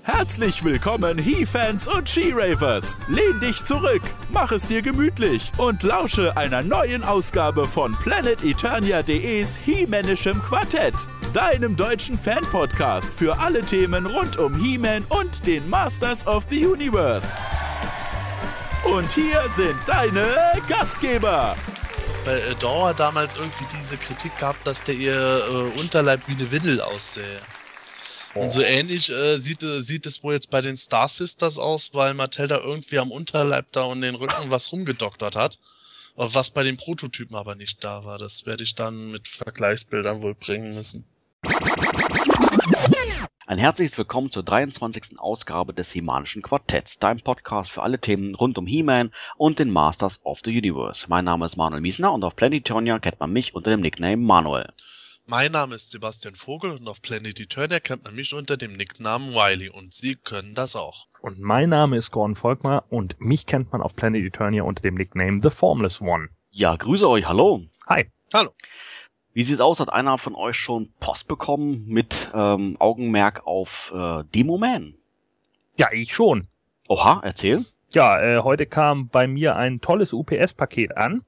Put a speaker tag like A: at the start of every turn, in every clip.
A: Herzlich willkommen He-Fans und She-Ravers. Lehn dich zurück, mach es dir gemütlich und lausche einer neuen Ausgabe von PlanetEternia.de's He-Manischem Quartett, deinem deutschen Fan-Podcast für alle Themen rund um He-Man und den Masters of the Universe. Und hier sind deine Gastgeber.
B: Weil Dora damals irgendwie diese Kritik gab, dass der ihr Unterleib wie eine Windel aussähe. Und so ähnlich sieht es wohl jetzt bei den Star Sisters aus, weil Mattel da irgendwie am Unterleib da und den Rücken was rumgedoktert hat. Was bei den Prototypen aber nicht da war. Das werde ich dann mit Vergleichsbildern wohl bringen müssen.
C: Ein herzliches Willkommen zur 23. Ausgabe des He-Manischen Quartetts, deinem Podcast für alle Themen rund um He-Man und den Masters of the Universe. Mein Name ist Manuel Miesner und auf PlanetEternia kennt man mich unter dem Nickname Manuel.
B: Mein Name ist Sebastian Vogel und auf PlanetEternia kennt man mich unter dem Nicknamen Wiley und Sie können das auch.
D: Und mein Name ist Gordon Volkmar und mich kennt man auf PlanetEternia unter dem Nickname The Formless One.
C: Ja, grüße euch, hallo.
D: Hi.
B: Hallo.
C: Wie sieht's aus? Hat einer von euch schon Post bekommen mit Augenmerk auf Demoman?
D: Ja, ich schon.
C: Oha, erzähl.
D: Ja, heute kam bei mir ein tolles UPS-Paket an,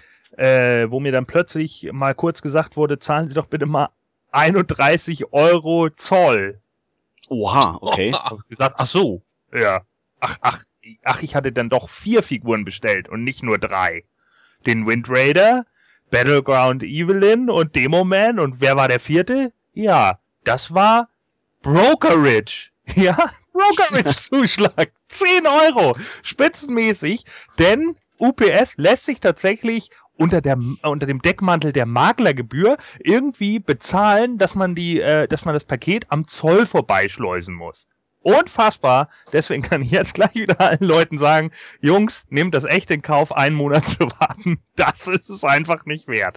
D: wo mir dann plötzlich mal kurz gesagt wurde, zahlen Sie doch bitte mal 31 Euro Zoll.
C: Oha, okay.
D: Hab ich gesagt, ach so, ja. Ach, ich hatte dann doch 4 Figuren bestellt und nicht nur 3. Den Wind Raider, Battleground Evelyn und Demoman. Und wer war der 4.? Ja, das war Brokerage. Ja, Brokerage-Zuschlag. 10 Euro. Spitzenmäßig. Denn UPS lässt sich tatsächlich unter dem Deckmantel der Maklergebühr irgendwie bezahlen, dass man das Paket am Zoll vorbeischleusen muss. Unfassbar. Deswegen kann ich jetzt gleich wieder allen Leuten sagen, Jungs, nehmt das echt in Kauf, einen Monat zu warten. Das ist es einfach nicht wert.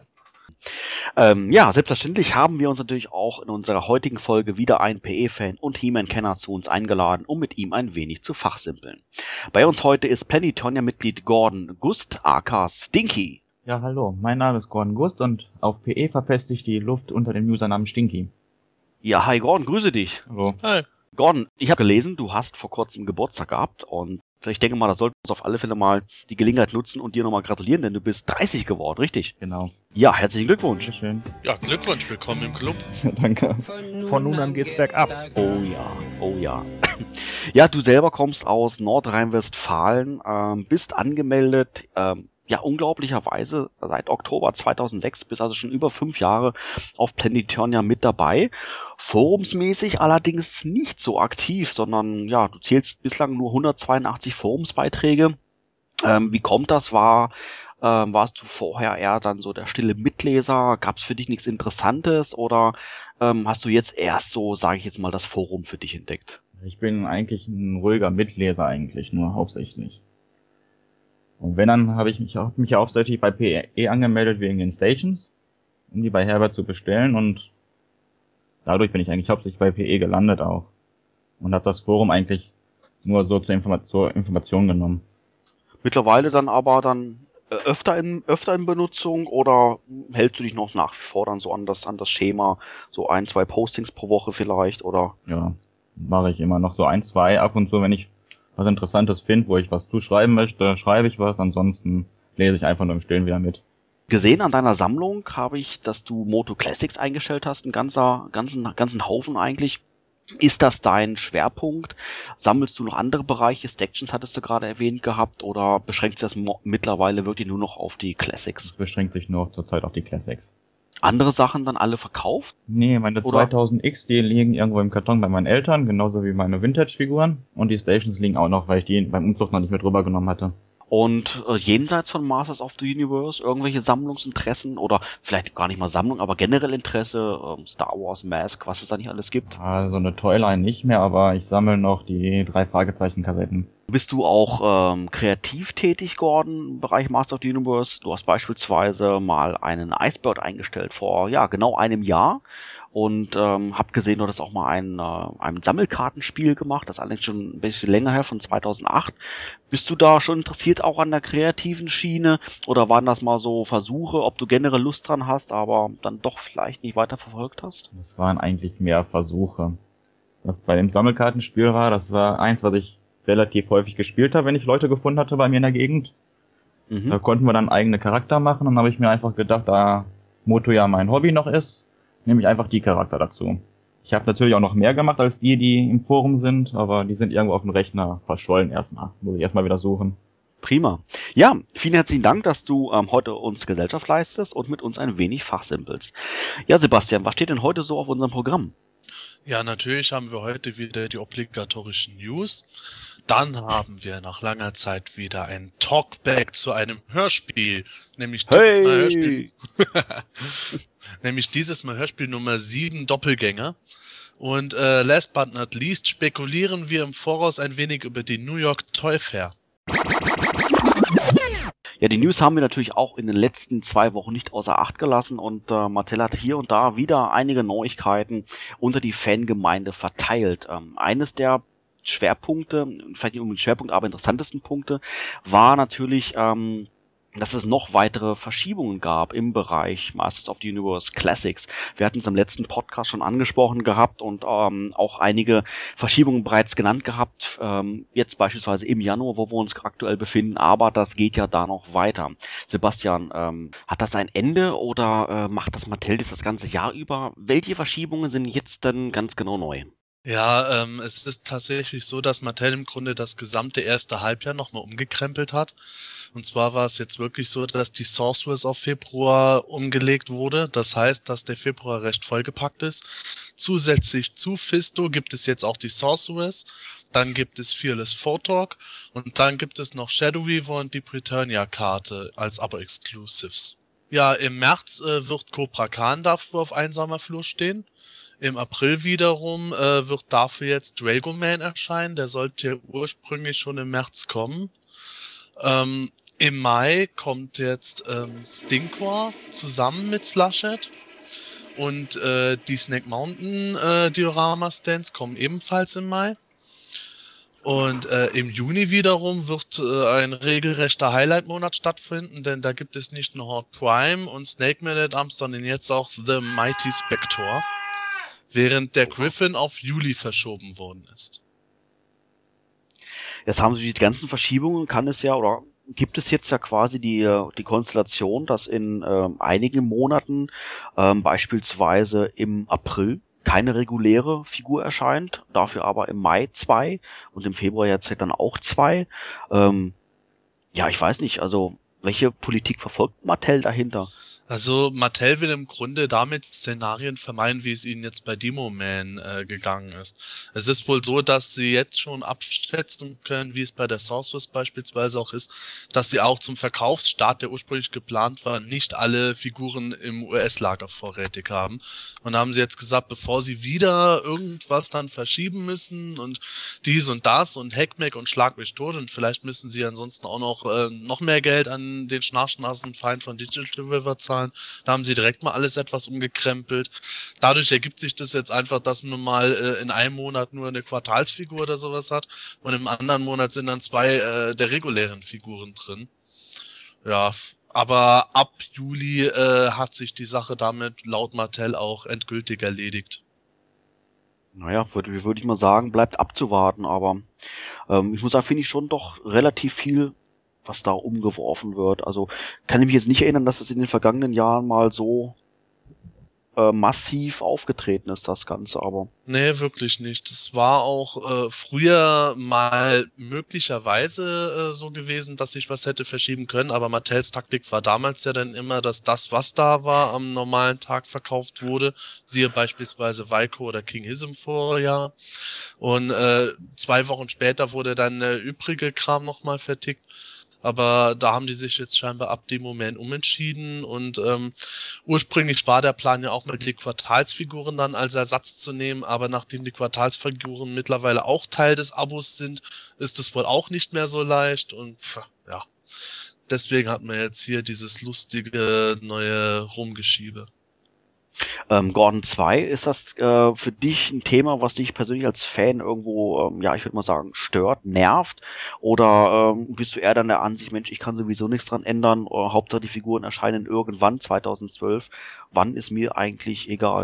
C: Ja, selbstverständlich haben wir uns natürlich auch in unserer heutigen Folge wieder einen PE-Fan und He-Man-Kenner zu uns eingeladen, um mit ihm ein wenig zu fachsimpeln. Bei uns heute ist PlanetEternia-Mitglied Gordon Gust, aka Stinky.
E: Ja, hallo, mein Name ist Gordon Gust und auf PE verpeste ich die Luft unter dem Usernamen Stinky.
C: Ja, hi Gordon, grüße dich.
E: Hallo.
B: Hi.
C: Gordon, ich habe gelesen, du hast vor kurzem Geburtstag gehabt und ich denke mal, da sollten wir uns auf alle Fälle mal die Gelegenheit nutzen und dir nochmal gratulieren, denn du bist 30 geworden, richtig?
E: Genau.
C: Ja, herzlichen Glückwunsch.
E: Dankeschön.
B: Ja, Glückwunsch, willkommen im Club.
E: Danke.
D: Von nun an geht's bergab.
C: Oh ja, oh ja. Ja, du selber kommst aus Nordrhein-Westfalen, bist angemeldet, ja, unglaublicherweise seit Oktober 2006, bist also schon über 5 Jahre auf PlanetEternia mit dabei. Forumsmäßig allerdings nicht so aktiv, sondern ja, du zählst bislang nur 182 Forumsbeiträge. Wie kommt das? Warst du vorher eher dann so der stille Mitleser? Gab es für dich nichts Interessantes oder hast du jetzt erst so, sage ich jetzt mal, das Forum für dich entdeckt?
E: Ich bin eigentlich ein ruhiger Mitleser eigentlich, nur hauptsächlich. Und wenn, dann habe ich mich hauptsächlich bei PE angemeldet wegen den Stations, um die bei Herbert zu bestellen und dadurch bin ich eigentlich hauptsächlich bei PE gelandet auch. Und habe das Forum eigentlich nur so zur Information genommen.
C: Mittlerweile dann aber öfter in Benutzung oder hältst du dich noch nach wie vor dann so an das Schema, so 1, 2 Postings pro Woche vielleicht oder?
E: Ja, mache ich immer noch so 1, 2 ab und zu, wenn ich was Interessantes finde, wo ich was zuschreiben möchte, schreibe ich was, ansonsten lese ich einfach nur im Stillen wieder mit.
C: Gesehen an deiner Sammlung habe ich, dass du Moto Classics eingestellt hast, einen ganzen Haufen eigentlich. Ist das dein Schwerpunkt? Sammelst du noch andere Bereiche? Stactions hattest du gerade erwähnt gehabt oder beschränkt sich das mittlerweile wirklich nur noch auf die Classics?
E: Es beschränkt sich nur zurzeit auf die Classics.
C: Andere Sachen dann alle verkauft?
E: Nee, meine
C: Oder?
E: 2000X, die liegen irgendwo im Karton bei meinen Eltern, genauso wie meine Vintage-Figuren. Und die Stations liegen auch noch, weil ich die beim Umzug noch nicht mit rübergenommen hatte.
C: Und jenseits von Masters of the Universe irgendwelche Sammlungsinteressen oder vielleicht gar nicht mal Sammlung, aber generell Interesse, Star Wars, Mask, was es da nicht alles gibt?
E: Ja, so eine Toyline nicht mehr, aber ich sammle noch die 3 Fragezeichen-Kassetten.
C: Bist du auch kreativ tätig, Gordon, im Bereich Masters of the Universe? Du hast beispielsweise mal einen Icebird eingestellt vor, ja, genau einem Jahr. Und hab gesehen, du hast auch mal ein Sammelkartenspiel gemacht, das ist allerdings schon ein bisschen länger her, von 2008. Bist du da schon interessiert auch an der kreativen Schiene oder waren das mal so Versuche, ob du generell Lust dran hast, aber dann doch vielleicht nicht weiter verfolgt hast?
E: Das waren eigentlich mehr Versuche. was bei dem Sammelkartenspiel war. Das war eins, was ich relativ häufig gespielt habe, wenn ich Leute gefunden hatte bei mir in der Gegend. Da konnten wir dann eigene Charakter machen. Und dann habe ich mir einfach gedacht, da Moto ja mein Hobby noch ist, nehme ich einfach die Charakter dazu. Ich habe natürlich auch noch mehr gemacht als die im Forum sind, aber die sind irgendwo auf dem Rechner verschollen erstmal. Muss ich erstmal wieder suchen.
C: Prima. Ja, vielen herzlichen Dank, dass du heute uns Gesellschaft leistest und mit uns ein wenig fachsimpelst. Ja, Sebastian, was steht denn heute so auf unserem Programm?
B: Ja, natürlich haben wir heute wieder die obligatorischen News. Dann haben wir nach langer Zeit wieder ein Talkback zu einem Hörspiel, nämlich dieses Mal Hörspiel Nummer 7 Doppelgänger. Und last but not least spekulieren wir im Voraus ein wenig über die New York Toy Fair.
C: Ja, die News haben wir natürlich auch in den letzten 2 Wochen nicht außer Acht gelassen und Mattel hat hier und da wieder einige Neuigkeiten unter die Fangemeinde verteilt. Eines der Schwerpunkte, vielleicht nicht unbedingt Schwerpunkt, aber interessantesten Punkte, war natürlich, dass es noch weitere Verschiebungen gab im Bereich Masters of the Universe Classics. Wir hatten es im letzten Podcast schon angesprochen gehabt und auch einige Verschiebungen bereits genannt gehabt, jetzt beispielsweise im Januar, wo wir uns aktuell befinden, aber das geht ja da noch weiter. Sebastian, hat das ein Ende oder macht das Mattel das ganze Jahr über? Welche Verschiebungen sind jetzt denn ganz genau neu?
B: Ja, es ist tatsächlich so, dass Mattel im Grunde das gesamte erste Halbjahr nochmal umgekrempelt hat. Und zwar war es jetzt wirklich so, dass die Sorceress auf Februar umgelegt wurde. Das heißt, dass der Februar recht vollgepackt ist. Zusätzlich zu Fisto gibt es jetzt auch die Sorceress. Dann gibt es Fearless Photalk. Und dann gibt es noch Shadow Weaver und die Preternia-Karte als Abo-Exclusives. Ja, im März wird Cobra Khan dafür auf einsamer Flur stehen. Im April wiederum wird dafür jetzt Dragoman erscheinen. Der sollte ja ursprünglich schon im März kommen. Im Mai kommt jetzt Stinkor zusammen mit Slushhead. Und die Snake Mountain Diorama-Stands kommen ebenfalls im Mai. Und im Juni wiederum wird ein regelrechter Highlight-Monat stattfinden, denn da gibt es nicht nur Horde Prime und Snake Man at Arms, sondern jetzt auch The Mighty Spector. Während der Griffin auf Juli verschoben worden ist.
C: Jetzt haben Sie die ganzen Verschiebungen, gibt es jetzt ja quasi die Konstellation, dass in einigen Monaten, beispielsweise im April, keine reguläre Figur erscheint, dafür aber im Mai 2 und im Februar jetzt dann auch 2. Ja, ich weiß nicht, also welche Politik verfolgt Mattel dahinter?
B: Also Mattel will im Grunde damit Szenarien vermeiden, wie es ihnen jetzt bei Demoman gegangen ist. Es ist wohl so, dass sie jetzt schon abschätzen können, wie es bei der Sorceress beispielsweise auch ist, dass sie auch zum Verkaufsstart, der ursprünglich geplant war, nicht alle Figuren im US-Lager vorrätig haben. Und da haben sie jetzt gesagt, bevor sie wieder irgendwas dann verschieben müssen und dies und das und Heckmeck und Schlag mich tot und vielleicht müssen sie ansonsten auch noch mehr Geld an den schnarchnassen Feind von Digital River zahlen. Da haben sie direkt mal alles etwas umgekrempelt. Dadurch ergibt sich das jetzt einfach, dass man mal in einem Monat nur eine Quartalsfigur oder sowas hat und im anderen Monat sind dann 2 der regulären Figuren drin. Ja, aber ab Juli hat sich die Sache damit laut Mattel auch endgültig erledigt.
C: Naja, würde ich mal sagen, bleibt abzuwarten, aber ich muss sagen, finde ich schon doch relativ viel, was da umgeworfen wird. Also kann ich mich jetzt nicht erinnern, dass es in den vergangenen Jahren mal so massiv aufgetreten ist, das Ganze, aber...
B: Nee, wirklich nicht. Es war auch früher mal möglicherweise so gewesen, dass sich was hätte verschieben können, aber Mattels Taktik war damals ja dann immer, dass das, was da war, am normalen Tag verkauft wurde. Siehe beispielsweise Vaiko oder King Hiss im Vorjahr. Und 2 Wochen später wurde dann der übrige Kram nochmal vertickt. Aber da haben die sich jetzt scheinbar ab dem Moment umentschieden und ursprünglich war der Plan ja auch mal die Quartalsfiguren dann als Ersatz zu nehmen, aber nachdem die Quartalsfiguren mittlerweile auch Teil des Abos sind, ist es wohl auch nicht mehr so leicht und ja, deswegen hat man jetzt hier dieses lustige neue Rumgeschiebe.
C: Gordon 2, ist das für dich ein Thema, was dich persönlich als Fan irgendwo, ja, ich würde mal sagen, stört, nervt? Oder bist du eher dann der Ansicht, Mensch, ich kann sowieso nichts dran ändern, Hauptsache die Figuren erscheinen irgendwann, 2012, wann ist mir eigentlich egal?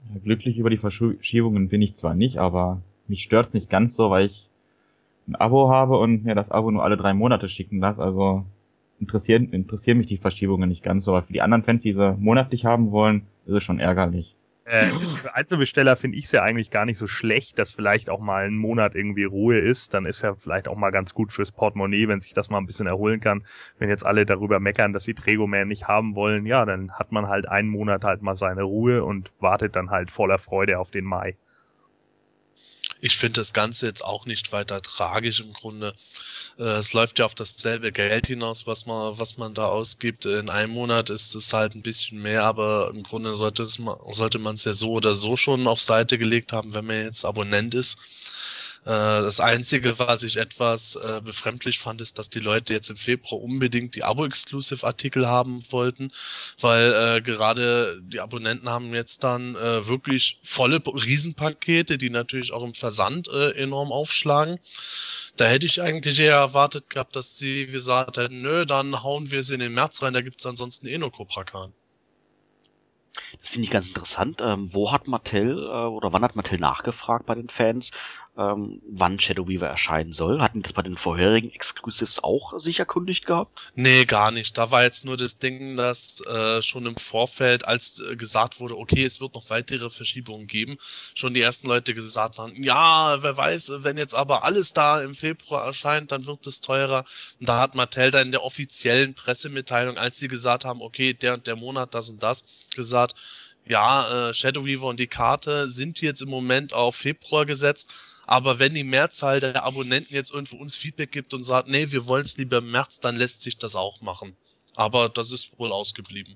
E: Ja, glücklich über die Verschiebungen bin ich zwar nicht, aber mich stört's nicht ganz so, weil ich ein Abo habe und mir das Abo nur alle 3 Monate schicken lasse. Also interessieren mich die Verschiebungen nicht ganz so. Aber für die anderen Fans, die sie monatlich haben wollen, ist es schon ärgerlich.
D: Für Einzelbesteller finde ich es ja eigentlich gar nicht so schlecht, dass vielleicht auch mal ein Monat irgendwie Ruhe ist. Dann ist ja vielleicht auch mal ganz gut fürs Portemonnaie, wenn sich das mal ein bisschen erholen kann. Wenn jetzt alle darüber meckern, dass sie Tregoman nicht haben wollen, ja, dann hat man halt einen Monat halt mal seine Ruhe und wartet dann halt voller Freude auf den Mai.
B: Ich finde das Ganze jetzt auch nicht weiter tragisch im Grunde. Es läuft ja auf dasselbe Geld hinaus, was man da ausgibt. In einem Monat ist es halt ein bisschen mehr, aber im Grunde sollte man es ja so oder so schon auf Seite gelegt haben, wenn man jetzt Abonnent ist. Das Einzige, was ich etwas befremdlich fand, ist, dass die Leute jetzt im Februar unbedingt die Abo-Exclusive-Artikel haben wollten, weil gerade die Abonnenten haben jetzt dann wirklich volle Riesenpakete, die natürlich auch im Versand enorm aufschlagen. Da hätte ich eigentlich eher erwartet gehabt, dass sie gesagt hätten, nö, dann hauen wir sie in den März rein, da gibt's ansonsten eh nur Cobra Khan.
C: Das finde ich ganz interessant. Wo hat Mattel oder wann hat Mattel nachgefragt bei den Fans, wann Shadow Weaver erscheinen soll? Hatten die das bei den vorherigen Exclusives auch sich erkundigt gehabt?
B: Nee, gar nicht. Da war jetzt nur das Ding, dass schon im Vorfeld, als gesagt wurde, okay, es wird noch weitere Verschiebungen geben, schon die ersten Leute gesagt haben, ja, wer weiß, wenn jetzt aber alles da im Februar erscheint, dann wird es teurer. Und da hat Mattel dann in der offiziellen Pressemitteilung, als sie gesagt haben, okay, der und der Monat, das und das, gesagt, ja, Shadow Weaver und die Karte sind jetzt im Moment auf Februar gesetzt, aber wenn die Mehrzahl der Abonnenten jetzt irgendwo uns Feedback gibt und sagt, nee, wir wollen es lieber im März, dann lässt sich das auch machen. Aber das ist wohl ausgeblieben.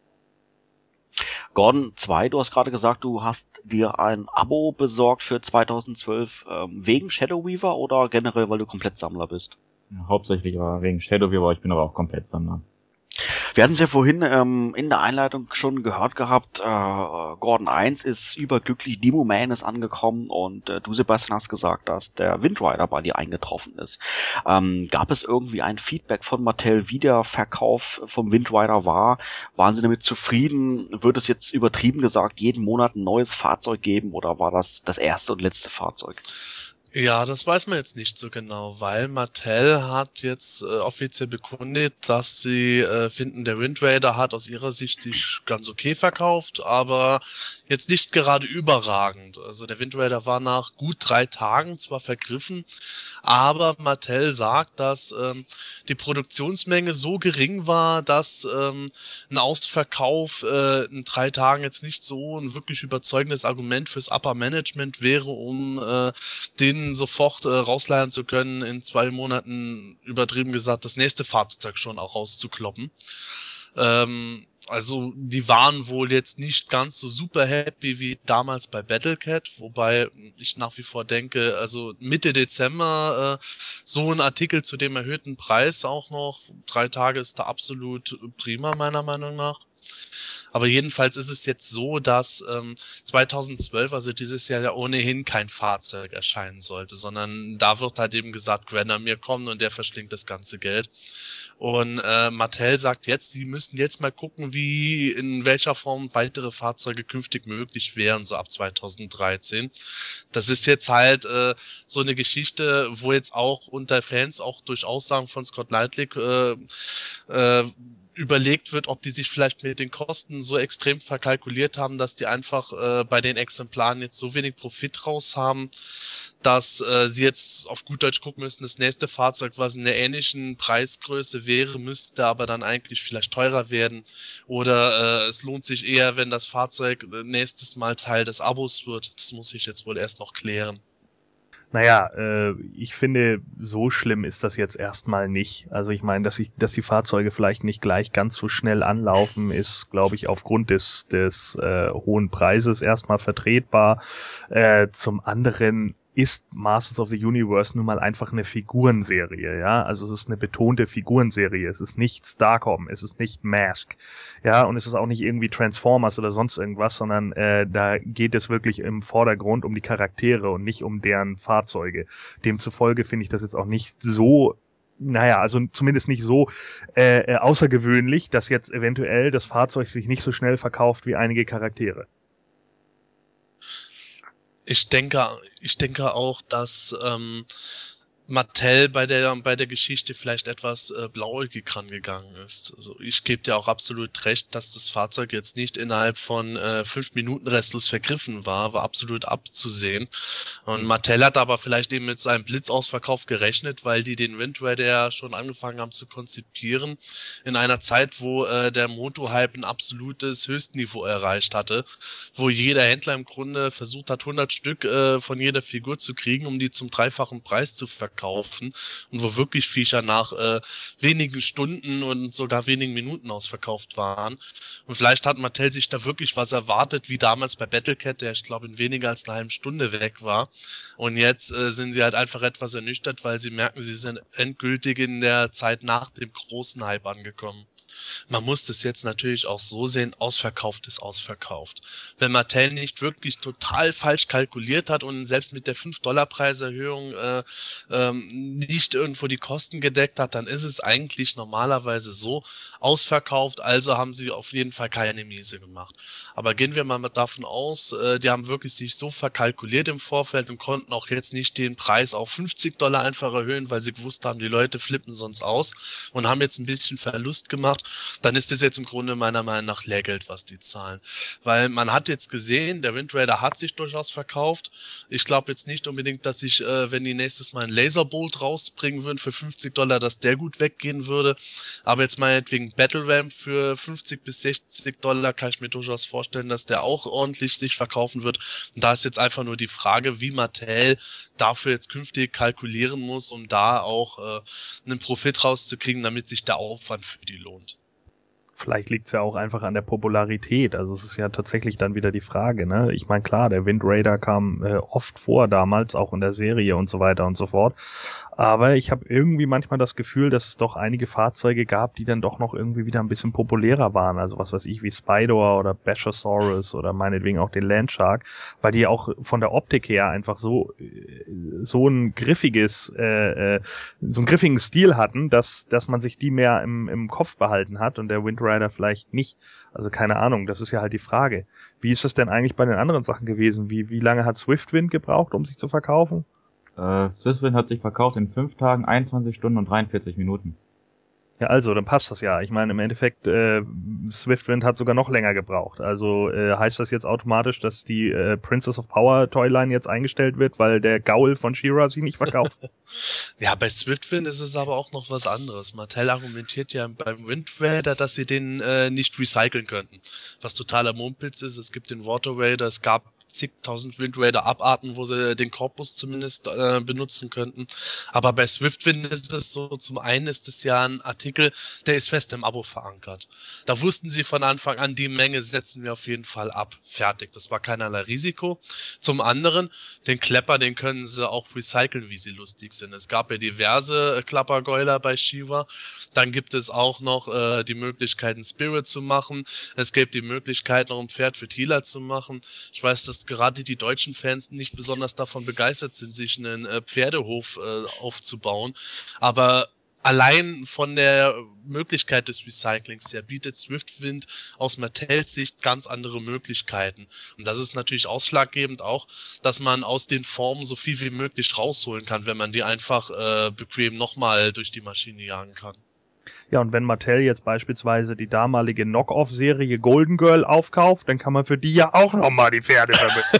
C: Gordon 2, du hast gerade gesagt, du hast dir ein Abo besorgt für 2012 wegen Shadow Weaver oder generell, weil du komplett Sammler bist?
E: Ja, hauptsächlich wegen Shadow Weaver, ich bin aber auch komplett Sammler.
C: Wir hatten es ja vorhin in der Einleitung schon gehört gehabt, Gordon 1 ist überglücklich, Demo Man ist angekommen und du, Sebastian, hast gesagt, dass der Windrider bei dir eingetroffen ist. Gab es irgendwie ein Feedback von Mattel, wie der Verkauf vom Windrider war? Waren sie damit zufrieden? Wird es jetzt übertrieben gesagt jeden Monat ein neues Fahrzeug geben oder war das erste und letzte Fahrzeug?
B: Ja, das weiß man jetzt nicht so genau, weil Mattel hat jetzt offiziell bekundet, dass sie finden, der Wind Raider hat aus ihrer Sicht sich ganz okay verkauft, aber jetzt nicht gerade überragend. Also der Wind Raider war nach gut 3 Tagen zwar vergriffen, aber Mattel sagt, dass die Produktionsmenge so gering war, dass ein Ausverkauf in 3 Tagen jetzt nicht so ein wirklich überzeugendes Argument fürs Upper Management wäre, um den sofort rausleihen zu können, in 2 Monaten, übertrieben gesagt, das nächste Fahrzeug schon auch rauszukloppen. Also die waren wohl jetzt nicht ganz so super happy wie damals bei Battlecat, wobei ich nach wie vor denke, also Mitte Dezember so ein Artikel zu dem erhöhten Preis auch noch, 3 Tage ist da absolut prima meiner Meinung nach. Aber jedenfalls ist es jetzt so, dass 2012, also dieses Jahr ja ohnehin kein Fahrzeug erscheinen sollte, sondern da wird halt eben gesagt, Grenadier kommt und der verschlingt das ganze Geld. Und Mattel sagt jetzt, sie müssen jetzt mal gucken, wie in welcher Form weitere Fahrzeuge künftig möglich wären, so ab 2013. Das ist jetzt halt so eine Geschichte, wo jetzt auch unter Fans, auch durch Aussagen von Scott Lightlick, überlegt wird, ob die sich vielleicht mit den Kosten so extrem verkalkuliert haben, dass die einfach bei den Exemplaren jetzt so wenig Profit raus haben, dass sie jetzt auf gut Deutsch gucken müssen, das nächste Fahrzeug, was in der ähnlichen Preisgröße wäre, müsste aber dann eigentlich vielleicht teurer werden. Oder es lohnt sich eher, wenn das Fahrzeug nächstes Mal Teil des Abos wird. Das muss ich jetzt wohl erst noch klären.
D: Naja, ich finde, so schlimm ist das jetzt erstmal nicht. Also ich meine, dass die Fahrzeuge vielleicht nicht gleich ganz so schnell anlaufen, ist, glaube ich, aufgrund des hohen Preises erstmal vertretbar. Zum anderen ist Masters of the Universe nun mal einfach eine Figurenserie, ja, also es ist eine betonte Figurenserie, es ist nicht Starcom, es ist nicht Mask, ja, und es ist auch nicht irgendwie Transformers oder sonst irgendwas, sondern da geht es wirklich im Vordergrund um die Charaktere und nicht um deren Fahrzeuge. Demzufolge finde ich das jetzt auch nicht so, naja, also zumindest nicht so außergewöhnlich, dass jetzt eventuell das Fahrzeug sich nicht so schnell verkauft wie einige Charaktere.
B: Ich denke auch, dass Mattel bei der Geschichte vielleicht etwas blauäugig rangegangen ist. Also ich gebe dir auch absolut recht, dass das Fahrzeug jetzt nicht innerhalb von 5 Minuten restlos vergriffen war absolut abzusehen. Und Mattel hat aber vielleicht eben mit seinem Blitzausverkauf gerechnet, weil die den Wind Raider ja schon angefangen haben zu konzipieren, in einer Zeit, wo der Moto-Hype ein absolutes Höchstniveau erreicht hatte, wo jeder Händler im Grunde versucht hat, 100 Stück von jeder Figur zu kriegen, um die zum dreifachen Preis zu verkaufen, und wo wirklich Viecher nach wenigen Stunden und sogar wenigen Minuten ausverkauft waren. Und vielleicht hat Mattel sich da wirklich was erwartet, wie damals bei Battlecat, der ich glaube in weniger als einer halben Stunde weg war. Und jetzt sind sie halt einfach etwas ernüchtert, weil sie merken, sie sind endgültig in der Zeit nach dem großen Hype angekommen. Man muss das jetzt natürlich auch so sehen, ausverkauft ist ausverkauft. Wenn Mattel nicht wirklich total falsch kalkuliert hat und selbst mit der $5-Preiserhöhung nicht irgendwo die Kosten gedeckt hat, dann ist es eigentlich normalerweise so ausverkauft, also haben sie auf jeden Fall keine Miese gemacht. Aber gehen wir mal davon aus, die haben wirklich sich so verkalkuliert im Vorfeld und konnten auch jetzt nicht den Preis auf $50 einfach erhöhen, weil sie gewusst haben, die Leute flippen sonst aus und haben jetzt ein bisschen Verlust gemacht. Dann ist das jetzt im Grunde meiner Meinung nach Lehrgeld, was die zahlen. Weil man hat jetzt gesehen, der Wind Raider hat sich durchaus verkauft. Ich glaube jetzt nicht unbedingt, dass ich, wenn die nächstes Mal einen Laserbolt rausbringen würden für $50, dass der gut weggehen würde. Aber jetzt meinetwegen Battle Ram für $50 bis $60 kann ich mir durchaus vorstellen, dass der auch ordentlich sich verkaufen wird. Und da ist jetzt einfach nur die Frage, wie Mattel dafür jetzt künftig kalkulieren muss, um da auch einen Profit rauszukriegen, damit sich der Aufwand für die lohnt.
D: Vielleicht liegt es ja auch einfach an der Popularität. Also es ist ja tatsächlich dann wieder die Frage, ne? Ich meine, klar, der Wind Raider kam oft vor damals, auch in der Serie und so weiter und so fort. Aber ich habe irgendwie manchmal das Gefühl, dass es doch einige Fahrzeuge gab, die dann doch noch irgendwie wieder ein bisschen populärer waren. Also was weiß ich, wie Spydor oder Bashosaurus oder meinetwegen auch den Landshark, weil die auch von der Optik her einfach so ein griffiges, so einen griffigen Stil hatten, dass man sich die mehr im Kopf behalten hat und der Wind Raider vielleicht nicht. Also keine Ahnung, das ist ja halt die Frage. Wie ist es denn eigentlich bei den anderen Sachen gewesen? Wie lange hat Swiftwind gebraucht, um sich zu verkaufen?
E: Swiftwind hat sich verkauft in 5 Tagen, 21 Stunden und 43 Minuten.
D: Ja, also, dann passt das ja. Ich meine, im Endeffekt, Swiftwind hat sogar noch länger gebraucht. Also heißt das jetzt automatisch, dass die Princess of Power Toyline jetzt eingestellt wird, weil der Gaul von She-Ra sich nicht verkauft?
B: Ja, bei Swiftwind ist es aber auch noch was anderes. Mattel argumentiert ja beim Wind Raider, dass sie den nicht recyceln könnten. Was totaler Mumpitz ist. Es gibt den Water Raider, es gab zigtausend Wind Raider Abarten, wo sie den Korpus zumindest benutzen könnten. Aber bei Swiftwind ist es so, zum einen ist es ja ein Artikel, der ist fest im Abo verankert. Da wussten sie von Anfang an, die Menge setzen wir auf jeden Fall ab. Fertig. Das war keinerlei Risiko. Zum anderen, den Klepper, den können sie auch recyceln, wie sie lustig sind. Es gab ja diverse Klappergeuler bei She-Ra. Dann gibt es auch noch die Möglichkeit, einen Spirit zu machen. Es gibt die Möglichkeit, noch ein Pferd für Teela zu machen. Ich weiß, dass gerade die deutschen Fans nicht besonders davon begeistert sind, sich einen Pferdehof aufzubauen. Aber allein von der Möglichkeit des Recyclings her bietet Swiftwind aus Mattels Sicht ganz andere Möglichkeiten. Und das ist natürlich ausschlaggebend auch, dass man aus den Formen so viel wie möglich rausholen kann, wenn man die einfach bequem nochmal durch die Maschine jagen kann.
D: Ja, und wenn Mattel jetzt beispielsweise die damalige Knock-Off-Serie Golden Girl aufkauft, dann kann man für die ja auch nochmal die Pferde vermitteln.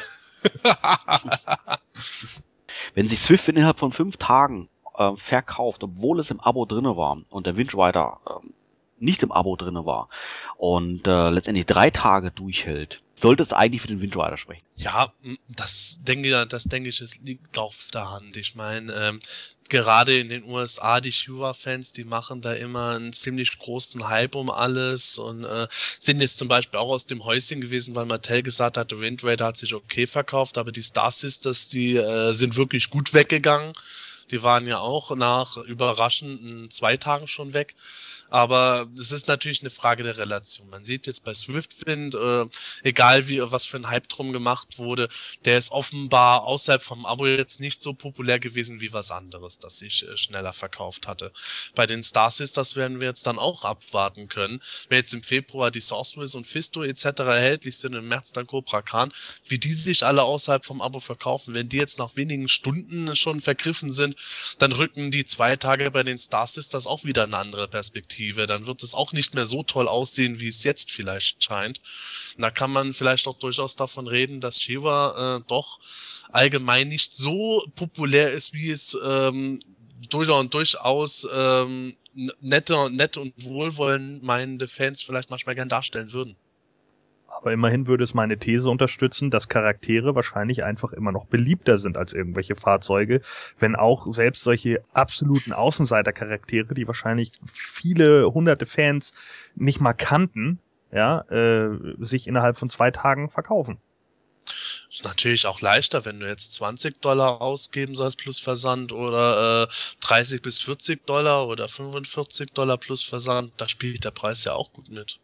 C: Wenn sich Swiftwind innerhalb von 5 Tagen verkauft, obwohl es im Abo drinne war und der Wind Raider nicht im Abo drinne war und letztendlich 3 Tage durchhält, sollte es eigentlich für den Wind Raider sprechen.
B: Ja, das denke ich, es liegt auf der Hand. Ich meine, gerade in den USA, die She-Ra-Fans, die machen da immer einen ziemlich großen Hype um alles und sind jetzt zum Beispiel auch aus dem Häuschen gewesen, weil Mattel gesagt hat, der Wind Raider hat sich okay verkauft, aber die Star Sisters, die sind wirklich gut weggegangen. Die waren ja auch nach überraschenden 2 Tagen schon weg. Aber es ist natürlich eine Frage der Relation. Man sieht jetzt bei Swiftwind, egal was für ein Hype drum gemacht wurde, der ist offenbar außerhalb vom Abo jetzt nicht so populär gewesen wie was anderes, das sich schneller verkauft hatte. Bei den Star Sisters werden wir jetzt dann auch abwarten können. Wenn jetzt im Februar die Sorceress und Fisto etc. erhältlich sind, im März dann Cobra Khan, wie die sich alle außerhalb vom Abo verkaufen. Wenn die jetzt nach wenigen Stunden schon vergriffen sind, dann rücken die 2 Tage bei den Star Sisters auch wieder eine andere Perspektive. Dann wird es auch nicht mehr so toll aussehen, wie es jetzt vielleicht scheint. Und da kann man vielleicht auch durchaus davon reden, dass Shewa doch allgemein nicht so populär ist, wie es durchaus nette und wohlwollend meinende Fans vielleicht manchmal gern darstellen würden.
D: Aber immerhin würde es meine These unterstützen, dass Charaktere wahrscheinlich einfach immer noch beliebter sind als irgendwelche Fahrzeuge, wenn auch selbst solche absoluten Außenseiter-Charaktere, die wahrscheinlich viele hunderte Fans nicht mal kannten, ja, sich innerhalb von 2 Tagen verkaufen.
B: Ist natürlich auch leichter, wenn du jetzt $20 ausgeben sollst plus Versand oder 30 bis $40 oder $45 plus Versand, da spielt der Preis ja auch gut mit.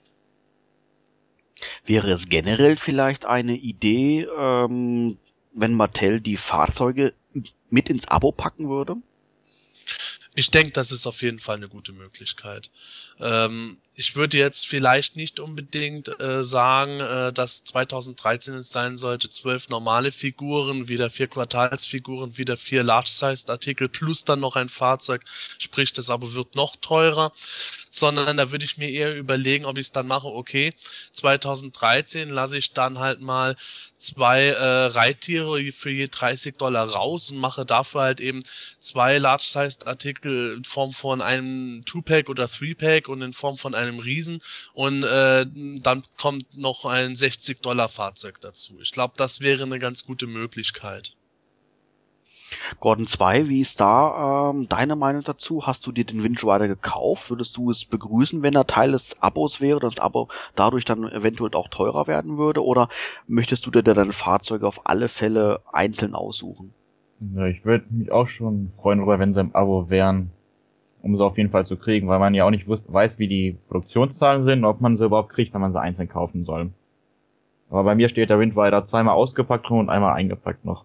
C: Wäre es generell vielleicht eine Idee, wenn Mattel die Fahrzeuge mit ins Abo packen würde?
B: Ich denke, das ist auf jeden Fall eine gute Möglichkeit. Ich würde jetzt vielleicht nicht unbedingt sagen, dass 2013 es sein sollte, 12 normale Figuren, wieder 4 Quartalsfiguren, wieder 4 Large-Sized-Artikel plus dann noch ein Fahrzeug, sprich das Abo wird noch teurer, sondern da würde ich mir eher überlegen, ob ich es dann mache, okay, 2013 lasse ich dann halt mal 2 Reittiere für je $30 raus und mache dafür halt eben 2 Large-Sized-Artikel in Form von einem 2-Pack oder 3-Pack und in Form von einem Riesen und dann kommt noch ein $60 Fahrzeug dazu. Ich glaube, das wäre eine ganz gute Möglichkeit.
C: Gordon 2, wie ist da deine Meinung dazu? Hast du dir den Wind Rider gekauft? Würdest du es begrüßen, wenn er Teil des Abos wäre, dass das Abo dadurch dann eventuell auch teurer werden würde? Oder möchtest du dir deine Fahrzeuge auf alle Fälle einzeln aussuchen?
E: Ja, ich würde mich auch schon freuen darüber, wenn sie im Abo wären, um sie auf jeden Fall zu kriegen, weil man ja auch nicht weiß, wie die Produktionszahlen sind, ob man sie überhaupt kriegt, wenn man sie einzeln kaufen soll. Aber bei mir steht der Wind Rider 2-mal ausgepackt und einmal eingepackt noch.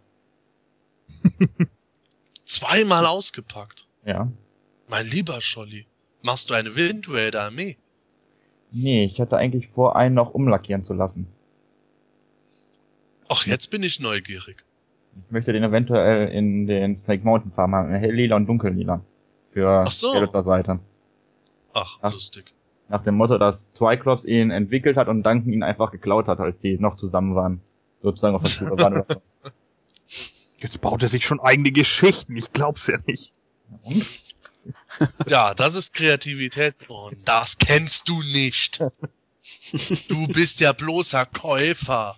B: 2-mal ausgepackt?
E: Ja.
B: Mein lieber Scholli, machst du eine Wind Raider Armee?
E: Nee, ich hatte eigentlich vor, einen noch umlackieren zu lassen.
B: Ach, jetzt bin ich neugierig.
E: Ich möchte den eventuell in den Snake Mountain Farm haben, helllila und dunkellila. Für der Seite.
B: Ach, lustig.
E: Nach dem Motto, dass Triclops ihn entwickelt hat und Duncan ihn einfach geklaut hat, als die noch zusammen waren. Sozusagen auf der Schule waren oder so.
D: Jetzt baut er sich schon eigene Geschichten, ich glaub's ja nicht.
E: Und?
B: Ja, das ist Kreativität und das kennst du nicht. Du bist ja bloßer Käufer.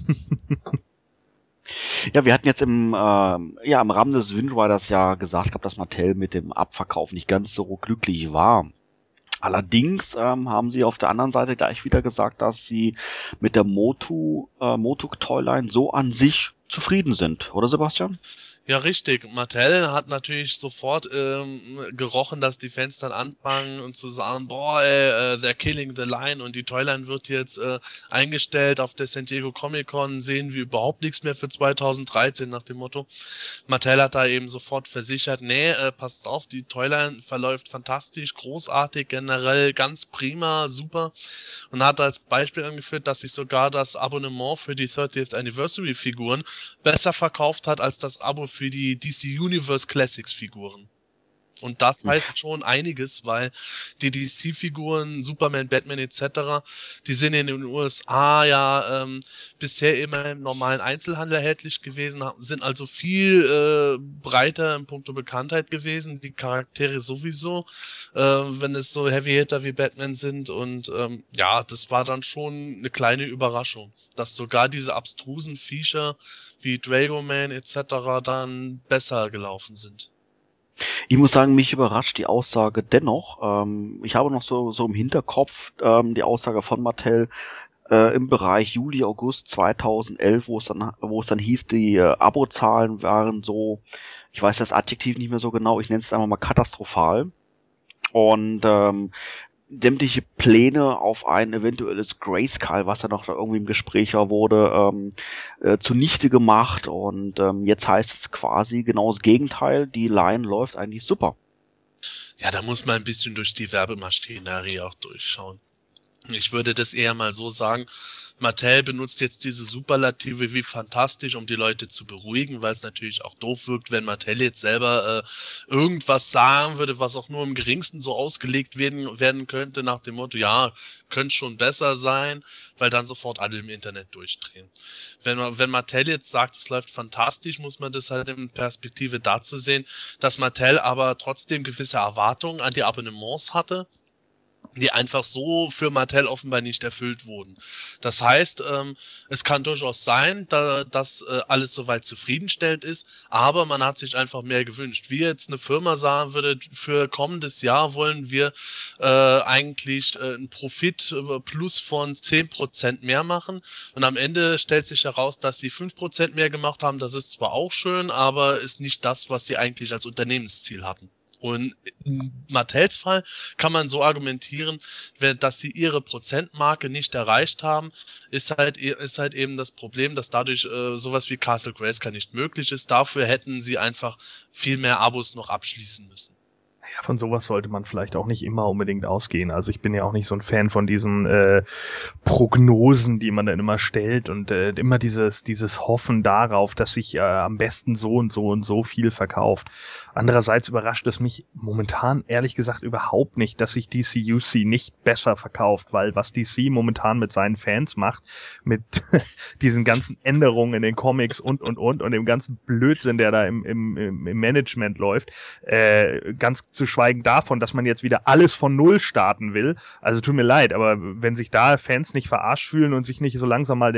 C: Ja, wir hatten jetzt im Rahmen des Wind Riders ja gesagt gehabt, dass Mattel mit dem Abverkauf nicht ganz so glücklich war. Allerdings haben sie auf der anderen Seite gleich wieder gesagt, dass sie mit der Motuk Toyline so an sich zufrieden sind, oder Sebastian?
B: Ja, richtig. Mattel hat natürlich sofort gerochen, dass die Fans dann anfangen und zu sagen, boah, they're killing the line und die Toyline wird jetzt eingestellt. Auf der San Diego Comic Con sehen wir überhaupt nichts mehr für 2013 nach dem Motto. Mattel hat da eben sofort versichert, nee, passt auf, die Toyline verläuft fantastisch, großartig, generell ganz prima, super und hat als Beispiel angeführt, dass sich sogar das Abonnement für die 30th Anniversary Figuren besser verkauft hat als das Abo für die DC Universe Classics Figuren. Und das heißt schon einiges, weil die DC-Figuren, Superman, Batman etc., die sind in den USA ja bisher immer im normalen Einzelhandel erhältlich gewesen, sind also viel breiter in puncto Bekanntheit gewesen, die Charaktere sowieso, wenn es so Heavy Hitter wie Batman sind und ja, das war dann schon eine kleine Überraschung, dass sogar diese abstrusen Viecher wie Dragoman etc. dann besser gelaufen sind.
C: Ich muss sagen, mich überrascht die Aussage dennoch. Ich habe noch so im Hinterkopf die Aussage von Mattel, im Bereich Juli, August 2011, wo es dann hieß, die Abozahlen waren so, ich weiß das Adjektiv nicht mehr so genau, ich nenne es einfach mal katastrophal. Und sämtliche Pläne auf ein eventuelles Grayscale, was ja noch da irgendwie im Gespräch wurde, zunichte gemacht. Und jetzt heißt es quasi genau das Gegenteil, die Line läuft eigentlich super.
B: Ja, da muss man ein bisschen durch die Werbemaschinerie auch durchschauen. Ich würde das eher mal so sagen, Mattel benutzt jetzt diese Superlative wie fantastisch, um die Leute zu beruhigen, weil es natürlich auch doof wirkt, wenn Mattel jetzt selber irgendwas sagen würde, was auch nur im geringsten so ausgelegt werden könnte, nach dem Motto, ja, könnte schon besser sein, weil dann sofort alle im Internet durchdrehen. Wenn Mattel jetzt sagt, es läuft fantastisch, muss man das halt in Perspektive dazu sehen, dass Mattel aber trotzdem gewisse Erwartungen an die Abonnements hatte, die einfach so für Mattel offenbar nicht erfüllt wurden. Das heißt, es kann durchaus sein, dass alles soweit zufriedenstellend ist, aber man hat sich einfach mehr gewünscht. Wie jetzt eine Firma sagen würde, für kommendes Jahr wollen wir eigentlich einen Profit plus von 10% mehr machen und am Ende stellt sich heraus, dass sie 5% mehr gemacht haben. Das ist zwar auch schön, aber ist nicht das, was sie eigentlich als Unternehmensziel hatten. Und in Mattels Fall kann man so argumentieren, dass sie ihre Prozentmarke nicht erreicht haben, ist halt eben das Problem, dass dadurch sowas wie Castle Grayskull nicht möglich ist. Dafür hätten sie einfach viel mehr Abos noch abschließen müssen.
D: Ja, von sowas sollte man vielleicht auch nicht immer unbedingt ausgehen. Also ich bin ja auch nicht so ein Fan von diesen Prognosen, die man dann immer stellt und immer dieses Hoffen darauf, dass sich am besten so und so und so viel verkauft. Andererseits überrascht es mich momentan ehrlich gesagt überhaupt nicht, dass sich DC/UC nicht besser verkauft, weil was DC momentan mit seinen Fans macht, mit diesen ganzen Änderungen in den Comics und dem ganzen Blödsinn, der da im Management läuft, ganz zu schweigen davon, dass man jetzt wieder alles von Null starten will. Also tut mir leid, aber wenn sich da Fans nicht verarscht fühlen und sich nicht so langsam mal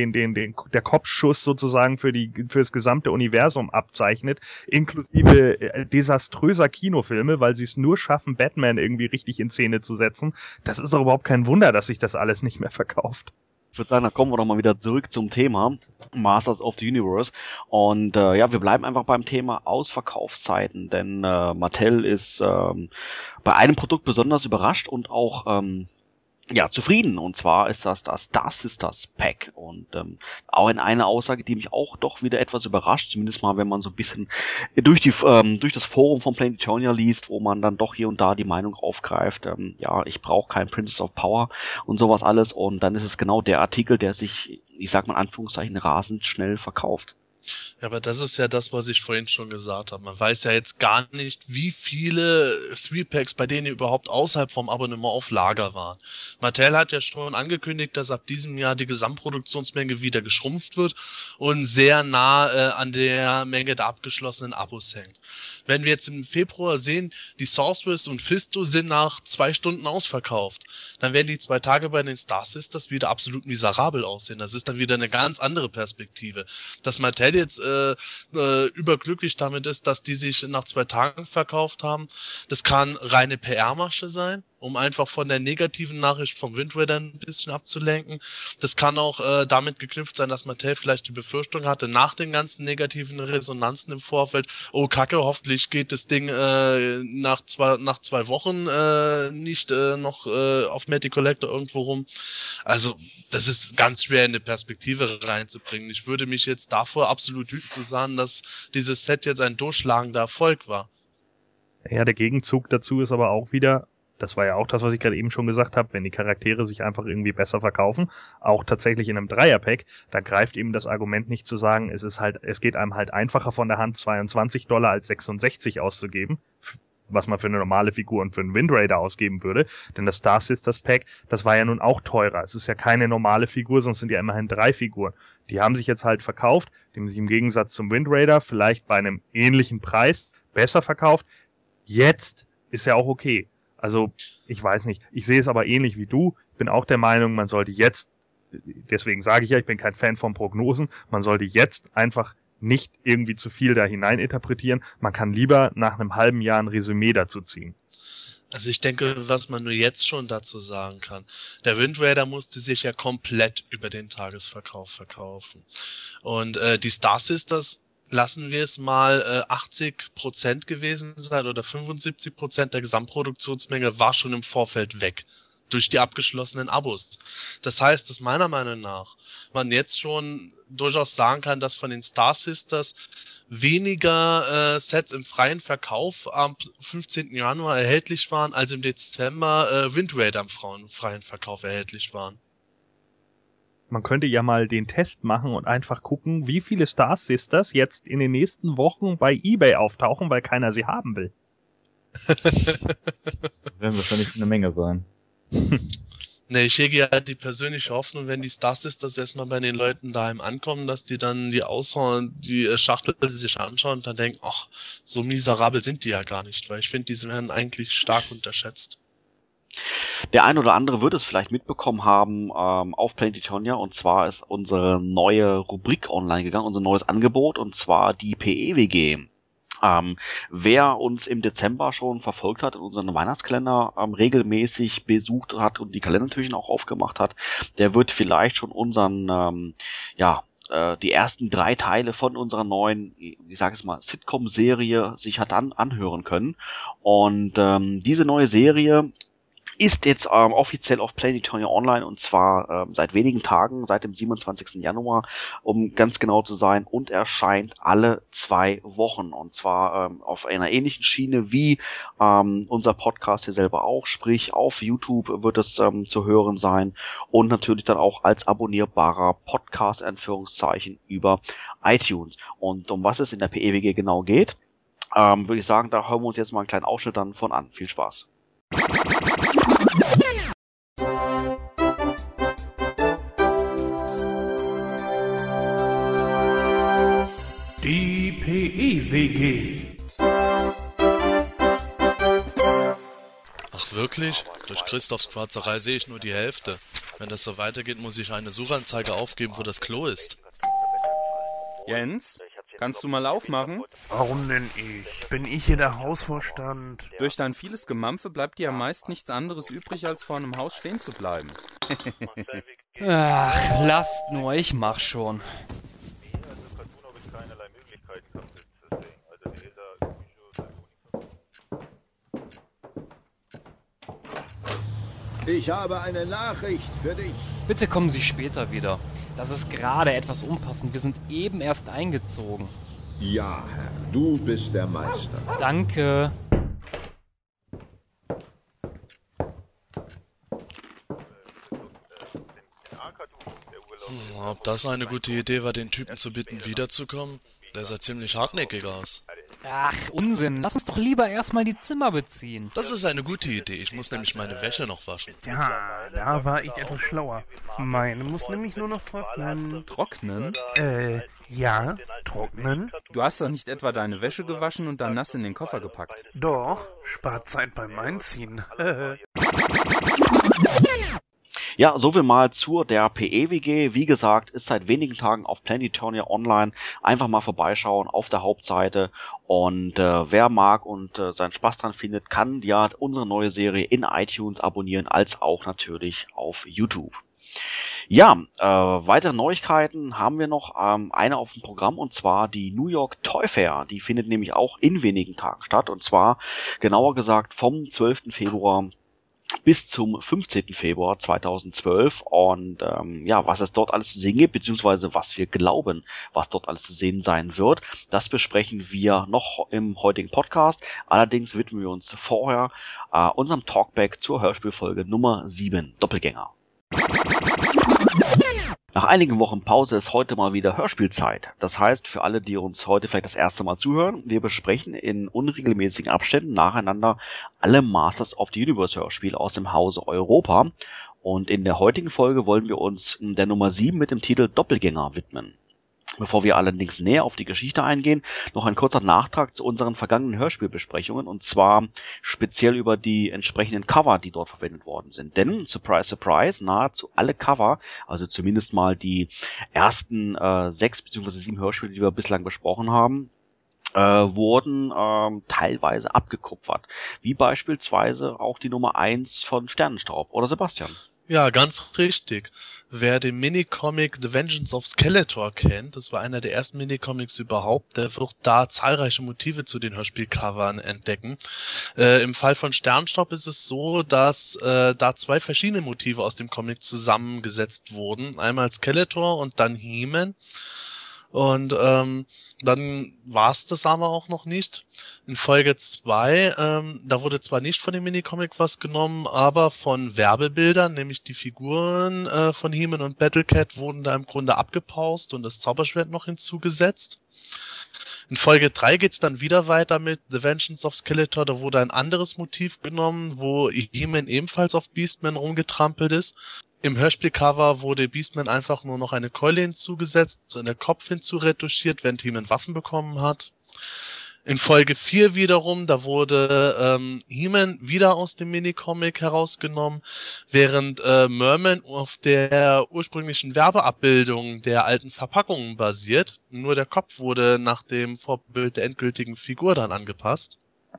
D: der Kopfschuss sozusagen für das gesamte Universum abzeichnet, inklusive desaströser Kinofilme, weil sie es nur schaffen, Batman irgendwie richtig in Szene zu setzen, das ist doch überhaupt kein Wunder, dass sich das alles nicht mehr verkauft.
C: Ich würde sagen, da kommen wir doch mal wieder zurück zum Thema Masters of the Universe. Und wir bleiben einfach beim Thema Ausverkaufszeiten, denn Mattel ist bei einem Produkt besonders überrascht und auch zufrieden. Und zwar ist das Star Sisters Pack. Und auch in einer Aussage, die mich auch doch wieder etwas überrascht, zumindest mal, wenn man so ein bisschen durch das Forum von Planet Eternia liest, wo man dann doch hier und da die Meinung aufgreift, ich brauche kein Princess of Power und sowas alles. Und dann ist es genau der Artikel, der sich, ich sag mal in Anführungszeichen, rasend schnell verkauft.
B: Ja, aber das ist ja das, was ich vorhin schon gesagt habe. Man weiß ja jetzt gar nicht, wie viele 3-Packs bei denen überhaupt außerhalb vom Abonnement auf Lager waren. Mattel hat ja schon angekündigt, dass ab diesem Jahr die Gesamtproduktionsmenge wieder geschrumpft wird und sehr nah an der Menge der abgeschlossenen Abos hängt. Wenn wir jetzt im Februar sehen, die Sorceress und Fisto sind nach 2 Stunden ausverkauft, dann werden die 2 Tage bei den Star Sisters wieder absolut miserabel aussehen. Das ist dann wieder eine ganz andere Perspektive. Dass Mattel jetzt überglücklich damit ist, dass die sich nach 2 Tagen verkauft haben. Das kann reine PR-Masche sein, um einfach von der negativen Nachricht vom Wind Raider ein bisschen abzulenken. Das kann auch damit geknüpft sein, dass Mattel vielleicht die Befürchtung hatte, nach den ganzen negativen Resonanzen im Vorfeld, oh Kacke, hoffentlich geht das Ding nach 2 Wochen nicht noch auf Matty Collector irgendwo rum. Also das ist ganz schwer in eine Perspektive reinzubringen. Ich würde mich jetzt davor absolut hüten zu sagen, dass dieses Set jetzt ein durchschlagender Erfolg war.
D: Ja, der Gegenzug dazu ist aber auch wieder, das war ja auch das, was ich gerade eben schon gesagt habe, wenn die Charaktere sich einfach irgendwie besser verkaufen, auch tatsächlich in einem Dreierpack, da greift eben das Argument nicht zu sagen, es geht einem halt einfacher von der Hand, $22 als 66 auszugeben, was man für eine normale Figur und für einen Wind Raider ausgeben würde, denn das Star Sisters Pack, das war ja nun auch teurer. Es ist ja keine normale Figur, sonst sind ja immerhin 3 Figuren. Die haben sich jetzt halt verkauft, die haben sich im Gegensatz zum Wind Raider vielleicht bei einem ähnlichen Preis besser verkauft. Jetzt ist ja auch okay. Also, ich weiß nicht. Ich sehe es aber ähnlich wie du. Ich bin auch der Meinung, man sollte jetzt, deswegen sage ich ja, ich bin kein Fan von Prognosen, man sollte jetzt einfach nicht irgendwie zu viel da hinein interpretieren. Man kann lieber nach einem halben Jahr ein Resümee dazu ziehen.
B: Also ich denke, was man nur jetzt schon dazu sagen kann, der Wind Raider musste sich ja komplett über den Tagesverkauf verkaufen. Und die Star Sisters, lassen wir es mal 80% gewesen sein oder 75% der Gesamtproduktionsmenge war schon im Vorfeld weg. Durch die abgeschlossenen Abos. Das heißt, dass meiner Meinung nach man jetzt schon durchaus sagen kann, dass von den Star Sisters weniger Sets im freien Verkauf am 15. Januar erhältlich waren, als im Dezember Wind Raider im freien Verkauf erhältlich waren.
D: Man könnte ja mal den Test machen und einfach gucken, wie viele Star Sisters jetzt in den nächsten Wochen bei eBay auftauchen, weil keiner sie haben will.
E: Das werden wahrscheinlich eine Menge sein.
B: Ne, ich hege ja die persönliche Hoffnung, wenn die Star Sisters erstmal bei den Leuten daheim ankommen, dass die dann die aushauen, die Schachtel sich anschauen und dann denken, ach, so miserabel sind die ja gar nicht, weil ich finde, die werden eigentlich stark unterschätzt.
C: Der ein oder andere wird es vielleicht mitbekommen haben auf Planet Eternia, und zwar ist unsere neue Rubrik online gegangen, unser neues Angebot, und zwar die PEWG. Wer uns im Dezember schon verfolgt hat und unseren Weihnachtskalender regelmäßig besucht hat und die Kalendertürchen auch aufgemacht hat, der wird vielleicht schon unseren, die ersten 3 Teile von unserer neuen, ich sage es mal, Sitcom-Serie sich hat anhören können. Und diese neue Serie ist jetzt offiziell auf Planet Eternia Online, und zwar seit wenigen Tagen, seit dem 27. Januar, um ganz genau zu sein, und erscheint alle 2 Wochen, und zwar auf einer ähnlichen Schiene wie unser Podcast hier selber auch, sprich auf YouTube wird es zu hören sein und natürlich dann auch als abonnierbarer Podcast, Anführungszeichen, über iTunes. Und um was es in der PEWG genau geht, würde ich sagen, da hören wir uns jetzt mal einen kleinen Ausschnitt dann von an. Viel Spaß.
A: Die PEWG.
B: Ach wirklich? Durch Christophs Quarzerei sehe ich nur die Hälfte. Wenn das so weitergeht, muss ich eine Suchanzeige aufgeben, wo das Klo ist.
F: Jens, kannst du mal aufmachen?
G: Warum denn ich? Bin ich hier der Hausvorstand?
F: Durch dein vieles Gemampfe bleibt dir ja meist nichts anderes übrig, als vor einem Haus stehen zu bleiben.
H: Ach, lasst nur, ich mach schon.
I: Ich habe eine Nachricht für dich.
H: Bitte kommen Sie später wieder. Das ist gerade etwas unpassend. Wir sind eben erst eingezogen.
I: Ja, Herr, du bist der Meister.
H: Danke.
B: Ob das eine gute Idee war, den Typen zu bitten, wiederzukommen? Der sah ziemlich hartnäckig aus.
H: Ach, Unsinn. Lass uns doch lieber erstmal die Zimmer beziehen.
B: Das ist eine gute Idee. Ich muss nämlich meine Wäsche noch waschen.
G: Ja, da war ich etwas schlauer. Meine muss nämlich nur noch trocknen.
F: Trocknen?
G: Ja, trocknen.
F: Du hast doch nicht etwa deine Wäsche gewaschen und dann nass in den Koffer gepackt.
G: Doch, spart Zeit beim Einziehen.
C: Ja, soviel mal zur der PEWG. Wie gesagt, ist seit wenigen Tagen auf Planet Eternia Online. Einfach mal vorbeischauen auf der Hauptseite. Und wer mag und seinen Spaß dran findet, kann ja unsere neue Serie in iTunes abonnieren, als auch natürlich auf YouTube. Ja, weitere Neuigkeiten haben wir noch, eine auf dem Programm, und zwar die New York Toy Fair. Die findet nämlich auch in wenigen Tagen statt, und zwar genauer gesagt vom 12. Februar bis zum 15. Februar 2012. Und was es dort alles zu sehen gibt, beziehungsweise was wir glauben, was dort alles zu sehen sein wird, das besprechen wir noch im heutigen Podcast. Allerdings widmen wir uns vorher unserem Talkback zur Hörspielfolge Nummer 7, Doppelgänger. Nach einigen Wochen Pause ist heute mal wieder Hörspielzeit. Das heißt, für alle, die uns heute vielleicht das erste Mal zuhören, wir besprechen in unregelmäßigen Abständen nacheinander alle Masters of the Universe Hörspiele aus dem Hause Europa. Und in der heutigen Folge wollen wir uns der Nummer 7 mit dem Titel Doppelgänger widmen. Bevor wir allerdings näher auf die Geschichte eingehen, noch ein kurzer Nachtrag zu unseren vergangenen Hörspielbesprechungen, und zwar speziell über die entsprechenden Cover, die dort verwendet worden sind. Denn, surprise, surprise, nahezu alle Cover, also zumindest mal die ersten 6 bzw. 7 Hörspiele, die wir bislang besprochen haben, wurden teilweise abgekupfert. Wie beispielsweise auch die Nummer 1 von Sternenstaub. Oder Sebastian?
B: Ja, ganz richtig. Wer den Minicomic The Vengeance of Skeletor kennt, das war einer der ersten Minicomics überhaupt, der wird da zahlreiche Motive zu den Hörspielcovern entdecken. Im Fall von Sternstaub ist es so, dass da 2 verschiedene Motive aus dem Comic zusammengesetzt wurden. Einmal Skeletor und dann He-Man. Und dann war's das aber auch noch nicht. In Folge 2, da wurde zwar nicht von dem Minicomic was genommen, aber von Werbebildern, nämlich die Figuren von He-Man und Battlecat wurden da im Grunde abgepaust und das Zauberschwert noch hinzugesetzt. In Folge 3 geht's dann wieder weiter mit The Vengeance of Skeletor, da wurde ein anderes Motiv genommen, wo He-Man ebenfalls auf Beastman rumgetrampelt ist. Im Hörspielcover wurde Beastman einfach nur noch eine Keule hinzugesetzt, so der Kopf hinzuretuschiert, während He-Man Waffen bekommen hat. In Folge 4 wiederum, da wurde He-Man wieder aus dem Minicomic herausgenommen, während Merman auf der ursprünglichen Werbeabbildung der alten Verpackungen basiert. Nur der Kopf wurde nach dem Vorbild der endgültigen Figur dann angepasst.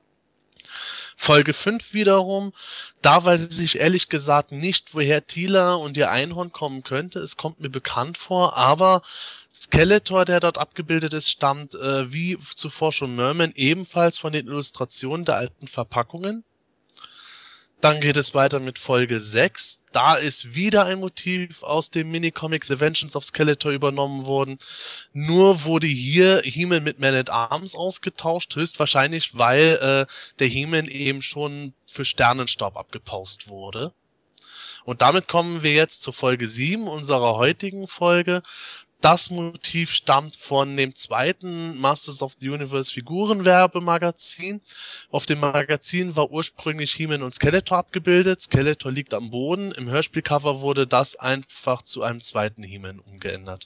B: Folge 5 wiederum, da weiß ich ehrlich gesagt nicht, woher Teela und ihr Einhorn kommen könnte. Es kommt mir bekannt vor, aber Skeletor, der dort abgebildet ist, stammt wie zuvor schon Merman ebenfalls von den Illustrationen der alten Verpackungen. Dann geht es weiter mit Folge 6. Da ist wieder ein Motiv aus dem Minicomic The Vengeance of Skeletor übernommen worden. Nur wurde hier He-Man mit Man-at-Arms ausgetauscht, höchstwahrscheinlich, weil der He-Man eben schon für Sternenstaub abgepaust wurde. Und damit kommen wir jetzt zur Folge 7 unserer heutigen Folge. Das Motiv stammt von dem zweiten Masters of the Universe Figurenwerbemagazin. Auf dem Magazin war ursprünglich He-Man und Skeletor abgebildet. Skeletor liegt am Boden. Im Hörspielcover wurde das einfach zu einem zweiten He-Man umgeändert.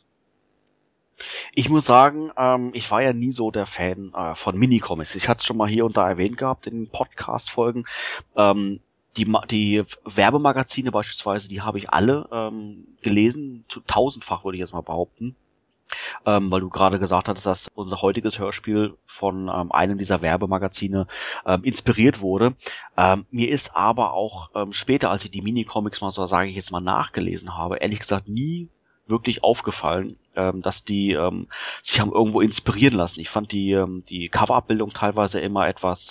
C: Ich muss sagen, ich war ja nie so der Fan von Minicomics. Ich hatte es schon mal hier und da erwähnt gehabt in den Podcast-Folgen. Die Werbemagazine beispielsweise, die habe ich alle gelesen, zu 1000-fach würde ich jetzt mal behaupten, weil du gerade gesagt hattest, dass unser heutiges Hörspiel von einem dieser Werbemagazine inspiriert wurde. Mir ist aber auch später, als ich die Minicomics mal so, sage ich jetzt mal, nachgelesen habe, ehrlich gesagt nie wirklich aufgefallen, dass die sich haben irgendwo inspirieren lassen. Ich fand die Coverabbildung teilweise immer etwas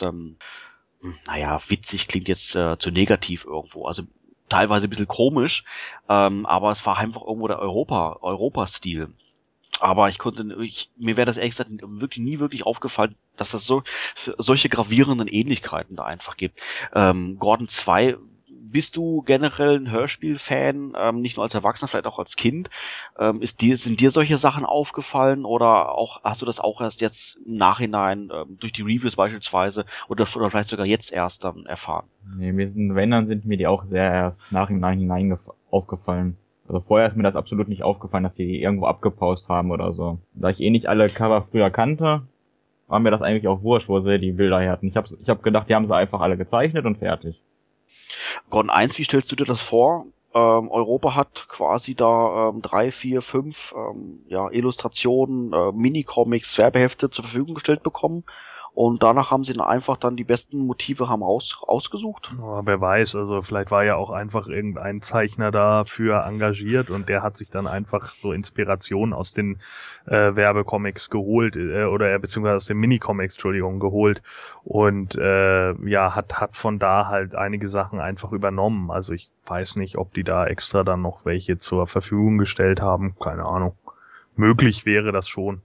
C: witzig klingt jetzt zu negativ irgendwo. Also teilweise ein bisschen komisch, aber es war einfach irgendwo der Europa-Stil. Aber mir wäre das ehrlich gesagt wirklich nie wirklich aufgefallen, dass das solche gravierenden Ähnlichkeiten da einfach gibt. Gordon 2, bist du generell ein Hörspiel-Fan, nicht nur als Erwachsener, vielleicht auch als Kind? Sind dir solche Sachen aufgefallen oder auch hast du das auch erst jetzt im Nachhinein durch die Reviews beispielsweise oder vielleicht sogar jetzt erst erfahren?
E: Nee, wenn, dann sind mir die auch sehr erst nachhinein aufgefallen. Also vorher ist mir das absolut nicht aufgefallen, dass die irgendwo abgepaust haben oder so. Da ich nicht alle Cover früher kannte, war mir das eigentlich auch wurscht, wo sie die Bilder her hatten. Ich hab gedacht, die haben sie einfach alle gezeichnet und fertig.
C: Gordon 1, wie stellst du dir das vor? Europa hat quasi da 3, 4, 5 Illustrationen, Minicomics, Werbehefte zur Verfügung gestellt bekommen und danach haben sie dann einfach die besten Motive ausgesucht.
D: Oh, wer weiß, also vielleicht war ja auch einfach irgendein Zeichner dafür engagiert und der hat sich dann einfach so Inspiration aus den Werbecomics geholt oder beziehungsweise aus den Minicomics, geholt und hat von da halt einige Sachen einfach übernommen. Also ich weiß nicht, ob die da extra dann noch welche zur Verfügung gestellt haben, keine Ahnung. Möglich wäre das schon.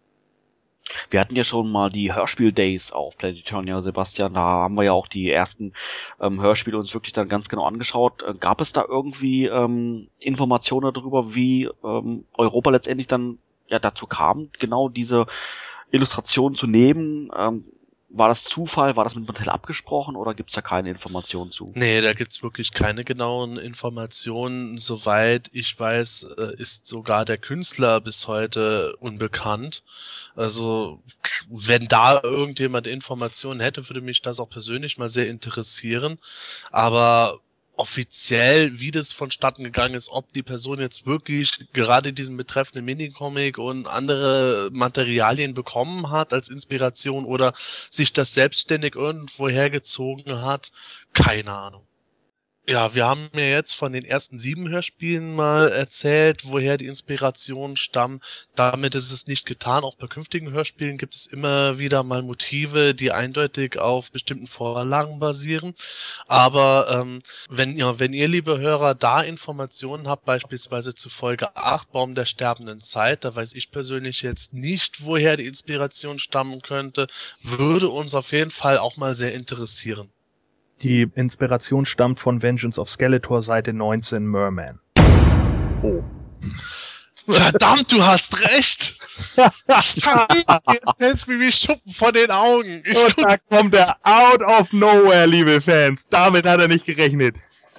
C: Wir hatten ja schon mal die Hörspiel-Days auf Planet Eternia, Sebastian. Da haben wir ja auch die ersten Hörspiele uns wirklich dann ganz genau angeschaut. Gab es da irgendwie Informationen darüber, wie Europa letztendlich dann dazu kam, genau diese Illustration zu nehmen? War das Zufall? War das mit Mattel abgesprochen oder gibt's da keine Informationen zu?
B: Nee, da gibt's wirklich keine genauen Informationen. Soweit ich weiß, ist sogar der Künstler bis heute unbekannt. Also, wenn da irgendjemand Informationen hätte, würde mich das auch persönlich mal sehr interessieren. Aber offiziell, wie das vonstatten gegangen ist, ob die Person jetzt wirklich gerade diesen betreffenden Minicomic und andere Materialien bekommen hat als Inspiration oder sich das selbstständig irgendwo hergezogen hat, keine Ahnung. Ja, wir haben mir jetzt von den ersten 7 Hörspielen mal erzählt, woher die Inspirationen stammen. Damit ist es nicht getan. Auch bei künftigen Hörspielen gibt es immer wieder mal Motive, die eindeutig auf bestimmten Vorlagen basieren. Aber wenn ihr, liebe Hörer, da Informationen habt, beispielsweise zu Folge 8, Baum der sterbenden Zeit, da weiß ich persönlich jetzt nicht, woher die Inspiration stammen könnte, würde uns auf jeden Fall auch mal sehr interessieren.
D: Die Inspiration stammt von Vengeance of Skeletor, Seite 19, Merman. Oh.
B: Verdammt, du hast recht! Fällt's mir wie Schuppen von den Augen.
D: Und da kommt er out of nowhere, liebe Fans. Damit hat er nicht gerechnet.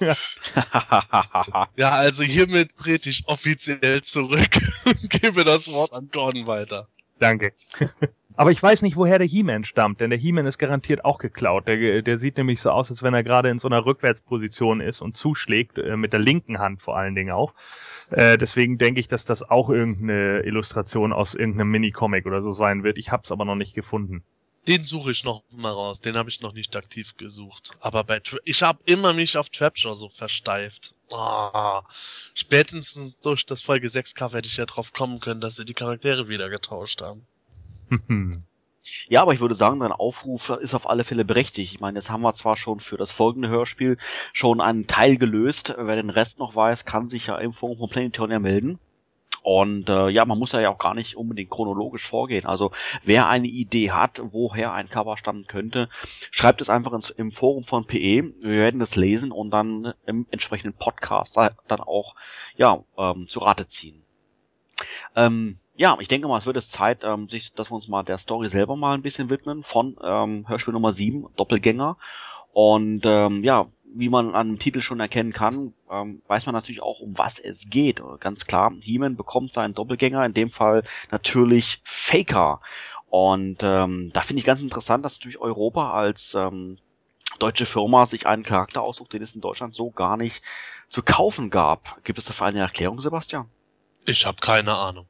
B: Ja, also hiermit trete ich offiziell zurück und gebe das Wort an Gordon weiter.
D: Danke. Aber ich weiß nicht, woher der He-Man stammt, denn der He-Man ist garantiert auch geklaut. Der sieht nämlich so aus, als wenn er gerade in so einer Rückwärtsposition ist und zuschlägt, mit der linken Hand vor allen Dingen auch. Deswegen denke ich, dass das auch irgendeine Illustration aus irgendeinem Mini-Comic oder so sein wird. Ich hab's aber noch nicht gefunden.
B: Den suche ich noch mal raus, den habe ich noch nicht aktiv gesucht. Aber ich habe immer mich auf Trapjaw so versteift. Spätestens durch das Folge 6 Cover hätte ich ja drauf kommen können, dass sie die Charaktere wieder getauscht haben.
C: Ja, aber ich würde sagen, dein Aufruf ist auf alle Fälle berechtigt. Ich meine, jetzt haben wir zwar schon für das folgende Hörspiel schon einen Teil gelöst. Wer den Rest noch weiß, kann sich ja im Forum von Planet Eternia melden. Und ja, man muss ja auch gar nicht unbedingt chronologisch vorgehen. Also wer eine Idee hat, woher ein Cover stammen könnte, schreibt es einfach im Forum von PE. Wir werden das lesen und dann im entsprechenden Podcast dann auch zu Rate ziehen. Ja, ich denke mal, es wird es Zeit, dass wir uns mal der Story selber mal ein bisschen widmen von Hörspiel Nummer 7, Doppelgänger. Und wie man an dem Titel schon erkennen kann, weiß man natürlich auch, um was es geht. Ganz klar, He-Man bekommt seinen Doppelgänger, in dem Fall natürlich Faker. Und da finde ich ganz interessant, dass natürlich Europa als deutsche Firma sich einen Charakter aussucht, den es in Deutschland so gar nicht zu kaufen gab. Gibt es dafür eine Erklärung, Sebastian?
B: Ich habe keine Ahnung.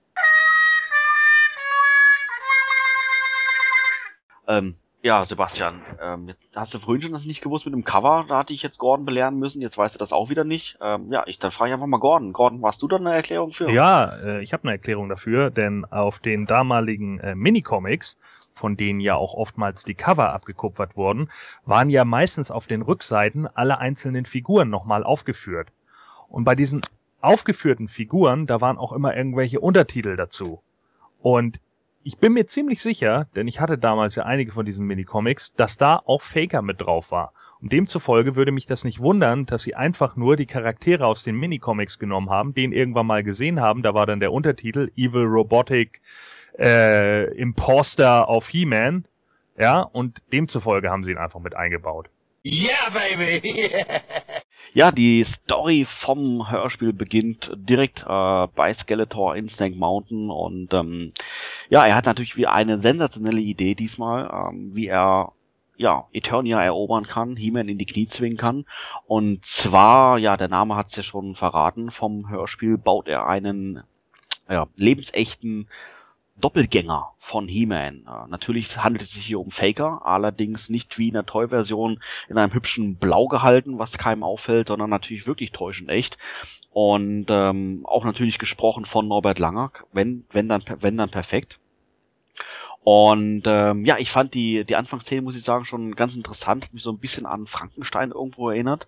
C: Ja, Sebastian, jetzt hast du vorhin schon das nicht gewusst mit dem Cover, da hatte ich jetzt Gordon belehren müssen, jetzt weißt du das auch wieder nicht. Dann frage ich einfach mal Gordon. Gordon, hast du da eine Erklärung für?
D: Ja, ich habe eine Erklärung dafür, denn auf den damaligen Minicomics, von denen ja auch oftmals die Cover abgekupfert wurden, waren ja meistens auf den Rückseiten alle einzelnen Figuren nochmal aufgeführt. Und bei diesen aufgeführten Figuren, da waren auch immer irgendwelche Untertitel dazu. Und ich bin mir ziemlich sicher, denn ich hatte damals ja einige von diesen Minicomics, dass da auch Faker mit drauf war. Und demzufolge würde mich das nicht wundern, dass sie einfach nur die Charaktere aus den Minicomics genommen haben, den irgendwann mal gesehen haben, da war dann der Untertitel Evil Robotic Imposter of He-Man, ja, und demzufolge haben sie ihn einfach mit eingebaut.
J: Yeah, baby!
C: Ja, die Story vom Hörspiel beginnt direkt bei Skeletor in Snake Mountain und er hat natürlich wie eine sensationelle Idee diesmal, wie er Eternia erobern kann, He-Man in die Knie zwingen kann. Und zwar, der Name hat's ja schon verraten, vom Hörspiel baut er einen lebensechten Doppelgänger von He-Man. Natürlich handelt es sich hier um Faker, allerdings nicht wie in der Toy-Version in einem hübschen Blau gehalten, was keinem auffällt, sondern natürlich wirklich täuschend echt. Und auch natürlich gesprochen von Norbert Langer, wenn dann perfekt. Und ich fand die Anfangsszene, muss ich sagen, schon ganz interessant, hat mich so ein bisschen an Frankenstein irgendwo erinnert,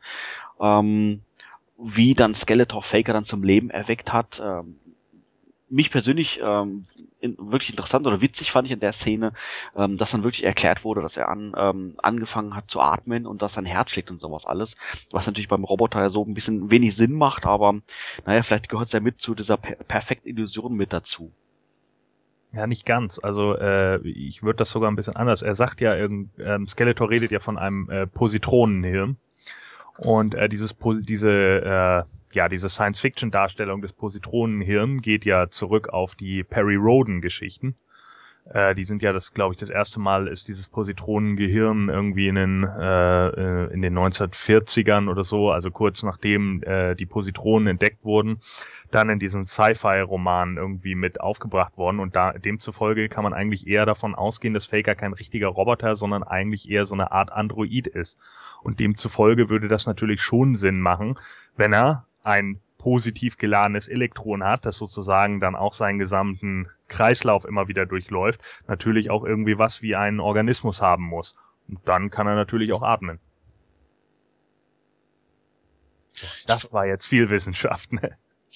C: wie dann Skeletor Faker dann zum Leben erweckt hat. Mich persönlich wirklich interessant oder witzig fand ich in der Szene, dass dann wirklich erklärt wurde, dass er angefangen hat zu atmen und dass sein Herz schlägt und sowas alles, was natürlich beim Roboter ja so ein bisschen wenig Sinn macht, aber vielleicht gehört es ja mit zu dieser perfekten Illusion mit dazu.
D: Ja, nicht ganz. Also ich würde das sogar ein bisschen anders. Er sagt ja, Skeletor redet ja von einem Positronenhirn und diese Science-Fiction-Darstellung des Positronenhirn geht ja zurück auf die Perry Rhodan-Geschichten. Die sind ja das erste Mal ist dieses Positronengehirn irgendwie in den 1940ern oder so, also kurz nachdem die Positronen entdeckt wurden, dann in diesen Sci-Fi-Roman irgendwie mit aufgebracht worden, und demzufolge kann man eigentlich eher davon ausgehen, dass Faker kein richtiger Roboter, sondern eigentlich eher so eine Art Android ist. Und demzufolge würde das natürlich schon Sinn machen, wenn er ein positiv geladenes Elektron hat, das sozusagen dann auch seinen gesamten Kreislauf immer wieder durchläuft, natürlich auch irgendwie was wie einen Organismus haben muss. Und dann kann er natürlich auch atmen. Das war jetzt viel Wissenschaft, ne?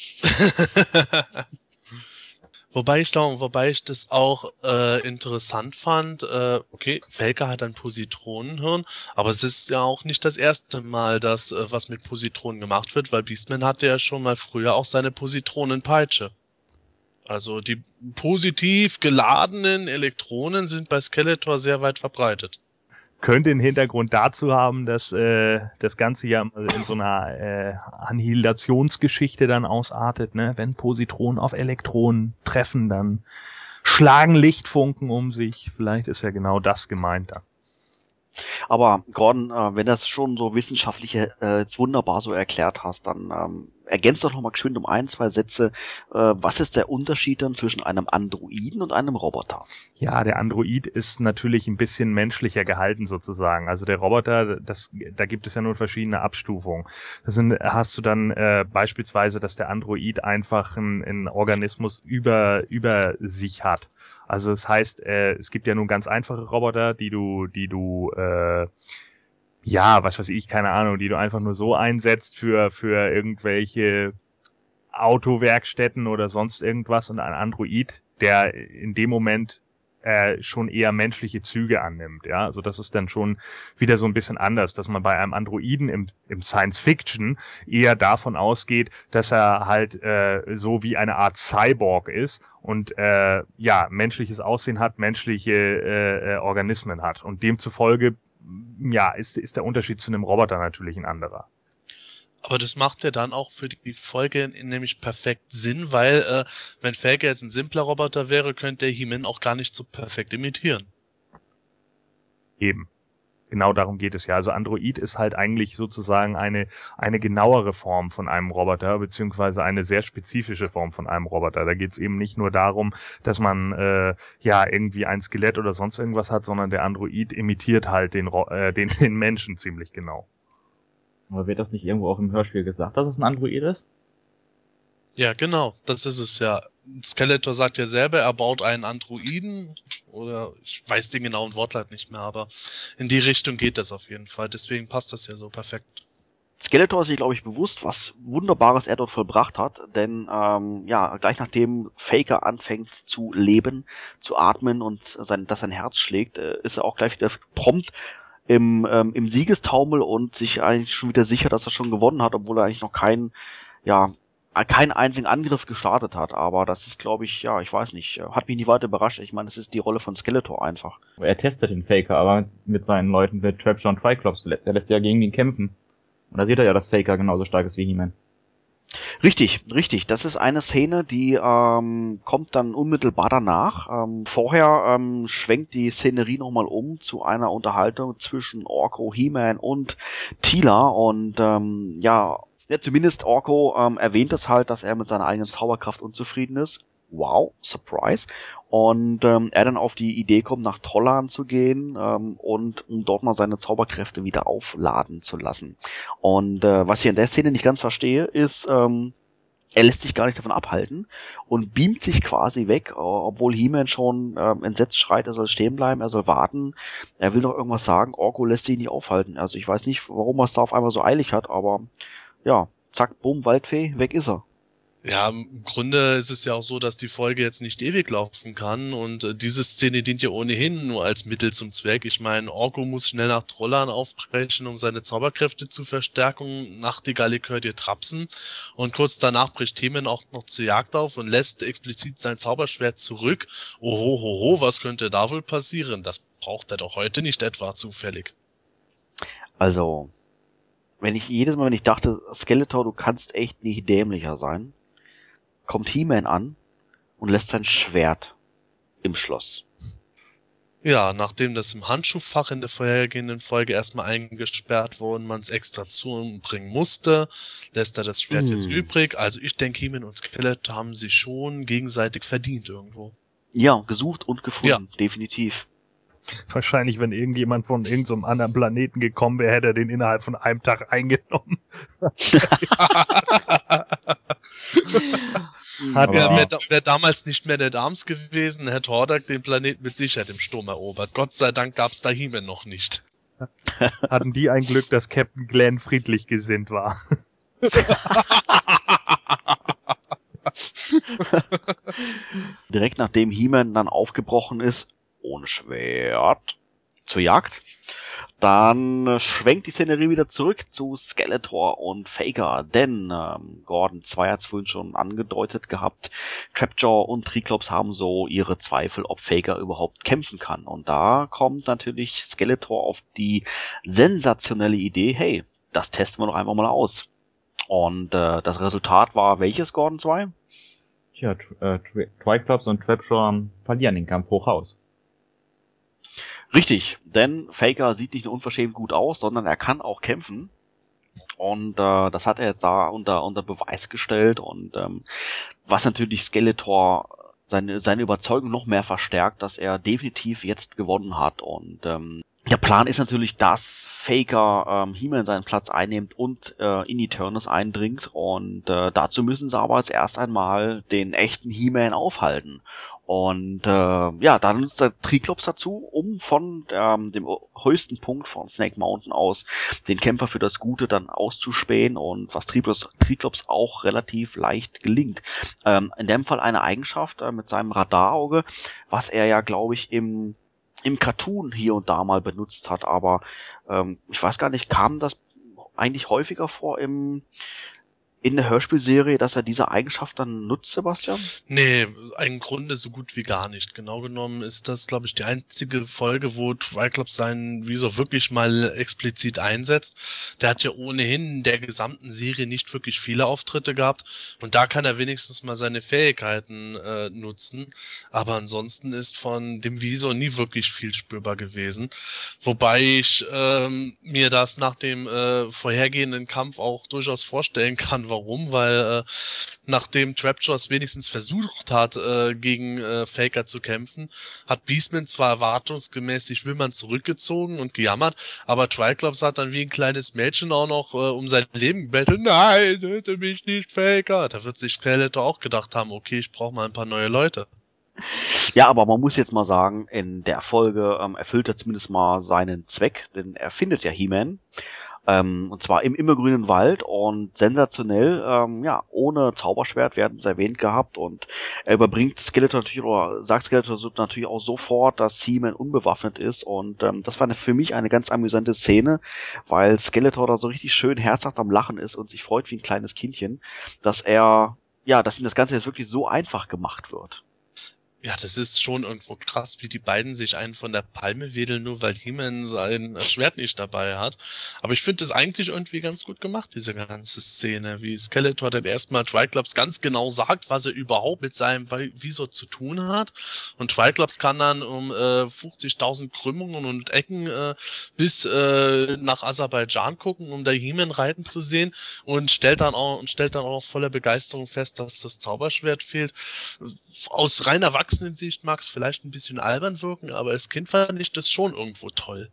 B: Wobei ich das auch interessant fand, okay, Faker hat ein Positronenhirn, aber es ist ja auch nicht das erste Mal, dass was mit Positronen gemacht wird, weil Beastman hatte ja schon mal früher auch seine Positronenpeitsche. Also die positiv geladenen Elektronen sind bei Skeletor sehr weit verbreitet.
D: Könnte den Hintergrund dazu haben, dass das Ganze ja in so einer Annihilationsgeschichte dann ausartet, ne? Wenn Positronen auf Elektronen treffen, dann schlagen Lichtfunken um sich. Vielleicht ist ja genau das gemeint dann.
C: Aber Gordon, wenn das schon so wissenschaftlich jetzt wunderbar so erklärt hast, dann ergänzt doch nochmal geschwind um 1, 2 Sätze. Was ist der Unterschied dann zwischen einem Androiden und einem Roboter?
D: Ja, der Android ist natürlich ein bisschen menschlicher gehalten sozusagen. Also der Roboter, da gibt es ja nur verschiedene Abstufungen. Hast du dann beispielsweise, dass der Android einfach einen Organismus über sich hat. Also das heißt, es gibt ja nun ganz einfache Roboter, die du was weiß ich, keine Ahnung, die du einfach nur so einsetzt für irgendwelche Autowerkstätten oder sonst irgendwas, und ein Android, der in dem Moment schon eher menschliche Züge annimmt, ja, also das ist dann schon wieder so ein bisschen anders, dass man bei einem Androiden im Science-Fiction eher davon ausgeht, dass er halt so wie eine Art Cyborg ist und menschliches Aussehen hat, menschliche Organismen hat, und demzufolge ist der Unterschied zu einem Roboter natürlich ein anderer.
B: Aber das macht ja dann auch für die Folge nämlich perfekt Sinn, weil wenn Faker jetzt ein simpler Roboter wäre, könnte er He-Man auch gar nicht so perfekt imitieren.
D: Eben. Genau darum geht es ja. Also Android ist halt eigentlich sozusagen eine genauere Form von einem Roboter, beziehungsweise eine sehr spezifische Form von einem Roboter. Da geht es eben nicht nur darum, dass man irgendwie ein Skelett oder sonst irgendwas hat, sondern der Android imitiert halt den Menschen ziemlich genau.
E: Aber wird das nicht irgendwo auch im Hörspiel gesagt, dass es ein Android ist?
B: Ja, genau, das ist es ja. Skeletor sagt ja selber, er baut einen Androiden, oder ich weiß den genauen Wortlaut nicht mehr, aber in die Richtung geht das auf jeden Fall. Deswegen passt das ja so perfekt.
C: Skeletor ist sich, glaube ich, bewusst, was Wunderbares er dort vollbracht hat, denn gleich nachdem Faker anfängt zu leben, zu atmen und dass sein Herz schlägt, ist er auch gleich wieder prompt im Siegestaumel und sich eigentlich schon wieder sicher, dass er schon gewonnen hat, obwohl er eigentlich noch keinen einzigen Angriff gestartet hat. Aber das ist, glaube ich, ich weiß nicht, hat mich nicht weiter überrascht. Ich meine, das ist die Rolle von Skeletor einfach.
E: Er testet den Faker, aber mit seinen Leuten, mit Trapjaw und Triclops, der lässt ja gegen ihn kämpfen. Und da sieht er ja, dass Faker genauso stark ist wie He-Man.
C: Richtig. Das ist eine Szene, die kommt dann unmittelbar danach. Vorher schwenkt die Szenerie nochmal um zu einer Unterhaltung zwischen Orko, He-Man und Teela. Und zumindest Orko erwähnt es halt, dass er mit seiner eigenen Zauberkraft unzufrieden ist. Wow, Surprise. Und er dann auf die Idee kommt, nach Trollan zu gehen und um dort mal seine Zauberkräfte wieder aufladen zu lassen. Und was ich in der Szene nicht ganz verstehe, ist, er lässt sich gar nicht davon abhalten und beamt sich quasi weg, obwohl He-Man schon entsetzt schreit, er soll stehen bleiben, er soll warten. Er will noch irgendwas sagen, Orko lässt sich nicht aufhalten. Also ich weiß nicht, warum er es da auf einmal so eilig hat, aber ja, zack, bumm, Waldfee, weg ist er.
B: Ja, im Grunde ist es ja auch so, dass die Folge jetzt nicht ewig laufen kann und diese Szene dient ja ohnehin nur als Mittel zum Zweck. Ich meine, Orko muss schnell nach Trollan aufbrechen, um seine Zauberkräfte zu verstärken. Nachtigall hört ihr Trapsen und kurz danach bricht He-Man auch noch zur Jagd auf und lässt explizit sein Zauberschwert zurück. Ohohoho, was könnte da wohl passieren? Das braucht er doch heute nicht etwa zufällig.
C: Also, wenn ich dachte, Skeletor, du kannst echt nicht dämlicher sein, kommt He-Man an und lässt sein Schwert im Schloss.
B: Ja, nachdem das im Handschuhfach in der vorhergehenden Folge erstmal eingesperrt wurde und man es extra zubringen musste, lässt er das Schwert jetzt übrig. Also ich denke, He-Man und Skeletor haben sich schon gegenseitig verdient irgendwo.
C: Ja, gesucht und gefunden, definitiv.
D: Wahrscheinlich, wenn irgendjemand von irgendeinem anderen Planeten gekommen wäre, hätte er den innerhalb von einem Tag eingenommen.
B: Wäre damals nicht mehr der Dams gewesen, hätte Hordak den Planeten mit Sicherheit im Sturm erobert. Gott sei Dank gab's da He-Man noch nicht.
D: Hatten die ein Glück, dass Captain Glenn friedlich gesinnt war.
C: Direkt nachdem He-Man dann aufgebrochen ist, ohne Schwert, zur Jagd, dann schwenkt die Szenerie wieder zurück zu Skeletor und Faker, denn Gordon 2 hat es vorhin schon angedeutet gehabt, Trapjaw und Triclops haben so ihre Zweifel, ob Faker überhaupt kämpfen kann. Und da kommt natürlich Skeletor auf die sensationelle Idee, hey, das testen wir doch einfach mal aus. Und das Resultat war welches, Gordon 2?
E: Tja, Triclops und Trapjaw verlieren den Kampf hoch aus.
C: Richtig, denn Faker sieht nicht nur unverschämt gut aus, sondern er kann auch kämpfen. Und das hat er jetzt da unter Beweis gestellt. Und was natürlich Skeletor seine Überzeugung noch mehr verstärkt, dass er definitiv jetzt gewonnen hat. Und der Plan ist natürlich, dass Faker He-Man seinen Platz einnimmt und in Eternus eindringt. Und dazu müssen sie aber als erst einmal den echten He-Man aufhalten. Und dann nutzt der Triclops dazu, um von dem höchsten Punkt von Snake Mountain aus den Kämpfer für das Gute dann auszuspähen, und was Triclops auch relativ leicht gelingt. In dem Fall eine Eigenschaft mit seinem Radarauge, was er ja, glaube ich, im Cartoon hier und da mal benutzt hat, aber ich weiß gar nicht, kam das eigentlich häufiger vor in der Hörspielserie, dass er diese Eigenschaft dann nutzt, Sebastian?
B: Nee, im Grunde so gut wie gar nicht. Genau genommen ist das, glaube ich, die einzige Folge, wo Triclops seinen Visor wirklich mal explizit einsetzt. Der hat ja ohnehin in der gesamten Serie nicht wirklich viele Auftritte gehabt, und da kann er wenigstens mal seine Fähigkeiten nutzen. Aber ansonsten ist von dem Visor nie wirklich viel spürbar gewesen. Wobei ich mir das nach dem vorhergehenden Kampf auch durchaus vorstellen kann. Warum? Weil nachdem Trapjaw es wenigstens versucht hat, gegen Faker zu kämpfen, hat Beastman zwar erwartungsgemäß sich Wimmern zurückgezogen und gejammert, aber Triclops hat dann wie ein kleines Mädchen auch noch um sein Leben gebettelt. Nein, töte mich nicht, Faker. Da wird sich Skeletor auch gedacht haben, okay, ich brauche mal ein paar neue Leute.
C: Ja, aber man muss jetzt mal sagen, in der Folge erfüllt er zumindest mal seinen Zweck, denn er findet ja He-Man. Und zwar im immergrünen Wald, und sensationell, ohne Zauberschwert, werden es erwähnt gehabt, und er überbringt Skeletor natürlich, oder sagt Skeletor natürlich auch sofort, dass He-Man unbewaffnet ist, und das war für mich eine ganz amüsante Szene, weil Skeletor da so richtig schön herzhaft am Lachen ist und sich freut wie ein kleines Kindchen, dass ihm das Ganze jetzt wirklich so einfach gemacht wird.
B: Ja, das ist schon irgendwo krass, wie die beiden sich einen von der Palme wedeln, nur weil He-Man sein Schwert nicht dabei hat. Aber ich finde das eigentlich irgendwie ganz gut gemacht, diese ganze Szene, wie Skeletor dann erstmal Triclops ganz genau sagt, was er überhaupt mit seinem Visor zu tun hat. Und Triclops kann dann um 50.000 Krümmungen und Ecken bis nach Aserbaidschan gucken, um da He-Man reiten zu sehen, und stellt dann auch voller Begeisterung fest, dass das Zauberschwert fehlt. Aus reiner Erwachsenensicht mag es vielleicht ein bisschen albern wirken, aber als Kind fand ich das schon irgendwo toll.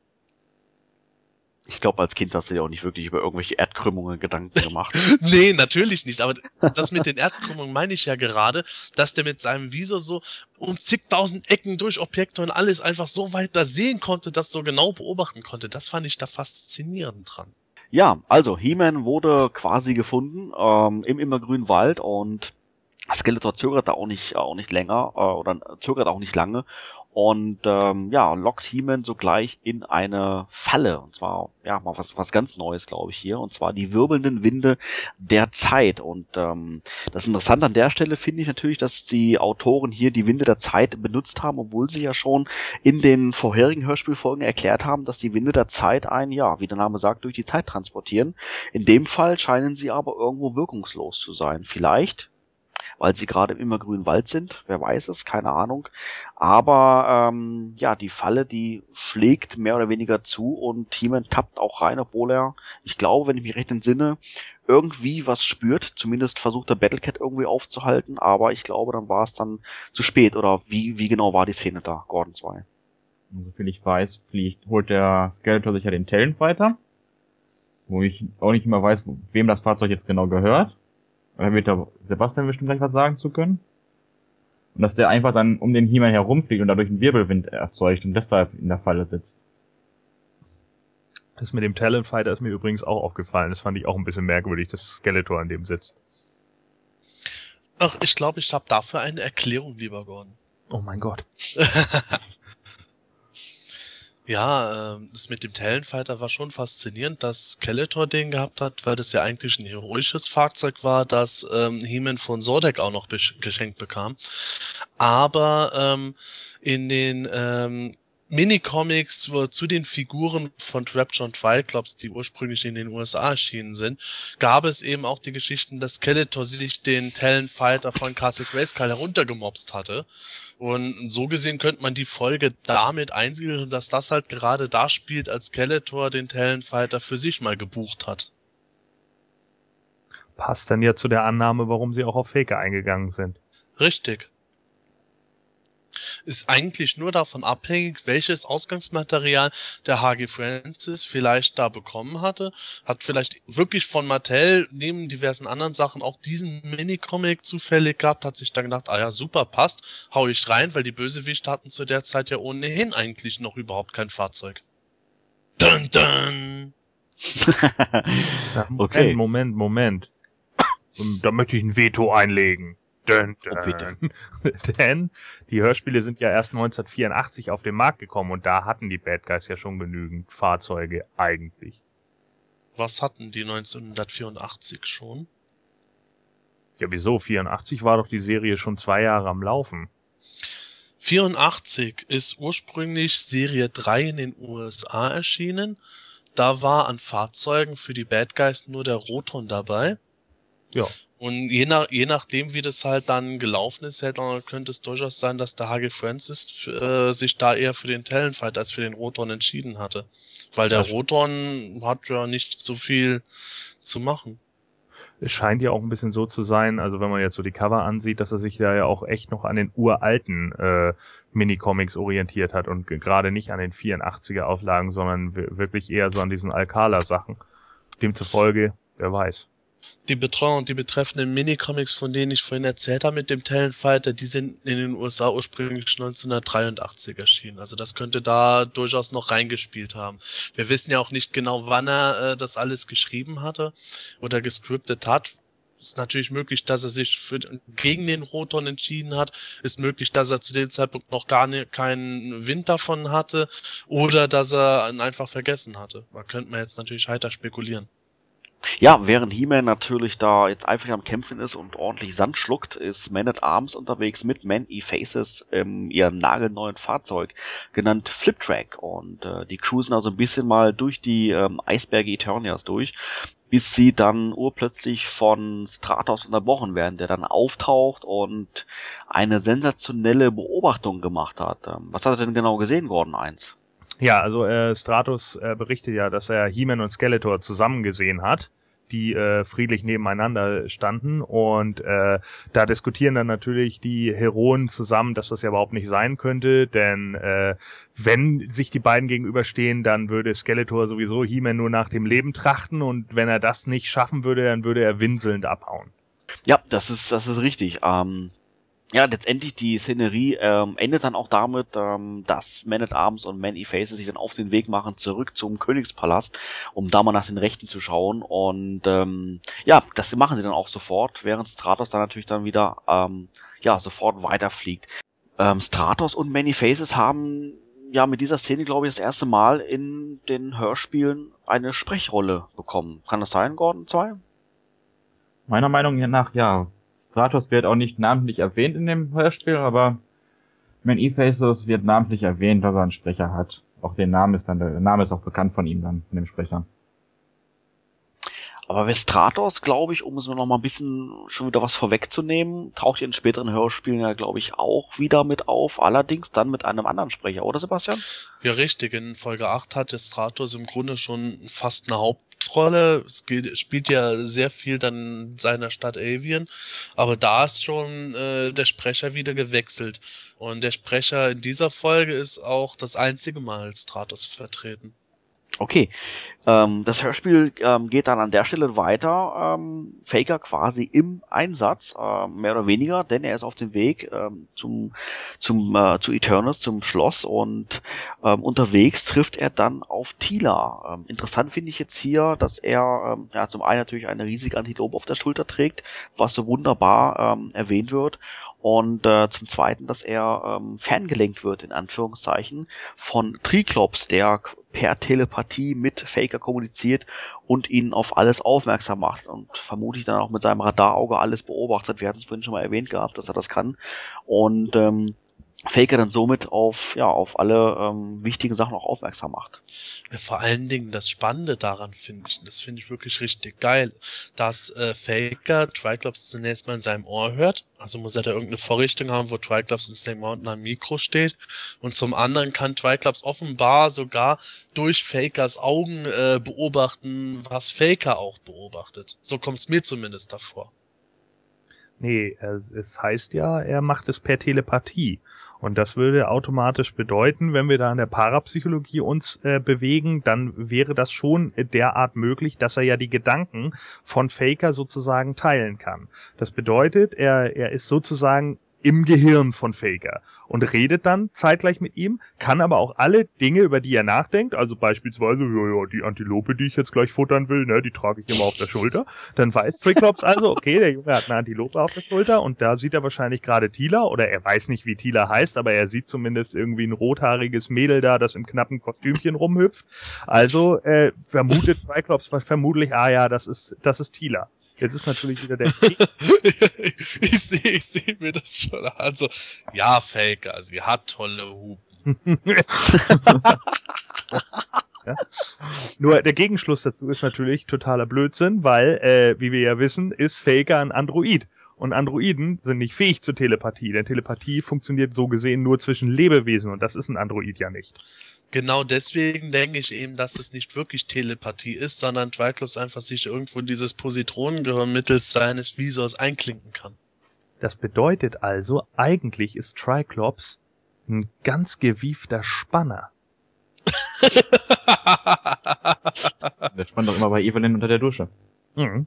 C: Ich glaube, als Kind hast du dir auch nicht wirklich über irgendwelche Erdkrümmungen Gedanken gemacht.
B: Nee, natürlich nicht, aber das mit den Erdkrümmungen meine ich ja gerade, dass der mit seinem Visor so um zigtausend Ecken durch Objekte und alles einfach so weit da sehen konnte, das so genau beobachten konnte. Das fand ich da faszinierend dran.
C: Ja, also He-Man wurde quasi gefunden im immergrünen Wald, und Skeletor zögert da auch nicht länger oder zögert auch nicht lange und lockt He-Man sogleich in eine Falle, und zwar mal was ganz Neues, glaube ich, hier, und zwar die wirbelnden Winde der Zeit. Und das Interessante an der Stelle finde ich natürlich, dass die Autoren hier die Winde der Zeit benutzt haben, obwohl sie ja schon in den vorherigen Hörspielfolgen erklärt haben, dass die Winde der Zeit wie der Name sagt, durch die Zeit transportieren. In dem Fall scheinen sie aber irgendwo wirkungslos zu sein. Vielleicht weil sie gerade im immergrünen Wald sind. Wer weiß es, keine Ahnung. Aber ja, die Falle, die schlägt mehr oder weniger zu und He-Man tappt auch rein, obwohl er, ich glaube, wenn ich mich recht entsinne, irgendwie was spürt. Zumindest versucht der Battlecat irgendwie aufzuhalten, aber ich glaube, dann war es dann zu spät. Oder wie genau war die Szene da, Gordon 2?
E: Soviel ich weiß, holt der Skeletor sich ja den Talonfighter, wo ich auch nicht immer weiß, wem das Fahrzeug jetzt genau gehört. Da wird der Sebastian bestimmt gleich was sagen zu können. Und dass der einfach dann um den He-Man herumfliegt und dadurch einen Wirbelwind erzeugt und deshalb in der Falle sitzt.
D: Das mit dem Talonfighter ist mir übrigens auch aufgefallen. Das fand ich auch ein bisschen merkwürdig, dass Skeletor an dem sitzt.
B: Ach, ich glaube, ich habe dafür eine Erklärung, lieber Gordon.
D: Oh mein Gott.
B: Ja, das mit dem Talonfighter war schon faszinierend, dass Skeletor den gehabt hat, weil das ja eigentlich ein heroisches Fahrzeug war, das He-Man von Zordek auch noch geschenkt bekam. Aber in den Minicomics zu den Figuren von Trapjaw und Triclops, die ursprünglich in den USA erschienen sind, gab es eben auch die Geschichten, dass Skeletor sich den Talonfighter von Castle Grayskull heruntergemobst hatte. Und so gesehen könnte man die Folge damit einsiedeln, dass das halt gerade da spielt, als Skeletor den Talonfighter für sich mal gebucht hat.
D: Passt dann ja zu der Annahme, warum sie auch auf Faker eingegangen sind.
B: Richtig. Ist eigentlich nur davon abhängig, welches Ausgangsmaterial der H.G. Francis vielleicht da bekommen hatte. Hat vielleicht wirklich von Mattel neben diversen anderen Sachen auch diesen Minicomic zufällig gehabt, hat sich dann gedacht, ah ja, super, passt, hau ich rein, weil die Bösewichte hatten zu der Zeit ja ohnehin eigentlich noch überhaupt kein Fahrzeug. Dun dun!
D: Okay. Moment. Da möchte ich ein Veto einlegen. Denn die Hörspiele sind ja erst 1984 auf den Markt gekommen und da hatten die Bad Guys ja schon genügend Fahrzeuge eigentlich.
B: Was hatten die 1984 schon?
D: Ja, wieso? 84 war doch die Serie schon 2 Jahre am Laufen.
B: 84 ist ursprünglich Serie 3 in den USA erschienen. Da war an Fahrzeugen für die Bad Guys nur der Roton dabei.
D: Ja.
B: Und je nachdem, wie das halt dann gelaufen ist, könnte es durchaus sein, dass der H.G. Francis sich da eher für den Talonfighter als für den Roton entschieden hatte. Weil der Roton hat ja nicht so viel zu machen.
D: Es scheint ja auch ein bisschen so zu sein, also wenn man jetzt so die Cover ansieht, dass er sich da ja auch echt noch an den uralten Minicomics orientiert hat und gerade nicht an den 84er Auflagen, sondern wirklich eher so an diesen Alcala-Sachen. Demzufolge, wer weiß.
B: Die betreffenden Minicomics, von denen ich vorhin erzählt habe mit dem Talonfighter, die sind in den USA ursprünglich 1983 erschienen. Also das könnte da durchaus noch reingespielt haben. Wir wissen ja auch nicht genau, wann er das alles geschrieben hatte oder gescriptet hat. Ist natürlich möglich, dass er sich gegen den Roton entschieden hat. Ist möglich, dass er zu dem Zeitpunkt noch keinen Wind davon hatte oder dass er ihn einfach vergessen hatte. Da könnte man jetzt natürlich heiter spekulieren.
C: Ja, während He-Man natürlich da jetzt eifrig am Kämpfen ist und ordentlich Sand schluckt, ist Man-at-Arms unterwegs mit Man-E-Faces ihrem nagelneuen Fahrzeug, genannt Flip-Track. Und die cruisen also ein bisschen mal durch die Eisberge Eternias durch, bis sie dann urplötzlich von Stratos unterbrochen werden, der dann auftaucht und eine sensationelle Beobachtung gemacht hat. Was hat er denn genau gesehen, Gordon 1?
D: Ja, also Stratos berichtet ja, dass er He-Man und Skeletor zusammen gesehen hat, die friedlich nebeneinander standen und da diskutieren dann natürlich die Heroen zusammen, dass das ja überhaupt nicht sein könnte, denn wenn sich die beiden gegenüberstehen, dann würde Skeletor sowieso He-Man nur nach dem Leben trachten und wenn er das nicht schaffen würde, dann würde er winselnd abhauen.
C: Ja, das ist richtig. Ja, letztendlich die Szenerie endet dann auch damit, dass Man-at-Arms und Man-E-Faces sich dann auf den Weg machen zurück zum Königspalast, um da mal nach den Rechten zu schauen. Und ja, das machen sie dann auch sofort, während Stratos dann natürlich dann wieder sofort weiterfliegt. Stratos und Man-E-Faces haben ja mit dieser Szene, glaube ich, das erste Mal in den Hörspielen eine Sprechrolle bekommen. Kann das sein, Gordon 2?
E: Meiner Meinung nach, ja. Stratos wird auch nicht namentlich erwähnt in dem Hörspiel, aber Man-E-Faces wird namentlich erwähnt, dass er einen Sprecher hat. Auch der Name ist auch bekannt von ihm dann, von dem Sprecher.
C: Aber Stratos, glaube ich, um es mir noch mal ein bisschen schon wieder was vorwegzunehmen, taucht in späteren Hörspielen ja, glaube ich, auch wieder mit auf. Allerdings dann mit einem anderen Sprecher, oder Sebastian?
B: Ja, richtig. In Folge 8 hat der Stratos im Grunde schon fast eine Hauptrolle. Spielt ja sehr viel dann in seiner Stadt Avian. Aber da ist schon der Sprecher wieder gewechselt. Und der Sprecher in dieser Folge ist auch das einzige Mal als Stratos vertreten.
C: Okay, das Hörspiel geht dann an der Stelle weiter. Faker quasi im Einsatz, mehr oder weniger, denn er ist auf dem Weg zu Eternus, zum Schloss, und unterwegs trifft er dann auf Teela. Interessant finde ich jetzt hier, dass er zum einen natürlich eine riesige Antilope auf der Schulter trägt, was so wunderbar erwähnt wird. Und zum Zweiten, dass er ferngelenkt wird, in Anführungszeichen, von Triklops, der per Telepathie mit Faker kommuniziert und ihn auf alles aufmerksam macht und vermutlich dann auch mit seinem Radarauge alles beobachtet. Wir hatten es vorhin schon mal erwähnt gehabt, dass er das kann. Und Faker dann somit auf alle wichtigen Sachen auch aufmerksam macht.
B: Ja, vor allen Dingen das Spannende daran finde ich, das finde ich wirklich richtig geil, dass Faker Triclops zunächst mal in seinem Ohr hört. Also muss er da irgendeine Vorrichtung haben, wo Triclops in Snake Mountain am Mikro steht. Und zum anderen kann Triclops offenbar sogar durch Fakers Augen beobachten, was Faker auch beobachtet. So kommt es mir zumindest davor.
D: Nee, es heißt ja, er macht es per Telepathie. Und das würde automatisch bedeuten, wenn wir da in der Parapsychologie uns bewegen, dann wäre das schon derart möglich, dass er ja die Gedanken von Faker sozusagen teilen kann. Das bedeutet, er ist sozusagen im Gehirn von Faker und redet dann zeitgleich mit ihm, kann aber auch alle Dinge, über die er nachdenkt, also beispielsweise, die Antilope, die ich jetzt gleich futtern will, ne, die trage ich immer auf der Schulter, dann weiß Triclops also, okay, der Junge hat eine Antilope auf der Schulter und da sieht er wahrscheinlich gerade Teela, oder er weiß nicht, wie Teela heißt, aber er sieht zumindest irgendwie ein rothaariges Mädel da, das im knappen Kostümchen rumhüpft, also vermutet Triclops vermutlich, das ist Teela. Jetzt ist natürlich wieder der...
B: Ich sehe mir das schon an. Also, ja, Faker, sie hat tolle Hupen.
D: Ja. Nur der Gegenschluss dazu ist natürlich totaler Blödsinn, weil, wie wir ja wissen, ist Faker ein Android. Und Androiden sind nicht fähig zur Telepathie, denn Telepathie funktioniert so gesehen nur zwischen Lebewesen und das ist ein Android ja nicht.
B: Genau deswegen denke ich eben, dass es nicht wirklich Telepathie ist, sondern Triclops einfach sich irgendwo in dieses Positronengehirn mittels seines Visors einklinken kann.
D: Das bedeutet also, eigentlich ist Triclops ein ganz gewiefter Spanner.
E: Der spannt doch immer bei Evelyn unter der Dusche.
D: Mhm.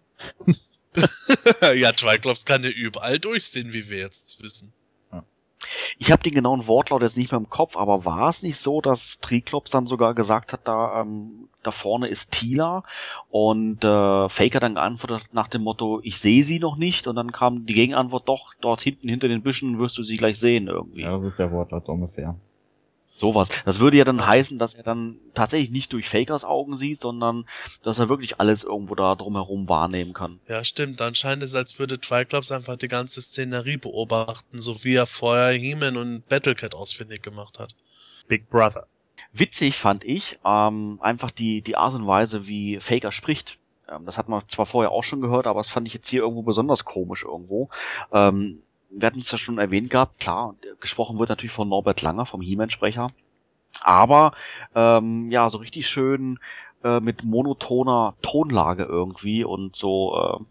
B: Ja, Triclops kann ja überall durchsehen, wie wir jetzt wissen.
C: Ich habe den genauen Wortlaut jetzt nicht mehr im Kopf, aber war es nicht so, dass Triclops dann sogar gesagt hat, da vorne ist Teela und Faker dann geantwortet hat nach dem Motto, ich sehe sie noch nicht, und dann kam die Gegenantwort, doch, dort hinten hinter den Büschen wirst du sie gleich sehen irgendwie.
E: Ja, das ist der Wortlaut ungefähr.
C: Sowas. Das würde ja dann heißen, dass er dann tatsächlich nicht durch Fakers Augen sieht, sondern dass er wirklich alles irgendwo da drumherum wahrnehmen kann.
B: Ja, stimmt. Dann scheint es, als würde Triclops einfach die ganze Szenerie beobachten, so wie er vorher He-Man und Battlecat ausfindig gemacht hat.
D: Big Brother.
C: Witzig fand ich einfach die Art und Weise, wie Faker spricht. Das hat man zwar vorher auch schon gehört, aber das fand ich jetzt hier irgendwo besonders komisch irgendwo. Wir hatten es ja schon erwähnt gehabt, klar, gesprochen wird natürlich von Norbert Langer, vom He-Man-Sprecher, aber so richtig schön mit monotoner Tonlage irgendwie und so,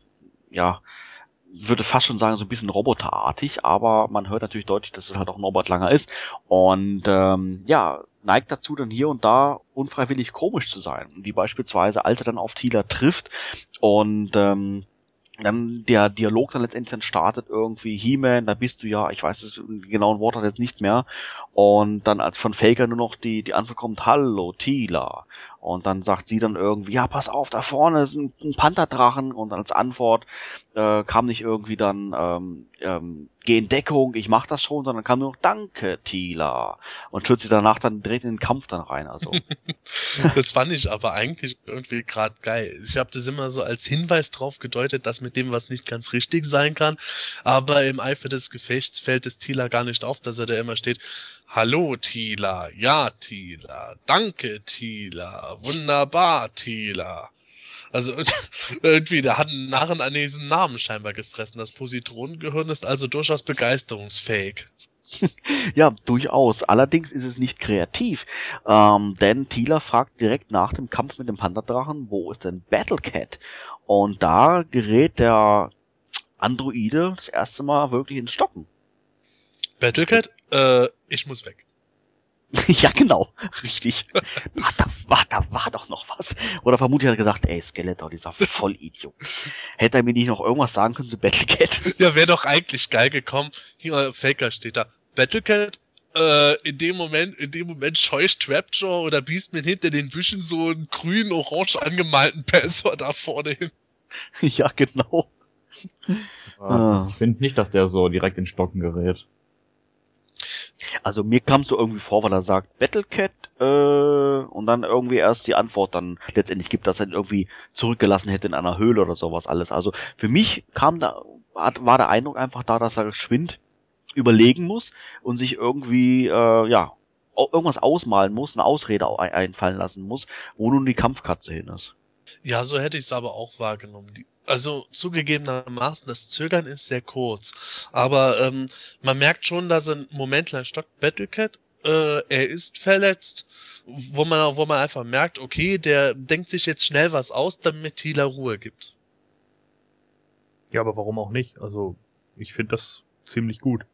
C: würde fast schon sagen, so ein bisschen roboterartig, aber man hört natürlich deutlich, dass es halt auch Norbert Langer ist und neigt dazu, dann hier und da unfreiwillig komisch zu sein, wie beispielsweise, als er dann auf Teela trifft und dann der Dialog dann letztendlich dann startet irgendwie, He-Man, da bist du ja, ich weiß das genauen Wort jetzt nicht mehr, und dann als von Faker nur noch die Antwort kommt, hallo Teela, und dann sagt sie dann irgendwie, ja pass auf, da vorne ist ein Pantherdrachen, und dann als Antwort kam nicht irgendwie dann geh in Deckung, ich mach das schon, sondern kam nur noch danke Teela, und stürzt sie danach dann direkt in den Kampf dann rein, also.
B: Das fand ich aber eigentlich irgendwie gerade geil. Ich habe das immer so als Hinweis drauf gedeutet, dass mit dem was nicht ganz richtig sein kann, aber im Eifer des Gefechts fällt es Teela gar nicht auf, dass er da immer steht, hallo Teela, ja Teela, danke Teela, wunderbar Teela. Also irgendwie, der hat einen Narren an diesen Namen scheinbar gefressen. Das Positronengehirn ist also durchaus begeisterungsfähig.
C: Ja, durchaus. Allerdings ist es nicht kreativ, denn Teela fragt direkt nach dem Kampf mit dem Pandadrachen, wo ist denn Battlecat? Und da gerät der Androide das erste Mal wirklich ins Stocken.
B: Battlecat? Ich muss weg.
C: Ja, genau, richtig. Da war doch noch was. Oder vermutlich hat er gesagt, ey, Skeletor, dieser Vollidiot. Hätte er mir nicht noch irgendwas sagen können zu Battlecat?
B: Ja, wäre doch eigentlich geil gekommen. Hier, Faker steht da. Battlecat, in dem Moment scheucht Trapjaw oder Beastman hinter den Büschen so einen grün-orange angemalten Panther da vorne hin.
C: Ja, genau.
E: Ich finde nicht, dass der so direkt in Stocken gerät.
C: Also mir kam es so irgendwie vor, weil er sagt Battlecat und dann irgendwie erst die Antwort dann letztendlich gibt, dass er ihn irgendwie zurückgelassen hätte in einer Höhle oder sowas alles. Also für mich war der Eindruck einfach da, dass er geschwind überlegen muss und sich irgendwie irgendwas ausmalen muss, eine Ausrede einfallen lassen muss, wo nun die Kampfkatze hin ist.
B: Ja, so hätte ich es aber auch wahrgenommen. Also zugegebenermaßen, das Zögern ist sehr kurz. Aber man merkt schon, dass er einen Moment lang stockt. Battlecat, er ist verletzt, wo man einfach merkt, okay, der denkt sich jetzt schnell was aus, damit Teela Ruhe gibt.
D: Ja, aber warum auch nicht? Also, ich finde das ziemlich gut.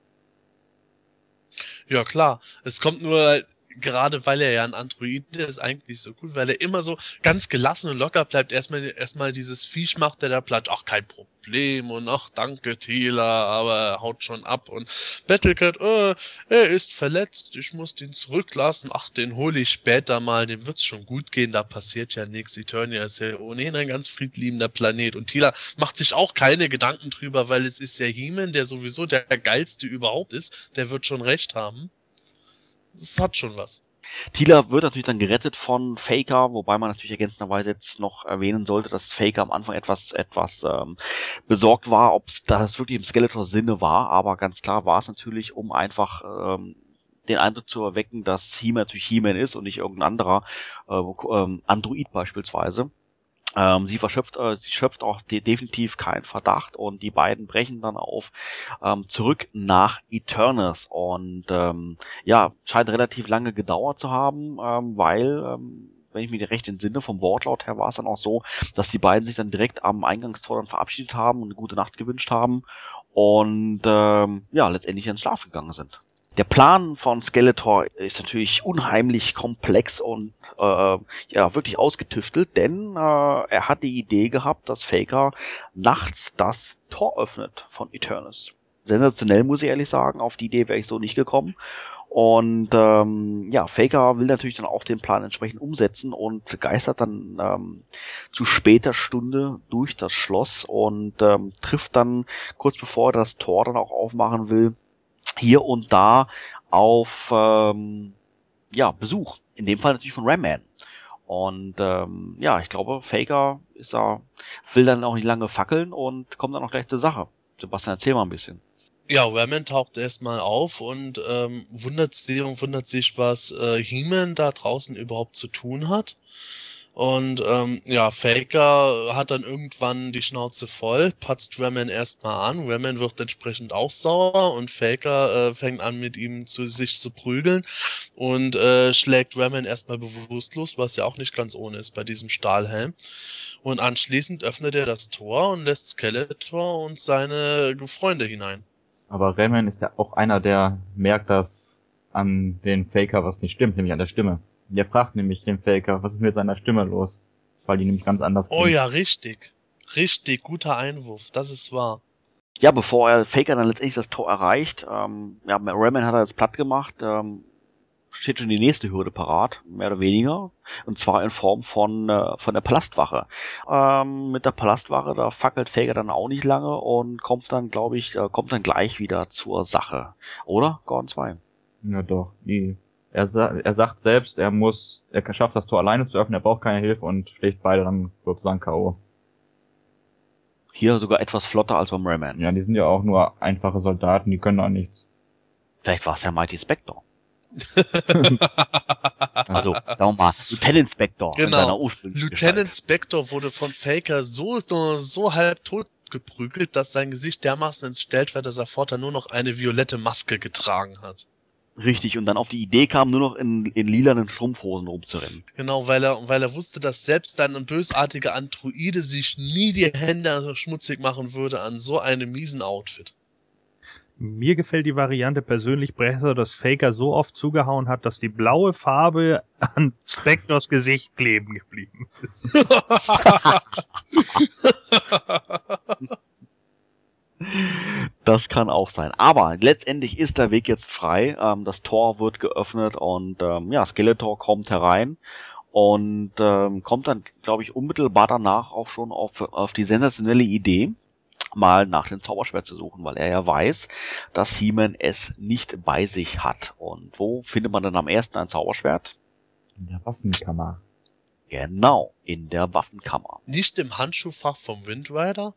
B: Ja, klar. Es kommt nur, gerade weil er ja ein Android ist, eigentlich so gut, weil er immer so ganz gelassen und locker bleibt. Erstmal dieses Viech macht, der da platt, ach, kein Problem und ach, danke, Teela, aber er haut schon ab und Battlecat, er ist verletzt, ich muss den zurücklassen, ach, den hole ich später mal, dem wird's schon gut gehen, da passiert ja nichts. Eternia ist ja ohnehin ein ganz friedliebender Planet und Teela macht sich auch keine Gedanken drüber, weil es ist ja He-Man, der sowieso der geilste überhaupt ist, der wird schon recht haben. Es hat schon was.
C: Teela wird natürlich dann gerettet von Faker, wobei man natürlich ergänzenderweise jetzt noch erwähnen sollte, dass Faker am Anfang etwas besorgt war, ob das wirklich im Skeletors Sinne war, aber ganz klar war es natürlich, um einfach den Eindruck zu erwecken, dass He-Man natürlich He-Man ist und nicht irgendein anderer Android beispielsweise. Sie schöpft auch definitiv keinen Verdacht und die beiden brechen dann auf zurück nach Eternis und scheint relativ lange gedauert zu haben, weil wenn ich mich recht entsinne, vom Wortlaut her war es dann auch so, dass die beiden sich dann direkt am Eingangstor dann verabschiedet haben und eine gute Nacht gewünscht haben und letztendlich ins Schlaf gegangen sind. Der Plan von Skeletor ist natürlich unheimlich komplex und wirklich ausgetüftelt, denn er hat die Idee gehabt, dass Faker nachts das Tor öffnet von Eternis. Sensationell, muss ich ehrlich sagen, auf die Idee wäre ich so nicht gekommen. Und Faker will natürlich dann auch den Plan entsprechend umsetzen und geistert dann zu später Stunde durch das Schloss und trifft dann kurz bevor er das Tor dann auch aufmachen will, hier und da auf Besuch. In dem Fall natürlich von Ram-Man. Und ich glaube, Faker will dann auch nicht lange fackeln und kommt dann auch gleich zur Sache. Sebastian, erzähl mal ein bisschen.
B: Ja, Ram-Man taucht erstmal auf und wundert sich, was He-Man da draußen überhaupt zu tun hat. Und Faker hat dann irgendwann die Schnauze voll, patzt Ram-Man erstmal an. Ram-Man wird entsprechend auch sauer und Faker fängt an, mit ihm sich zu prügeln und schlägt Ram-Man erstmal bewusstlos, was ja auch nicht ganz ohne ist bei diesem Stahlhelm. Und anschließend öffnet er das Tor und lässt Skeletor und seine Freunde hinein.
E: Aber Ram-Man ist ja auch einer, der merkt, dass an den Faker was nicht stimmt, nämlich an der Stimme. Der fragt nämlich den Faker, was ist mit seiner Stimme los? Weil die nämlich ganz anders klingt.
B: Oh ja, richtig. Richtig, guter Einwurf. Das ist wahr.
C: Ja, bevor er Faker dann letztendlich das Tor erreicht, Ram-Man hat er jetzt platt gemacht, steht schon die nächste Hürde parat, mehr oder weniger. Und zwar in Form von der Palastwache. Mit der Palastwache, da fackelt Faker dann auch nicht lange und kommt dann gleich wieder zur Sache. Oder? Gordon 2.
E: Ja doch, Er sagt selbst, er schafft das Tor alleine zu öffnen, er braucht keine Hilfe und schlägt beide dann sozusagen K.O.
C: Hier sogar etwas flotter als beim Ram-Man.
E: Ja, die sind ja auch nur einfache Soldaten, die können auch nichts.
C: Vielleicht war es ja Mighty Spector. Also, sagen wir mal, Lieutenant Spector. in seiner
B: Genau.
C: ursprünglichen
B: Lieutenant
C: Gestalt.
B: Spector wurde von Faker so halb tot geprügelt, dass sein Gesicht dermaßen entstellt war, dass er fortan nur noch eine violette Maske getragen hat.
C: Richtig, und dann auf die Idee kam, nur noch in lilanen Strumpfhosen rumzurennen.
B: Genau, weil er wusste, dass selbst ein bösartiger Androide sich nie die Hände schmutzig machen würde an so einem miesen Outfit.
D: Mir gefällt die Variante persönlich besser, dass Faker so oft zugehauen hat, dass die blaue Farbe an Spectors Gesicht kleben geblieben ist.
C: Das kann auch sein. Aber letztendlich ist der Weg jetzt frei. Das Tor wird geöffnet und Skeletor kommt herein und kommt dann, glaube ich, unmittelbar danach auch schon auf die sensationelle Idee, mal nach dem Zauberschwert zu suchen, weil er ja weiß, dass He-Man es nicht bei sich hat. Und wo findet man dann am ersten ein Zauberschwert?
E: In der Waffenkammer.
C: Genau, in der Waffenkammer.
B: Nicht im Handschuhfach vom Wind Rider?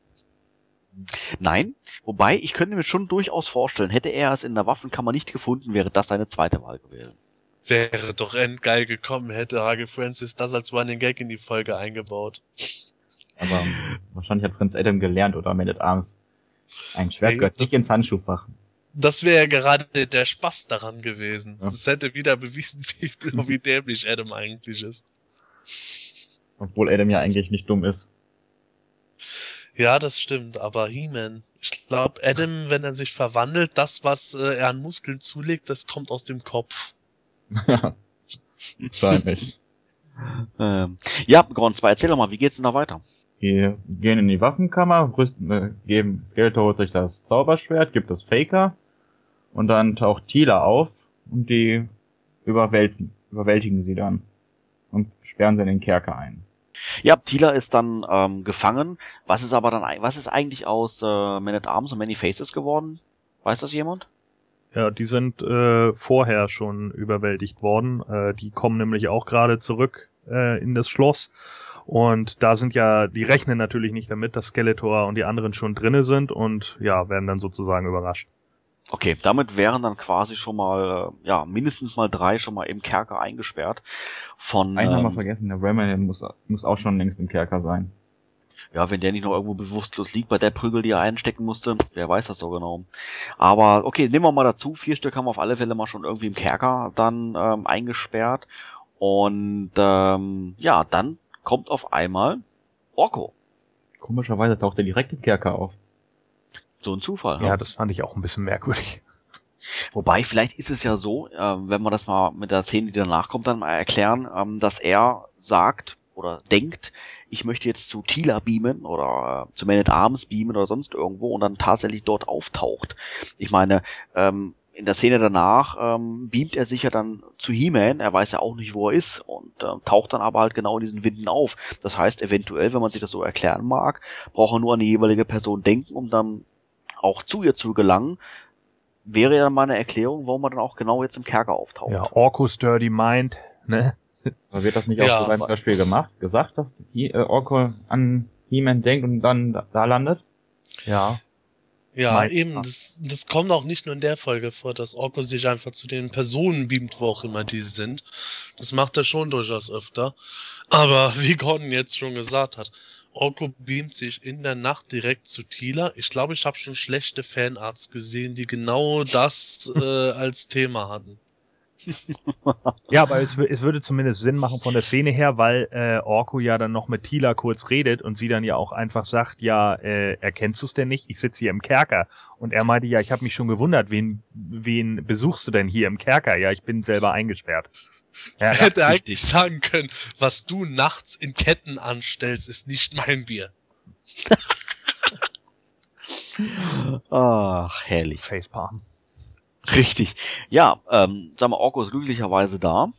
C: Nein, wobei ich könnte mir schon durchaus vorstellen, hätte er es in der Waffenkammer nicht gefunden, wäre das seine zweite Wahl gewesen.
B: Wäre doch endgeil gekommen, hätte Hage Francis das als Running Gag in die Folge eingebaut.
E: Aber wahrscheinlich hat Prinz Adam gelernt oder Man at Arms. Ein Schwert gehört nicht ins Handschuhfach.
B: Das wäre ja gerade der Spaß daran gewesen.
E: Ja.
B: Das hätte wieder bewiesen, wie dämlich Adam eigentlich ist.
E: Obwohl Adam ja eigentlich nicht dumm ist.
B: Ja, das stimmt, aber He-Man, ich glaube, Adam, wenn er sich verwandelt, das, was er an Muskeln zulegt, das kommt aus dem Kopf.
E: Wahrscheinlich.
C: Ja, Gron 2, erzähl doch mal, wie geht's denn da weiter?
E: Wir gehen in die Waffenkammer, geben Skeletor holt sich das Zauberschwert, gibt es Faker und dann taucht Teela auf und die überwältigen sie dann und sperren sie in den Kerker ein.
C: Ja, Teela ist dann gefangen. Was ist eigentlich aus Man at Arms und Many Faces geworden? Weiß das jemand?
D: Ja, die sind vorher schon überwältigt worden. Die kommen nämlich auch gerade zurück in das Schloss. Und da die rechnen natürlich nicht damit, dass Skeletor und die anderen schon drinne sind und ja, werden dann sozusagen überrascht.
C: Okay, damit wären dann quasi schon mal, mindestens mal 3 schon mal im Kerker eingesperrt.
E: Einen haben wir vergessen, der Rayman muss auch schon längst im Kerker sein.
C: Ja, wenn der nicht noch irgendwo bewusstlos liegt bei der Prügel, die er einstecken musste, wer weiß das so genau. Aber okay, nehmen wir mal dazu, 4 Stück haben wir auf alle Fälle mal schon irgendwie im Kerker dann eingesperrt. Und dann kommt auf einmal Orko.
E: Komischerweise taucht er direkt im Kerker auf.
C: So ein Zufall.
D: Ja, das fand ich auch ein bisschen merkwürdig.
C: Wobei, vielleicht ist es ja so, wenn wir das mal mit der Szene, die danach kommt, dann mal erklären, dass er sagt oder denkt, ich möchte jetzt zu Teela beamen oder zu Man at Arms beamen oder sonst irgendwo und dann tatsächlich dort auftaucht. Ich meine, in der Szene danach beamt er sich ja dann zu He-Man, er weiß ja auch nicht, wo er ist und taucht dann aber halt genau in diesen Winden auf. Das heißt, eventuell, wenn man sich das so erklären mag, braucht er nur an die jeweilige Person denken, um dann auch zu ihr zu gelangen. Wäre ja mal eine Erklärung, warum man dann auch genau jetzt im Kerker auftaucht.
D: Ja, Orko's Dirty Mind, ne?
E: Aber wird das nicht auch so beim Hörspiel gesagt, dass Orko an He-Man denkt und dann da landet?
D: Ja.
B: Ja, eben, das kommt auch nicht nur in der Folge vor, dass Orko sich einfach zu den Personen beamt, wo auch immer die sind. Das macht er schon durchaus öfter. Aber wie Gordon jetzt schon gesagt hat, Orko beamt sich in der Nacht direkt zu Teela. Ich glaube, ich habe schon schlechte Fanarts gesehen, die genau das als Thema hatten.
D: Ja, aber es würde zumindest Sinn machen von der Szene her, weil Orko ja dann noch mit Teela kurz redet und sie dann ja auch einfach sagt, ja, erkennst du es denn nicht? Ich sitze hier im Kerker. Und er meinte, ja, ich habe mich schon gewundert, wen besuchst du denn hier im Kerker? Ja, ich bin selber eingesperrt. Ja,
B: hätte eigentlich sagen können, was du nachts in Ketten anstellst, ist nicht mein Bier.
C: Ach, herrlich.
D: Facepalm.
C: Richtig. Ja, sagen wir, Orko ist glücklicherweise da.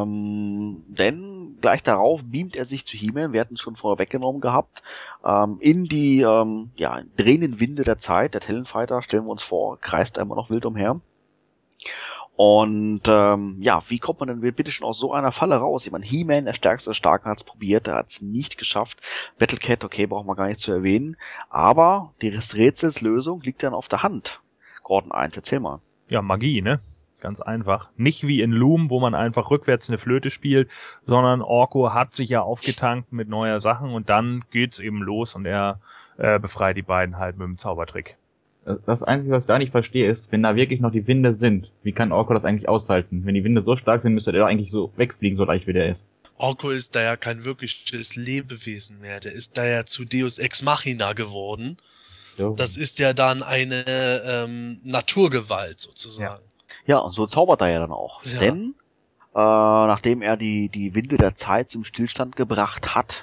C: Denn gleich darauf beamt er sich zu He-Man, wir hatten es schon vorher weggenommen gehabt, in die drehenden Winde der Zeit. Der Talonfighter, stellen wir uns vor, kreist immer noch wild umher. Und wie kommt man denn bitte schon aus so einer Falle raus? Ich meine, He-Man, der stärkste Starke, hat es probiert, er hat es nicht geschafft. Battlecat, okay, brauchen wir gar nicht zu erwähnen. Aber die Rätselslösung liegt dann auf der Hand. Gordon 1, erzähl mal.
D: Ja, Magie, ne? Ganz einfach. Nicht wie in Loom, wo man einfach rückwärts eine Flöte spielt, sondern Orko hat sich ja aufgetankt mit neuer Sachen und dann geht's eben los und er befreit die beiden halt mit dem Zaubertrick.
E: Das Einzige, was ich da nicht verstehe, ist, wenn da wirklich noch die Winde sind, wie kann Orko das eigentlich aushalten? Wenn die Winde so stark sind, müsste er doch eigentlich so wegfliegen, so leicht wie der ist.
B: Orko ist da ja kein wirkliches Lebewesen mehr. Der ist da ja zu Deus Ex Machina geworden.
E: So.
B: Das ist ja dann eine Naturgewalt sozusagen.
C: Ja, und so zaubert er ja dann auch.
B: Ja.
C: Denn, nachdem er die Winde der Zeit zum Stillstand gebracht hat,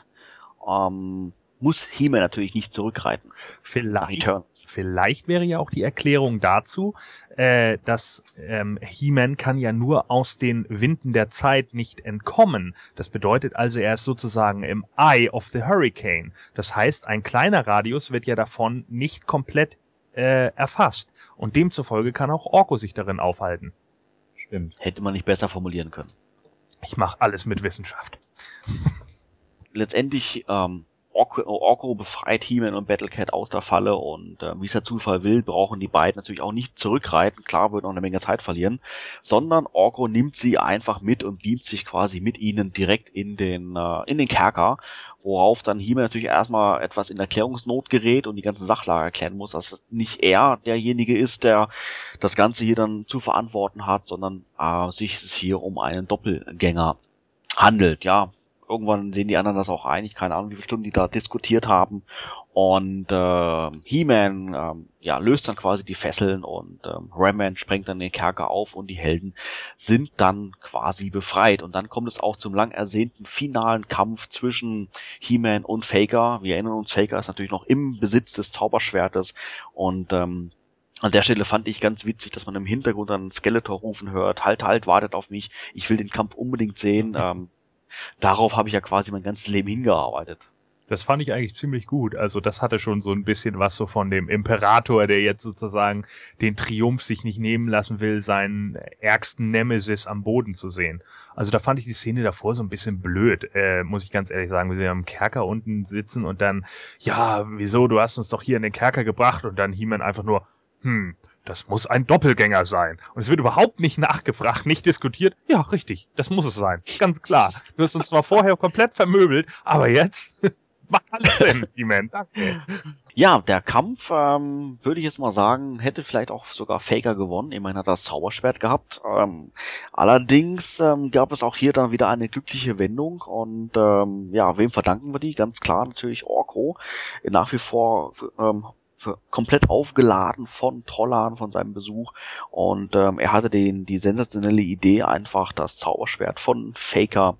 C: muss He-Man natürlich nicht zurückreiten.
D: Vielleicht wäre ja auch die Erklärung dazu, dass He-Man kann ja nur aus den Winden der Zeit nicht entkommen. Das bedeutet also, er ist sozusagen im Eye of the Hurricane. Das heißt, ein kleiner Radius wird ja davon nicht komplett erfasst. Und demzufolge kann auch Orko sich darin aufhalten.
E: Stimmt.
C: Hätte man nicht besser formulieren können.
D: Ich mache alles mit Wissenschaft.
C: Letztendlich, Orko befreit He-Man und Battlecat aus der Falle und wie es der Zufall will, brauchen die beiden natürlich auch nicht zurückreiten. Klar, würden auch eine Menge Zeit verlieren, sondern Orko nimmt sie einfach mit und beamt sich quasi mit ihnen direkt in den Kerker, worauf dann He-Man natürlich erstmal etwas in Erklärungsnot gerät und die ganze Sachlage erklären muss, dass nicht er derjenige ist, der das Ganze hier dann zu verantworten hat, sondern sich hier um einen Doppelgänger handelt, ja. Irgendwann sehen die anderen das auch ein. Ich keine Ahnung, wie viele Stunden die da diskutiert haben. Und He-Man löst dann quasi die Fesseln und Ram-Man sprengt dann den Kerker auf und die Helden sind dann quasi befreit. Und dann kommt es auch zum lang ersehnten finalen Kampf zwischen He-Man und Faker. Wir erinnern uns, Faker ist natürlich noch im Besitz des Zauberschwertes und an der Stelle fand ich ganz witzig, dass man im Hintergrund dann Skeletor rufen hört, halt, wartet auf mich, ich will den Kampf unbedingt sehen. Darauf habe ich ja quasi mein ganzes Leben hingearbeitet.
D: Das fand ich eigentlich ziemlich gut. Also das hatte schon so ein bisschen was so von dem Imperator, der jetzt sozusagen den Triumph sich nicht nehmen lassen will, seinen ärgsten Nemesis am Boden zu sehen. Also da fand ich die Szene davor so ein bisschen blöd, muss ich ganz ehrlich sagen. Wir sind am Kerker unten sitzen und dann, ja, wieso, du hast uns doch hier in den Kerker gebracht und dann He-Man einfach nur, das muss ein Doppelgänger sein. Und es wird überhaupt nicht nachgefragt, nicht diskutiert. Ja, richtig, das muss es sein. Ganz klar. Du hast uns zwar vorher komplett vermöbelt, aber jetzt macht alles Sinn, He-Man. Danke.
C: Ja, der Kampf, würde ich jetzt mal sagen, hätte vielleicht auch sogar Faker gewonnen. Immerhin hat er das Zauberschwert gehabt. Allerdings gab es auch hier dann wieder eine glückliche Wendung. Und wem verdanken wir die? Ganz klar natürlich Orko. Nach wie vor komplett aufgeladen von Trollan, von seinem Besuch, und er hatte die sensationelle Idee, einfach das Zauberschwert von Faker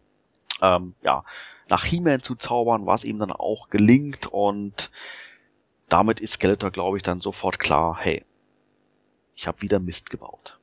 C: nach He-Man zu zaubern, was ihm dann auch gelingt, und damit ist Skeletor, glaube ich, dann sofort klar, hey, ich habe wieder Mist gebaut.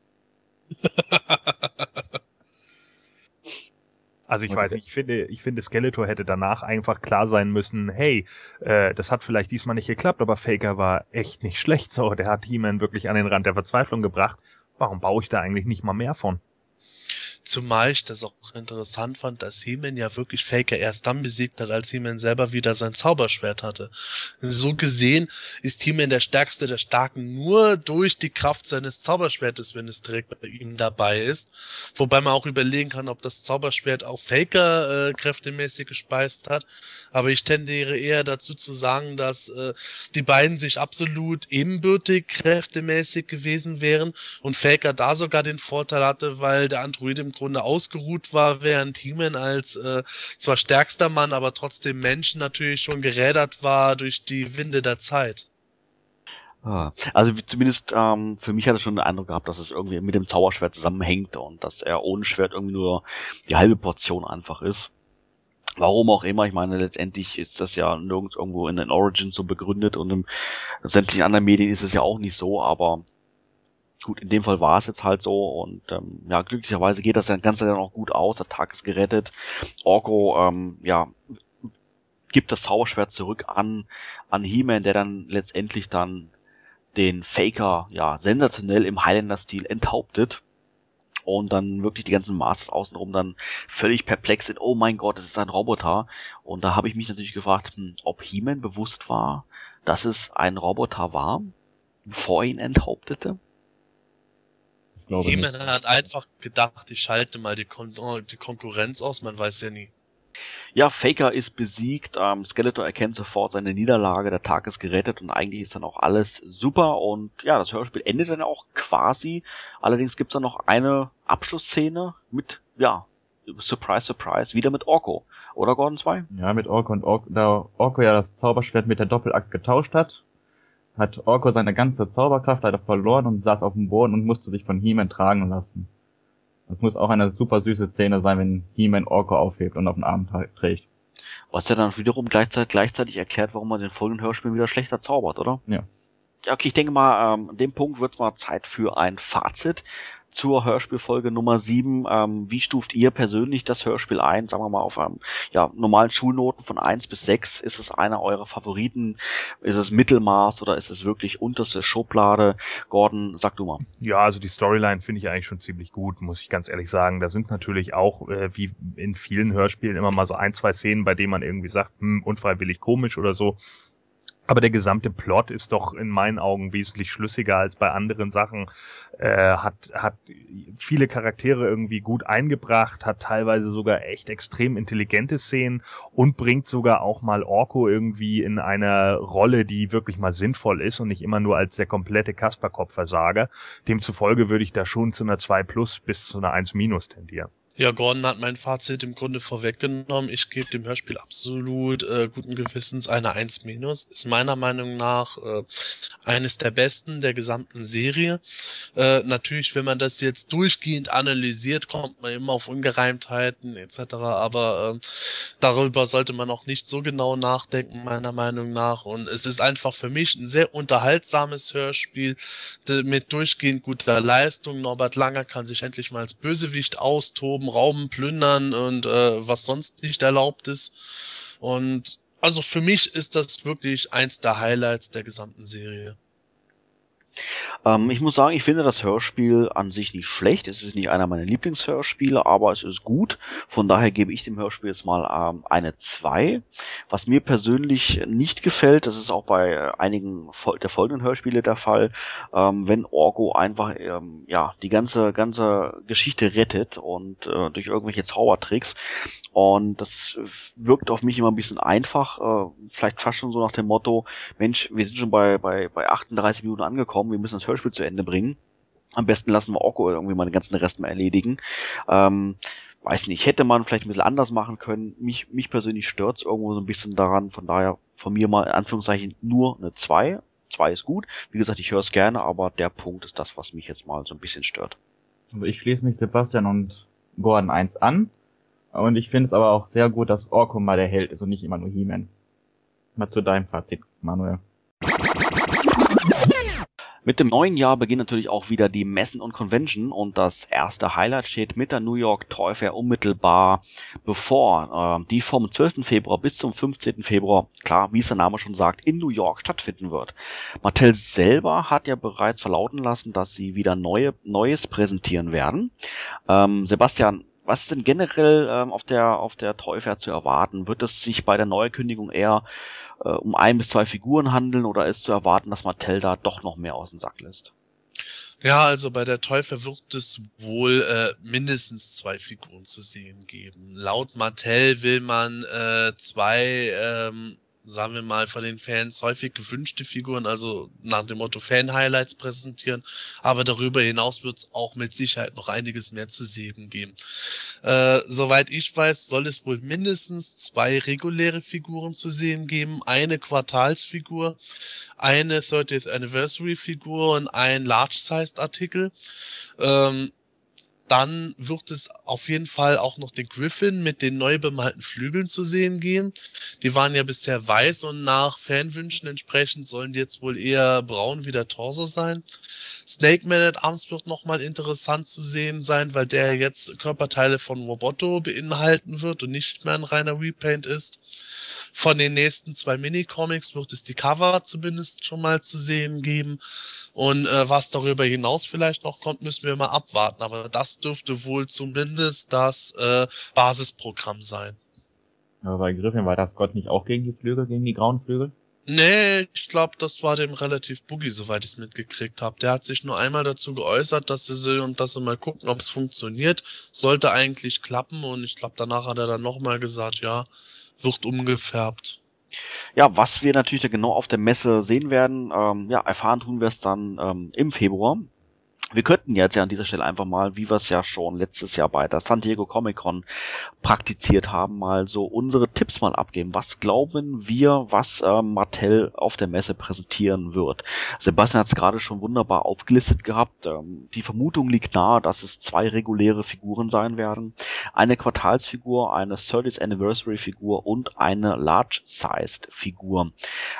D: Also ich weiß nicht, ich finde Skeletor hätte danach einfach klar sein müssen, hey, das hat vielleicht diesmal nicht geklappt, aber Faker war echt nicht schlecht, so, der hat He-Man wirklich an den Rand der Verzweiflung gebracht. Warum baue ich da eigentlich nicht mal mehr von?
B: Zumal ich das auch interessant fand, dass He-Man ja wirklich Faker erst dann besiegt hat, als He-Man selber wieder sein Zauberschwert hatte. So gesehen ist He-Man der Stärkste der Starken nur durch die Kraft seines Zauberschwertes, wenn es direkt bei ihm dabei ist. Wobei man auch überlegen kann, ob das Zauberschwert auch Faker kräftemäßig gespeist hat. Aber ich tendiere eher dazu zu sagen, dass die beiden sich absolut ebenbürtig kräftemäßig gewesen wären und Faker da sogar den Vorteil hatte, weil der Android im Grunde ausgeruht war, während He-Man als zwar stärkster Mann, aber trotzdem Mensch natürlich schon gerädert war durch die Winde der Zeit.
C: Also zumindest für mich hat es schon den Eindruck gehabt, dass es irgendwie mit dem Zauberschwert zusammenhängt und dass er ohne Schwert irgendwie nur die halbe Portion einfach ist. Warum auch immer, ich meine, letztendlich ist das ja nirgends irgendwo in den Origins so begründet und in sämtlichen anderen Medien ist es ja auch nicht so, aber gut, in dem Fall war es jetzt halt so und glücklicherweise geht das Ganze dann auch gut aus, der Tag ist gerettet. Orko, gibt das Zauberschwert zurück an He-Man, der dann letztendlich dann den Faker, sensationell im Highlander-Stil enthauptet und dann wirklich die ganzen Masters außenrum dann völlig perplex sind, oh mein Gott, es ist ein Roboter. Und da habe ich mich natürlich gefragt, ob He-Man bewusst war, dass es ein Roboter war, bevor er ihn enthauptete.
E: glaube nicht.
B: He-Man hat einfach gedacht, ich schalte mal die Konkurrenz aus, man weiß ja nie.
C: Ja, Faker ist besiegt, Skeletor erkennt sofort seine Niederlage, der Tag ist gerettet und eigentlich ist dann auch alles super und ja, das Hörspiel endet dann auch quasi. Allerdings gibt's dann noch eine Abschlussszene mit, ja, Surprise, Surprise, wieder mit Orko. Oder Gordon 2?
E: Ja, mit Orko da Orko ja das Zauberschwert mit der Doppelaxt getauscht hat Orko seine ganze Zauberkraft leider verloren und saß auf dem Boden und musste sich von He-Man tragen lassen. Das muss auch eine super süße Szene sein, wenn He-Man Orko aufhebt und auf den Arm trägt.
C: Was ja dann wiederum gleichzeitig erklärt, warum man den folgenden Hörspielen wieder schlechter zaubert, oder?
E: Ja.
C: Ja, okay, ich denke mal, an dem Punkt wird's mal Zeit für ein Fazit zur Hörspielfolge Nummer 7. Wie stuft ihr persönlich das Hörspiel ein? Sagen wir mal auf einem normalen Schulnoten von 1 bis 6. Ist es einer eurer Favoriten? Ist es Mittelmaß oder ist es wirklich unterste Schublade? Gordon, sag du mal.
D: Ja, also die Storyline finde ich eigentlich schon ziemlich gut, muss ich ganz ehrlich sagen. Da sind natürlich auch, wie in vielen Hörspielen, immer mal so 1, 2 Szenen, bei denen man irgendwie sagt, unfreiwillig komisch oder so. Aber der gesamte Plot ist doch in meinen Augen wesentlich schlüssiger als bei anderen Sachen, hat viele Charaktere irgendwie gut eingebracht, hat teilweise sogar echt extrem intelligente Szenen und bringt sogar auch mal Orko irgendwie in einer Rolle, die wirklich mal sinnvoll ist und nicht immer nur als der komplette Kasperkopf-Versager. Demzufolge würde ich da schon zu einer 2+ bis zu einer 1- tendieren.
B: Ja, Gordon hat mein Fazit im Grunde vorweggenommen. Ich gebe dem Hörspiel absolut guten Gewissens eine 1-. Ist meiner Meinung nach eines der besten der gesamten Serie. Natürlich, wenn man das jetzt durchgehend analysiert, kommt man immer auf Ungereimtheiten etc. Aber darüber sollte man auch nicht so genau nachdenken, meiner Meinung nach. Und es ist einfach für mich ein sehr unterhaltsames Hörspiel mit durchgehend guter Leistung. Norbert Langer kann sich endlich mal als Bösewicht austoben, rauben, plündern und was sonst nicht erlaubt ist. Und also für mich ist das wirklich eins der Highlights der gesamten Serie.
C: Ich muss sagen, ich finde das Hörspiel an sich nicht schlecht. Es ist nicht einer meiner Lieblingshörspiele, aber es ist gut. Von daher gebe ich dem Hörspiel jetzt mal eine 2. Was mir persönlich nicht gefällt, das ist auch bei einigen der folgenden Hörspiele der Fall, wenn Orko einfach die ganze Geschichte rettet und durch irgendwelche Zaubertricks. Und das wirkt auf mich immer ein bisschen einfach, vielleicht fast schon so nach dem Motto, Mensch, wir sind schon bei 38 Minuten angekommen, wir müssen das Hörspiel zu Ende bringen. Am besten lassen wir Orko irgendwie mal den ganzen Rest mal erledigen. Weiß nicht, hätte man vielleicht ein bisschen anders machen können. Mich persönlich stört's irgendwo so ein bisschen daran, von daher von mir mal in Anführungszeichen nur eine 2. 2 ist gut. Wie gesagt, ich höre es gerne, aber der Punkt ist das, was mich jetzt mal so ein bisschen stört.
E: Also ich schließe mich Sebastian und Gordon 1 an. Und ich finde es aber auch sehr gut, dass Orko mal der Held ist und nicht immer nur He-Man. Mal zu deinem Fazit, Manuel.
C: Mit dem neuen Jahr beginnen natürlich auch wieder die Messen und Convention und das erste Highlight steht mit der New York Toy Fair unmittelbar bevor, die vom 12. Februar bis zum 15. Februar, klar, wie es der Name schon sagt, in New York stattfinden wird. Mattel selber hat ja bereits verlauten lassen, dass sie wieder Neues präsentieren werden. Sebastian, was ist denn generell auf der Toy Fair zu erwarten? Wird es sich bei der Neuerkündigung eher um 1 bis 2 Figuren handeln oder ist zu erwarten, dass Mattel da doch noch mehr aus dem Sack lässt?
B: Ja, also bei der Toy Fair wird es wohl mindestens 2 Figuren zu sehen geben. Laut Mattel will man 2 sagen wir mal, von den Fans häufig gewünschte Figuren, also nach dem Motto Fan-Highlights präsentieren, aber darüber hinaus wird es auch mit Sicherheit noch einiges mehr zu sehen geben. Soweit ich weiß, soll es wohl mindestens 2 reguläre Figuren zu sehen geben, eine Quartalsfigur, eine 30th Anniversary Figur und ein Large-Sized Artikel. Dann wird es auf jeden Fall auch noch den Griffin mit den neu bemalten Flügeln zu sehen gehen. Die waren ja bisher weiß und nach Fanwünschen entsprechend sollen die jetzt wohl eher braun wie der Torso sein. Snake Man at Arms wird nochmal interessant zu sehen sein, weil der jetzt Körperteile von Roboto beinhalten wird und nicht mehr ein reiner Repaint ist. Von den nächsten 2 Minicomics wird es die Cover zumindest schon mal zu sehen geben. Und was darüber hinaus vielleicht noch kommt, müssen wir mal abwarten. Aber das dürfte wohl zumindest das Basisprogramm sein.
E: Aber bei Griffin war das Gott nicht auch gegen die Flügel, gegen die grauen Flügel?
B: Nee, ich glaube, das war dem relativ buggy, soweit ich es mitgekriegt habe. Der hat sich nur einmal dazu geäußert, dass sie mal gucken, ob es funktioniert. Sollte eigentlich klappen und ich glaube, danach hat er dann nochmal gesagt, ja, wird umgefärbt.
C: Ja, was wir natürlich da genau auf der Messe sehen werden, erfahren tun wir es dann im Februar. Wir könnten jetzt ja an dieser Stelle einfach mal, wie wir es ja schon letztes Jahr bei der San Diego Comic-Con praktiziert haben, mal so unsere Tipps mal abgeben. Was glauben wir, was Mattel auf der Messe präsentieren wird? Sebastian hat es gerade schon wunderbar aufgelistet gehabt. Die Vermutung liegt nahe, dass es 2 reguläre Figuren sein werden. Eine Quartalsfigur, eine 30th Anniversary Figur und eine Large-Sized Figur.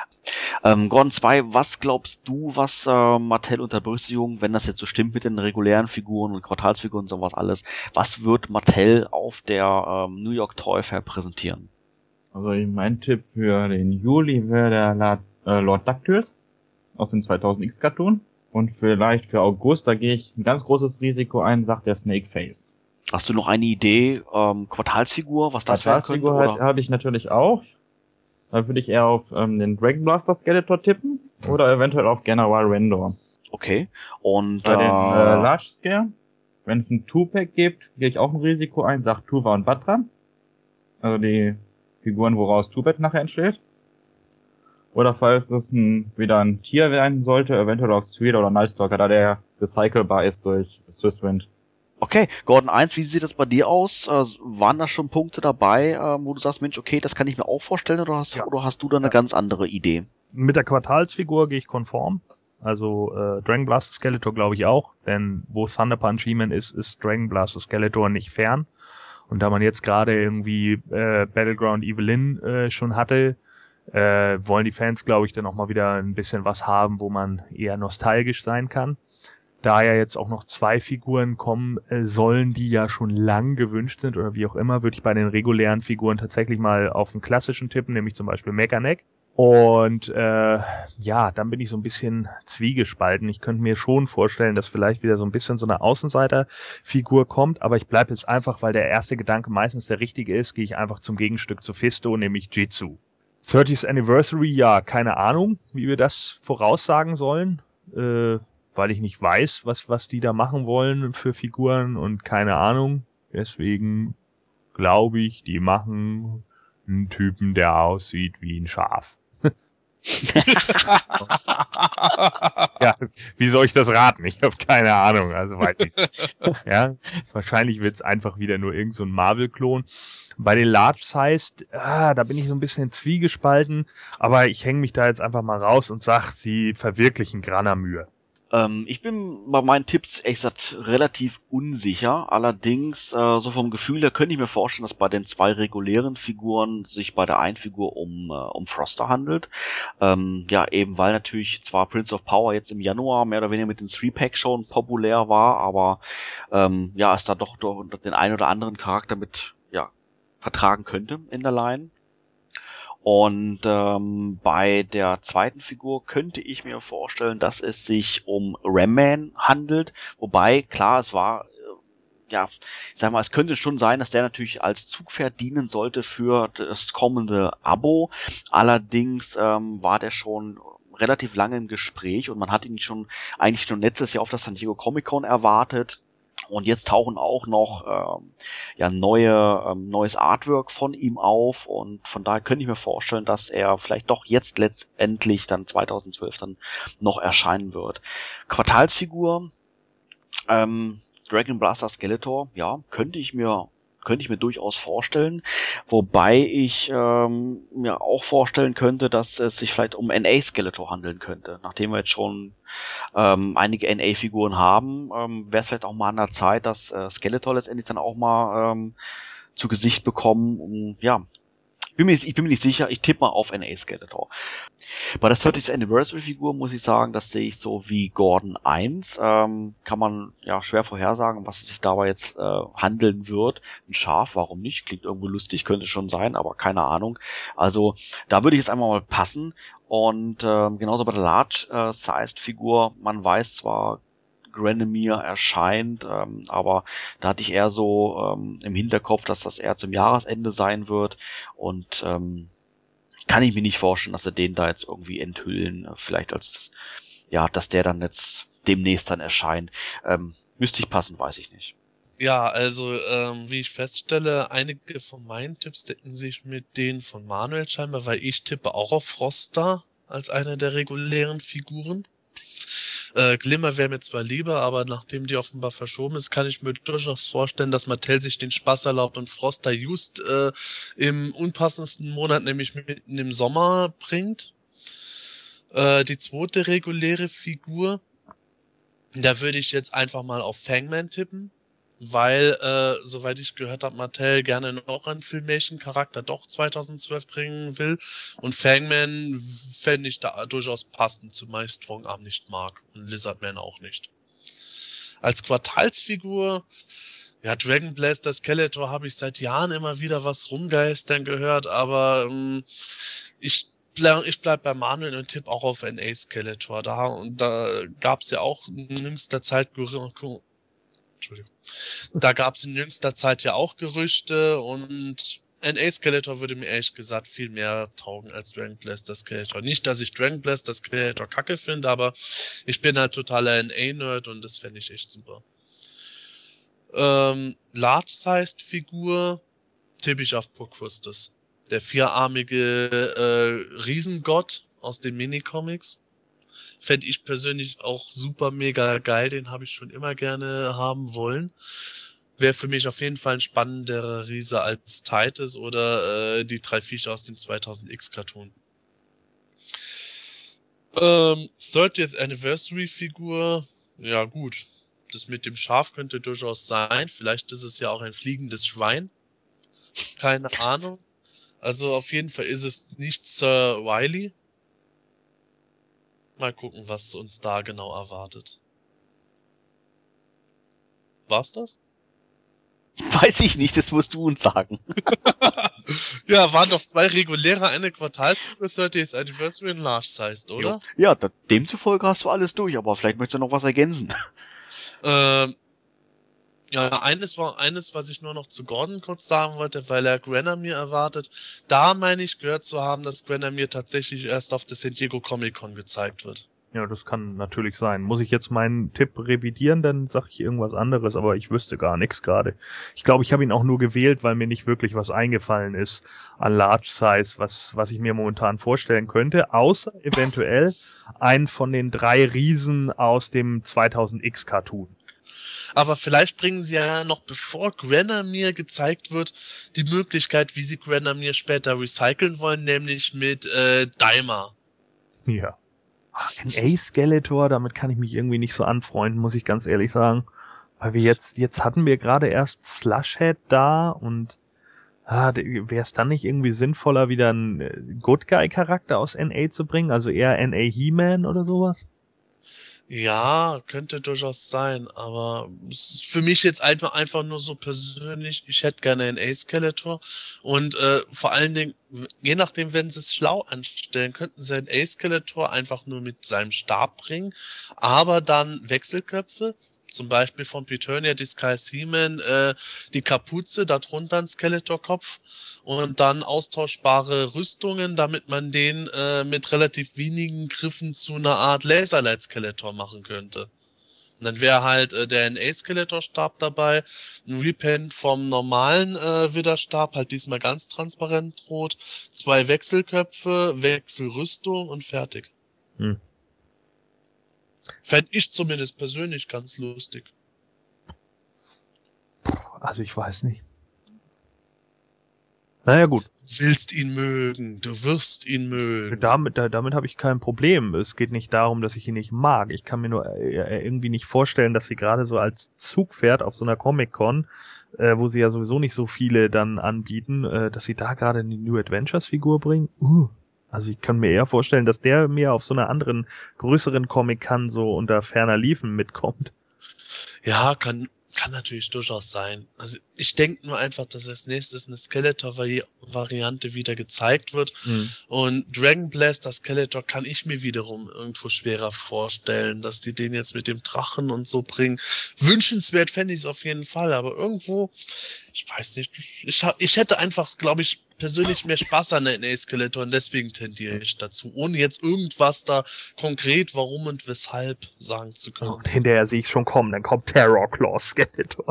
C: Gordon 2, was glaubst du, was Mattel unter Berücksichtigung, wenn das jetzt so stimmt mit den regulären Figuren und Quartalsfiguren und sowas alles, was wird Mattel auf der New York Toy Fair präsentieren?
E: Also mein Tipp für den Juli wäre der Lord DuckTales aus dem 2000X Cartoon. Und vielleicht für August, da gehe ich ein ganz großes Risiko ein, sagt der Snakeface.
C: Hast du noch eine Idee, Quartalsfigur, was das werden könnte?
E: Quartalsfigur habe ich natürlich auch. Da würde ich eher auf den Dragon Blaster Skeletor tippen oder eventuell auf General Rendor.
C: Okay. Und
E: bei den Large Scale, wenn es ein Two-Pack gibt, gehe ich auch ein Risiko ein, sagt Tuva und Batra. Also die Figuren, woraus Two-Pack nachher entsteht. Oder falls es wieder ein Tier werden sollte, eventuell auf Street oder Nightstalker, da der recycelbar ist durch Swisswind.
C: Okay, Gordon 1, wie sieht das bei dir aus? Waren da schon Punkte dabei, wo du sagst, Mensch, okay, das kann ich mir auch vorstellen, oder hast du da eine ganz andere Idee?
D: Mit der Quartalsfigur gehe ich konform. Also Dragon Blaster Skeletor glaube ich auch, denn wo Thunder Punch He-Man ist Dragon Blaster Skeletor nicht fern. Und da man jetzt gerade irgendwie Battleground Evelyn schon hatte, wollen die Fans, glaube ich, dann auch mal wieder ein bisschen was haben, wo man eher nostalgisch sein kann. Da ja jetzt auch noch 2 Figuren kommen sollen, die ja schon lang gewünscht sind oder wie auch immer, würde ich bei den regulären Figuren tatsächlich mal auf einen klassischen tippen, nämlich zum Beispiel Mechaneck. Und dann bin ich so ein bisschen zwiegespalten. Ich könnte mir schon vorstellen, dass vielleicht wieder so ein bisschen so eine Außenseiterfigur kommt, aber ich bleibe jetzt einfach, weil der erste Gedanke meistens der richtige ist, gehe ich einfach zum Gegenstück zu Fisto, nämlich Jitsu. 30th Anniversary, ja, keine Ahnung, wie wir das voraussagen sollen. Weil ich nicht weiß, was die da machen wollen für Figuren und keine Ahnung. Deswegen glaube ich, die machen einen Typen, der aussieht wie ein Schaf. Ja, wie soll ich das raten? Ich habe keine Ahnung, also weiß ich nicht. Ja, wahrscheinlich wird's einfach wieder nur irgend so ein Marvel-Klon. Bei den Large Sized, da bin ich so ein bisschen zwiegespalten, aber ich hänge mich da jetzt einfach mal raus und sag, sie verwirklichen Granamyr.
C: Ich bin bei meinen Tipps echt gesagt relativ unsicher. Allerdings, so vom Gefühl her könnte ich mir vorstellen, dass bei den 2 regulären Figuren sich bei der einen Figur um Froster handelt. Eben weil natürlich zwar Prince of Power jetzt im Januar mehr oder weniger mit dem 3-Pack schon populär war, aber es da doch den einen oder anderen Charakter mit vertragen könnte in der Line. Und bei der zweiten Figur könnte ich mir vorstellen, dass es sich um Ram-Man handelt. Wobei, klar, es war, es könnte schon sein, dass der natürlich als Zugpferd dienen sollte für das kommende Abo. Allerdings war der schon relativ lange im Gespräch und man hat ihn eigentlich schon letztes Jahr auf der San Diego Comic-Con erwartet. Und jetzt tauchen auch noch neues Artwork von ihm auf und von daher könnte ich mir vorstellen, dass er vielleicht doch jetzt letztendlich dann 2012 dann noch erscheinen wird. Quartalsfigur, Dragon Blaster Skeletor, ja, könnte ich mir durchaus vorstellen, wobei ich mir auch vorstellen könnte, dass es sich vielleicht um NA Skeletor handeln könnte. Nachdem wir jetzt schon einige NA-Figuren haben, wäre es vielleicht auch mal an der Zeit, dass Skeletor letztendlich dann auch mal zu Gesicht bekommen. Ich bin mir nicht sicher, ich tippe mal auf NA Skeletor. Bei der 30th Anniversary Figur muss ich sagen, das sehe ich so wie Gordon 1. Kann man schwer vorhersagen, was es sich dabei jetzt handeln wird. Ein Schaf, warum nicht? Klingt irgendwo lustig, könnte schon sein, aber keine Ahnung. Also da würde ich jetzt einmal mal passen. Und genauso bei der Large-Sized Figur, man weiß zwar, Granamyr erscheint, aber da hatte ich eher so im Hinterkopf, dass das eher zum Jahresende sein wird und kann ich mir nicht vorstellen, dass sie den da jetzt irgendwie enthüllen. Vielleicht als, ja, dass der dann jetzt demnächst dann erscheint. Müsste ich passen, weiß ich nicht.
B: Ja, also wie ich feststelle, einige von meinen Tipps decken sich mit denen von Manuel scheinbar, weil ich tippe auch auf Froster als einer der regulären Figuren. Glimmer wäre mir zwar lieber, aber nachdem die offenbar verschoben ist, kann ich mir durchaus vorstellen, dass Mattel sich den Spaß erlaubt und Froster just im unpassendsten Monat, nämlich mitten im Sommer, bringt. Die zweite reguläre Figur, da würde ich jetzt einfach mal auf Fangman tippen, weil, soweit ich gehört habe, Mattel gerne noch einen Filmation-Charakter doch 2012 bringen will. Und Fangman fände ich da durchaus passend, zumal ich Strongarm nicht mag und Lizardman auch nicht. Als Quartalsfigur, ja, Dragon Blaster Skeletor habe ich seit Jahren immer wieder was rumgeistern gehört, aber ich bleib bei Manuel und tippe auch auf NA Skeletor. Da gab es ja auch in jüngster Zeit Da gab es in jüngster Zeit ja auch Gerüchte und NA Skeletor würde mir ehrlich gesagt viel mehr taugen als Dragon Blaster Skeletor. Nicht, dass ich Dragon Blaster Skeletor kacke finde, aber ich bin halt totaler NA-Nerd und das fände ich echt super. Large-Sized Figur tippe ich auf Procrustes. Der vierarmige Riesengott aus den Minicomics. Fände ich persönlich auch super mega geil, den habe ich schon immer gerne haben wollen. Wäre für mich auf jeden Fall ein spannenderer Riese als Titus oder die drei Viecher aus dem 2000X Cartoon. 30th Anniversary Figur, ja gut, das mit dem Schaf könnte durchaus sein, vielleicht ist es ja auch ein fliegendes Schwein, keine Ahnung. Also auf jeden Fall ist es nicht Sir Wily. Mal gucken, was uns da genau erwartet. War's das?
C: Weiß ich nicht, das musst du uns sagen.
B: Ja, waren doch zwei reguläre, eine Quartalsfigur, 30th Anniversary und Large Sized, oder?
C: Ja, demzufolge hast du alles durch, aber vielleicht möchtest du noch was ergänzen.
B: Ja, eines, was ich nur noch zu Gordon kurz sagen wollte, weil er Grenamir erwartet. Da meine ich gehört zu haben, dass Grenamir tatsächlich erst auf der San Diego Comic Con gezeigt wird.
D: Ja, das kann natürlich sein. Muss ich jetzt meinen Tipp revidieren, dann sage ich irgendwas anderes, aber ich wüsste gar nichts gerade. Ich glaube, ich habe ihn auch nur gewählt, weil mir nicht wirklich was eingefallen ist an Large Size, was ich mir momentan vorstellen könnte, außer eventuell einen von den 3 Riesen aus dem 2000X Cartoon.
B: Aber vielleicht bringen sie ja noch, bevor Grenamir gezeigt wird, die Möglichkeit, wie sie Grenamir später recyceln wollen, nämlich mit Daima.
D: Ja. NA Skeletor, damit kann ich mich irgendwie nicht so anfreunden, muss ich ganz ehrlich sagen. Weil wir jetzt hatten wir gerade erst Slushhead da und wäre es dann nicht irgendwie sinnvoller, wieder einen Good Guy Charakter aus NA zu bringen? Also eher NA He-Man oder sowas?
B: Ja, könnte durchaus sein, aber es ist für mich jetzt einfach nur so persönlich, ich hätte gerne einen A-Skeletor und vor allen Dingen, je nachdem, wenn sie es schlau anstellen, könnten sie einen A-Skeletor einfach nur mit seinem Stab bringen, aber dann Wechselköpfe, zum Beispiel von Peternia Disguise He-Man, die Kapuze, darunter ein Skeletor-Kopf und dann austauschbare Rüstungen, damit man den mit relativ wenigen Griffen zu einer Art Laserlight-Skeletor machen könnte. Und dann wäre halt der NA-Skeletor-Stab dabei, ein Repaint vom normalen Widderstab, halt diesmal ganz transparent rot, 2 Wechselköpfe, Wechselrüstung und fertig. Fände ich zumindest persönlich ganz lustig.
D: Also ich weiß nicht. Naja gut.
B: Du willst ihn mögen, du wirst ihn mögen.
D: Damit habe ich kein Problem. Es geht nicht darum, dass ich ihn nicht mag. Ich kann mir nur irgendwie nicht vorstellen, dass sie gerade so als Zugpferd auf so einer Comic-Con, wo sie ja sowieso nicht so viele dann anbieten, dass sie da gerade eine New Adventures-Figur bringen. Also ich kann mir eher vorstellen, dass der mehr auf so einer anderen, größeren Comic-Con so unter ferner Liefen mitkommt.
B: Ja, kann natürlich durchaus sein. Also ich denke nur einfach, dass als nächstes eine Skeletor-Variante wieder gezeigt wird. Und Dragon Blaster Skeletor kann ich mir wiederum irgendwo schwerer vorstellen, dass die den jetzt mit dem Drachen und so bringen. Wünschenswert fände ich es auf jeden Fall, aber irgendwo, Ich weiß nicht. Ich hätte einfach, glaube ich, persönlich mehr Spaß an der NA Skeletor und deswegen tendiere ich dazu, ohne jetzt irgendwas da konkret warum und weshalb sagen zu können.
D: Und hinterher sehe ich schon kommen, dann kommt Terror Claw Skeletor.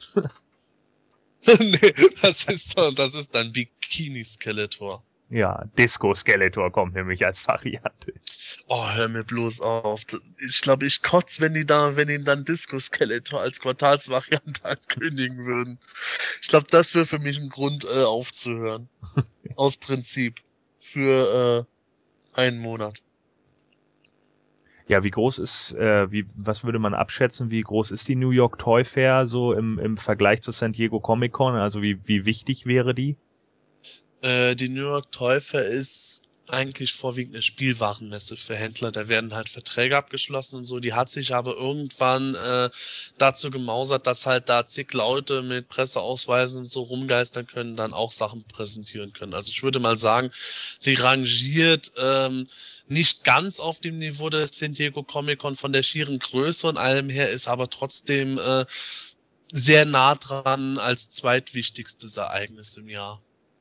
B: Nee, das ist dann Bikini Skeletor.
D: Ja, Disco Skeletor kommt nämlich als Variante.
B: Oh, hör mir bloß auf. Ich glaube, ich kotze, wenn die dann Disco Skeletor als Quartalsvariante ankündigen würden. Ich glaube, das wäre für mich ein Grund, aufzuhören. Aus Prinzip. Für einen Monat.
D: Ja, wie groß ist, was würde man abschätzen, wie groß ist die New York Toy Fair so im Vergleich zur San Diego Comic Con? Also wie wichtig wäre die?
B: Die New York Toy Fair ist eigentlich vorwiegend eine Spielwarenmesse für Händler. Da werden halt Verträge abgeschlossen und so. Die hat sich aber irgendwann dazu gemausert, dass halt da zig Leute mit Presseausweisen und so rumgeistern können, dann auch Sachen präsentieren können. Also ich würde mal sagen, die rangiert nicht ganz auf dem Niveau der San Diego Comic Con von der schieren Größe und allem her, ist aber trotzdem sehr nah dran als zweitwichtigstes Ereignis im Jahr.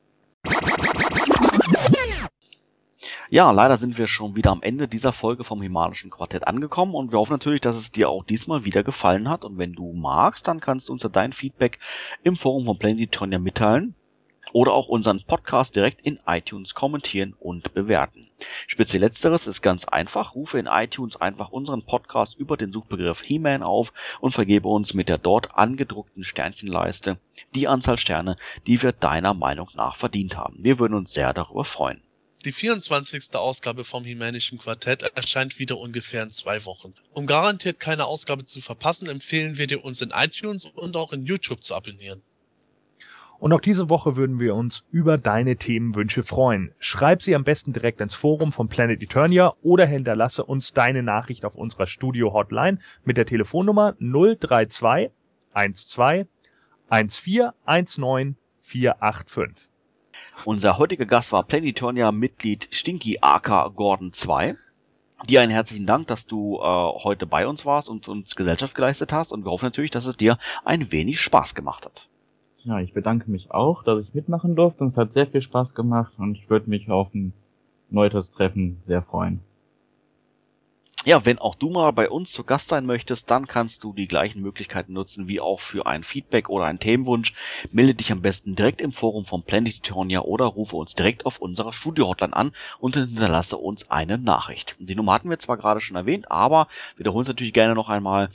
C: Ja, leider sind wir schon wieder am Ende dieser Folge vom Himalischen Quartett angekommen und wir hoffen natürlich, dass es dir auch diesmal wieder gefallen hat und wenn du magst, dann kannst du uns dein Feedback im Forum von Planet Eternia mitteilen oder auch unseren Podcast direkt in iTunes kommentieren und bewerten. Speziell letzteres ist ganz einfach. Rufe in iTunes einfach unseren Podcast über den Suchbegriff He-Man auf und vergebe uns mit der dort angedruckten Sternchenleiste die Anzahl Sterne, die wir deiner Meinung nach verdient haben. Wir würden uns sehr darüber freuen.
B: Die 24. Ausgabe vom He-Manischen Quartett erscheint wieder ungefähr in 2 Wochen. Um garantiert keine Ausgabe zu verpassen, empfehlen wir dir, uns in iTunes und auch in YouTube zu abonnieren.
D: Und auch diese Woche würden wir uns über deine Themenwünsche freuen. Schreib sie am besten direkt ins Forum von Planet Eternia oder hinterlasse uns deine Nachricht auf unserer Studio-Hotline mit der Telefonnummer 032 12 14 19 485.
C: Unser heutiger Gast war Planet Eternia Mitglied Stinky aka Gordon 2. Dir einen herzlichen Dank, dass du heute bei uns warst und uns Gesellschaft geleistet hast und wir hoffen natürlich, dass es dir ein wenig Spaß gemacht hat.
E: Ja, ich bedanke mich auch, dass ich mitmachen durfte und es hat sehr viel Spaß gemacht und ich würde mich auf ein neues Treffen sehr freuen.
C: Ja, wenn auch du mal bei uns zu Gast sein möchtest, dann kannst du die gleichen Möglichkeiten nutzen wie auch für ein Feedback oder einen Themenwunsch. Melde dich am besten direkt im Forum von Planet Eternia oder rufe uns direkt auf unserer Studio-Hotline an und hinterlasse uns eine Nachricht. Die Nummer hatten wir zwar gerade schon erwähnt, aber wiederholen es natürlich gerne noch einmal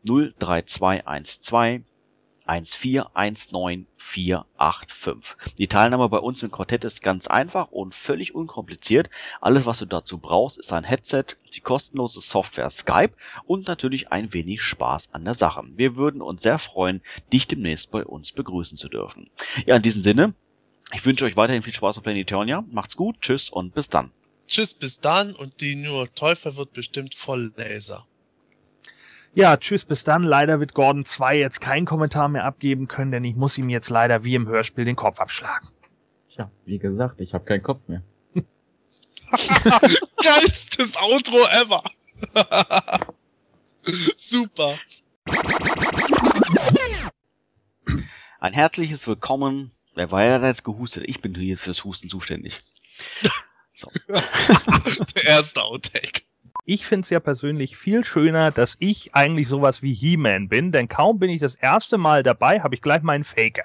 C: 03212 1419485. Die Teilnahme bei uns im Quartett ist ganz einfach und völlig unkompliziert. Alles, was du dazu brauchst, ist ein Headset, die kostenlose Software Skype und natürlich ein wenig Spaß an der Sache. Wir würden uns sehr freuen, dich demnächst bei uns begrüßen zu dürfen. Ja, in diesem Sinne, ich wünsche euch weiterhin viel Spaß auf Planet Eternia. Macht's gut, tschüss und bis dann.
B: Tschüss, bis dann und die New York Teufel wird bestimmt voll Laser.
D: Ja, tschüss, bis dann. Leider wird Gordon 2 jetzt keinen Kommentar mehr abgeben können, denn ich muss ihm jetzt leider wie im Hörspiel den Kopf abschlagen.
E: Tja, wie gesagt, ich habe keinen Kopf mehr.
B: Geilstes Outro ever. Super.
C: Ein herzliches Willkommen. Wer war ja jetzt gehustet? Ich bin hier fürs Husten zuständig. So.
B: Der erste Outtake.
D: Ich finde es ja persönlich viel schöner, dass ich eigentlich sowas wie He-Man bin, denn kaum bin ich das erste Mal dabei, habe ich gleich meinen Faker.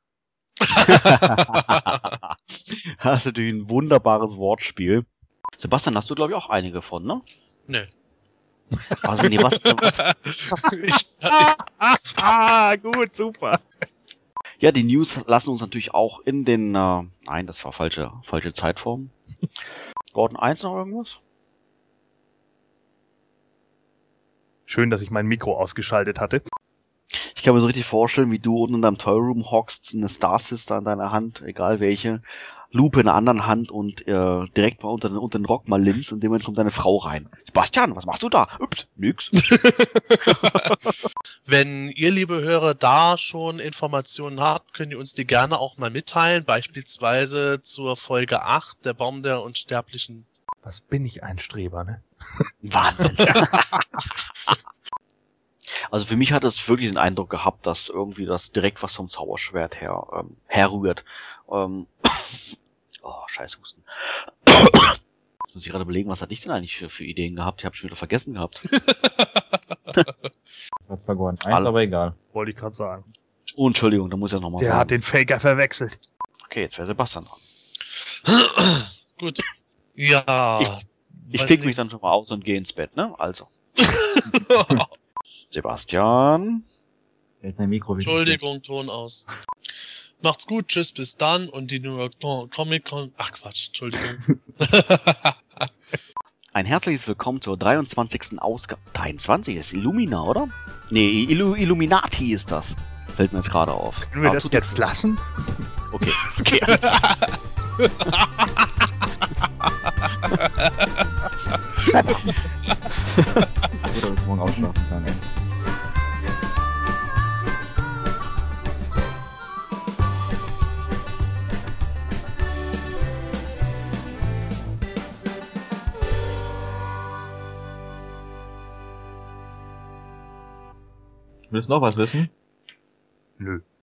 C: Das ist natürlich ein wunderbares Wortspiel. Sebastian, hast du glaube ich auch einige von, ne?
B: Nö.
C: Also nee, was?
D: Gut, super.
C: Ja, die News lassen uns natürlich auch in den, nein, das war falsche Zeitform. Gordon 1 noch irgendwas?
D: Schön, dass ich mein Mikro ausgeschaltet hatte.
C: Ich kann mir so richtig vorstellen, wie du unten in deinem Toyroom hockst, eine Star Sister in deiner Hand, egal welche, Lupe in der anderen Hand und direkt mal unter den Rock mal links und dem kommt deine Frau rein. Sebastian, was machst du da? Ups, nix.
B: Wenn ihr, liebe Hörer, da schon Informationen habt, könnt ihr uns die gerne auch mal mitteilen, beispielsweise zur Folge 8, der Baum der Unsterblichen.
D: Was bin ich ein Streber, ne?
C: Wahnsinn. Also für mich hat es wirklich den Eindruck gehabt, dass irgendwie das direkt was vom Zauberschwert herrührt. Oh, scheiß Husten. Jetzt muss ich gerade überlegen, was hatte ich denn eigentlich für Ideen gehabt? Ich habe schon wieder vergessen gehabt.
E: War zwar geworden, aber egal.
D: Wollte ich gerade sagen.
C: Oh, Entschuldigung, da muss ich ja nochmal sagen.
D: Der hat den Faker verwechselt.
C: Okay, jetzt wäre Sebastian dran.
B: Gut. Ja.
C: Ich klicke mich dann schon mal aus und gehe ins Bett, ne? Also. Sebastian.
E: Jetzt mein Mikro wieder.
B: Entschuldigung, Ton aus. Macht's gut, tschüss, bis dann und die New York Comic Con. Ach Quatsch, Entschuldigung.
C: Ein herzliches Willkommen zur 23. Ausgabe. 23 ist Illumina, oder? Nee, Illuminati ist das. Fällt mir jetzt gerade auf.
D: Können wir das jetzt lassen?
C: Okay, okay, alles klar.
E: Oder uns morgen ausschlafen kann, ey. Willst du noch was wissen?
D: Nö.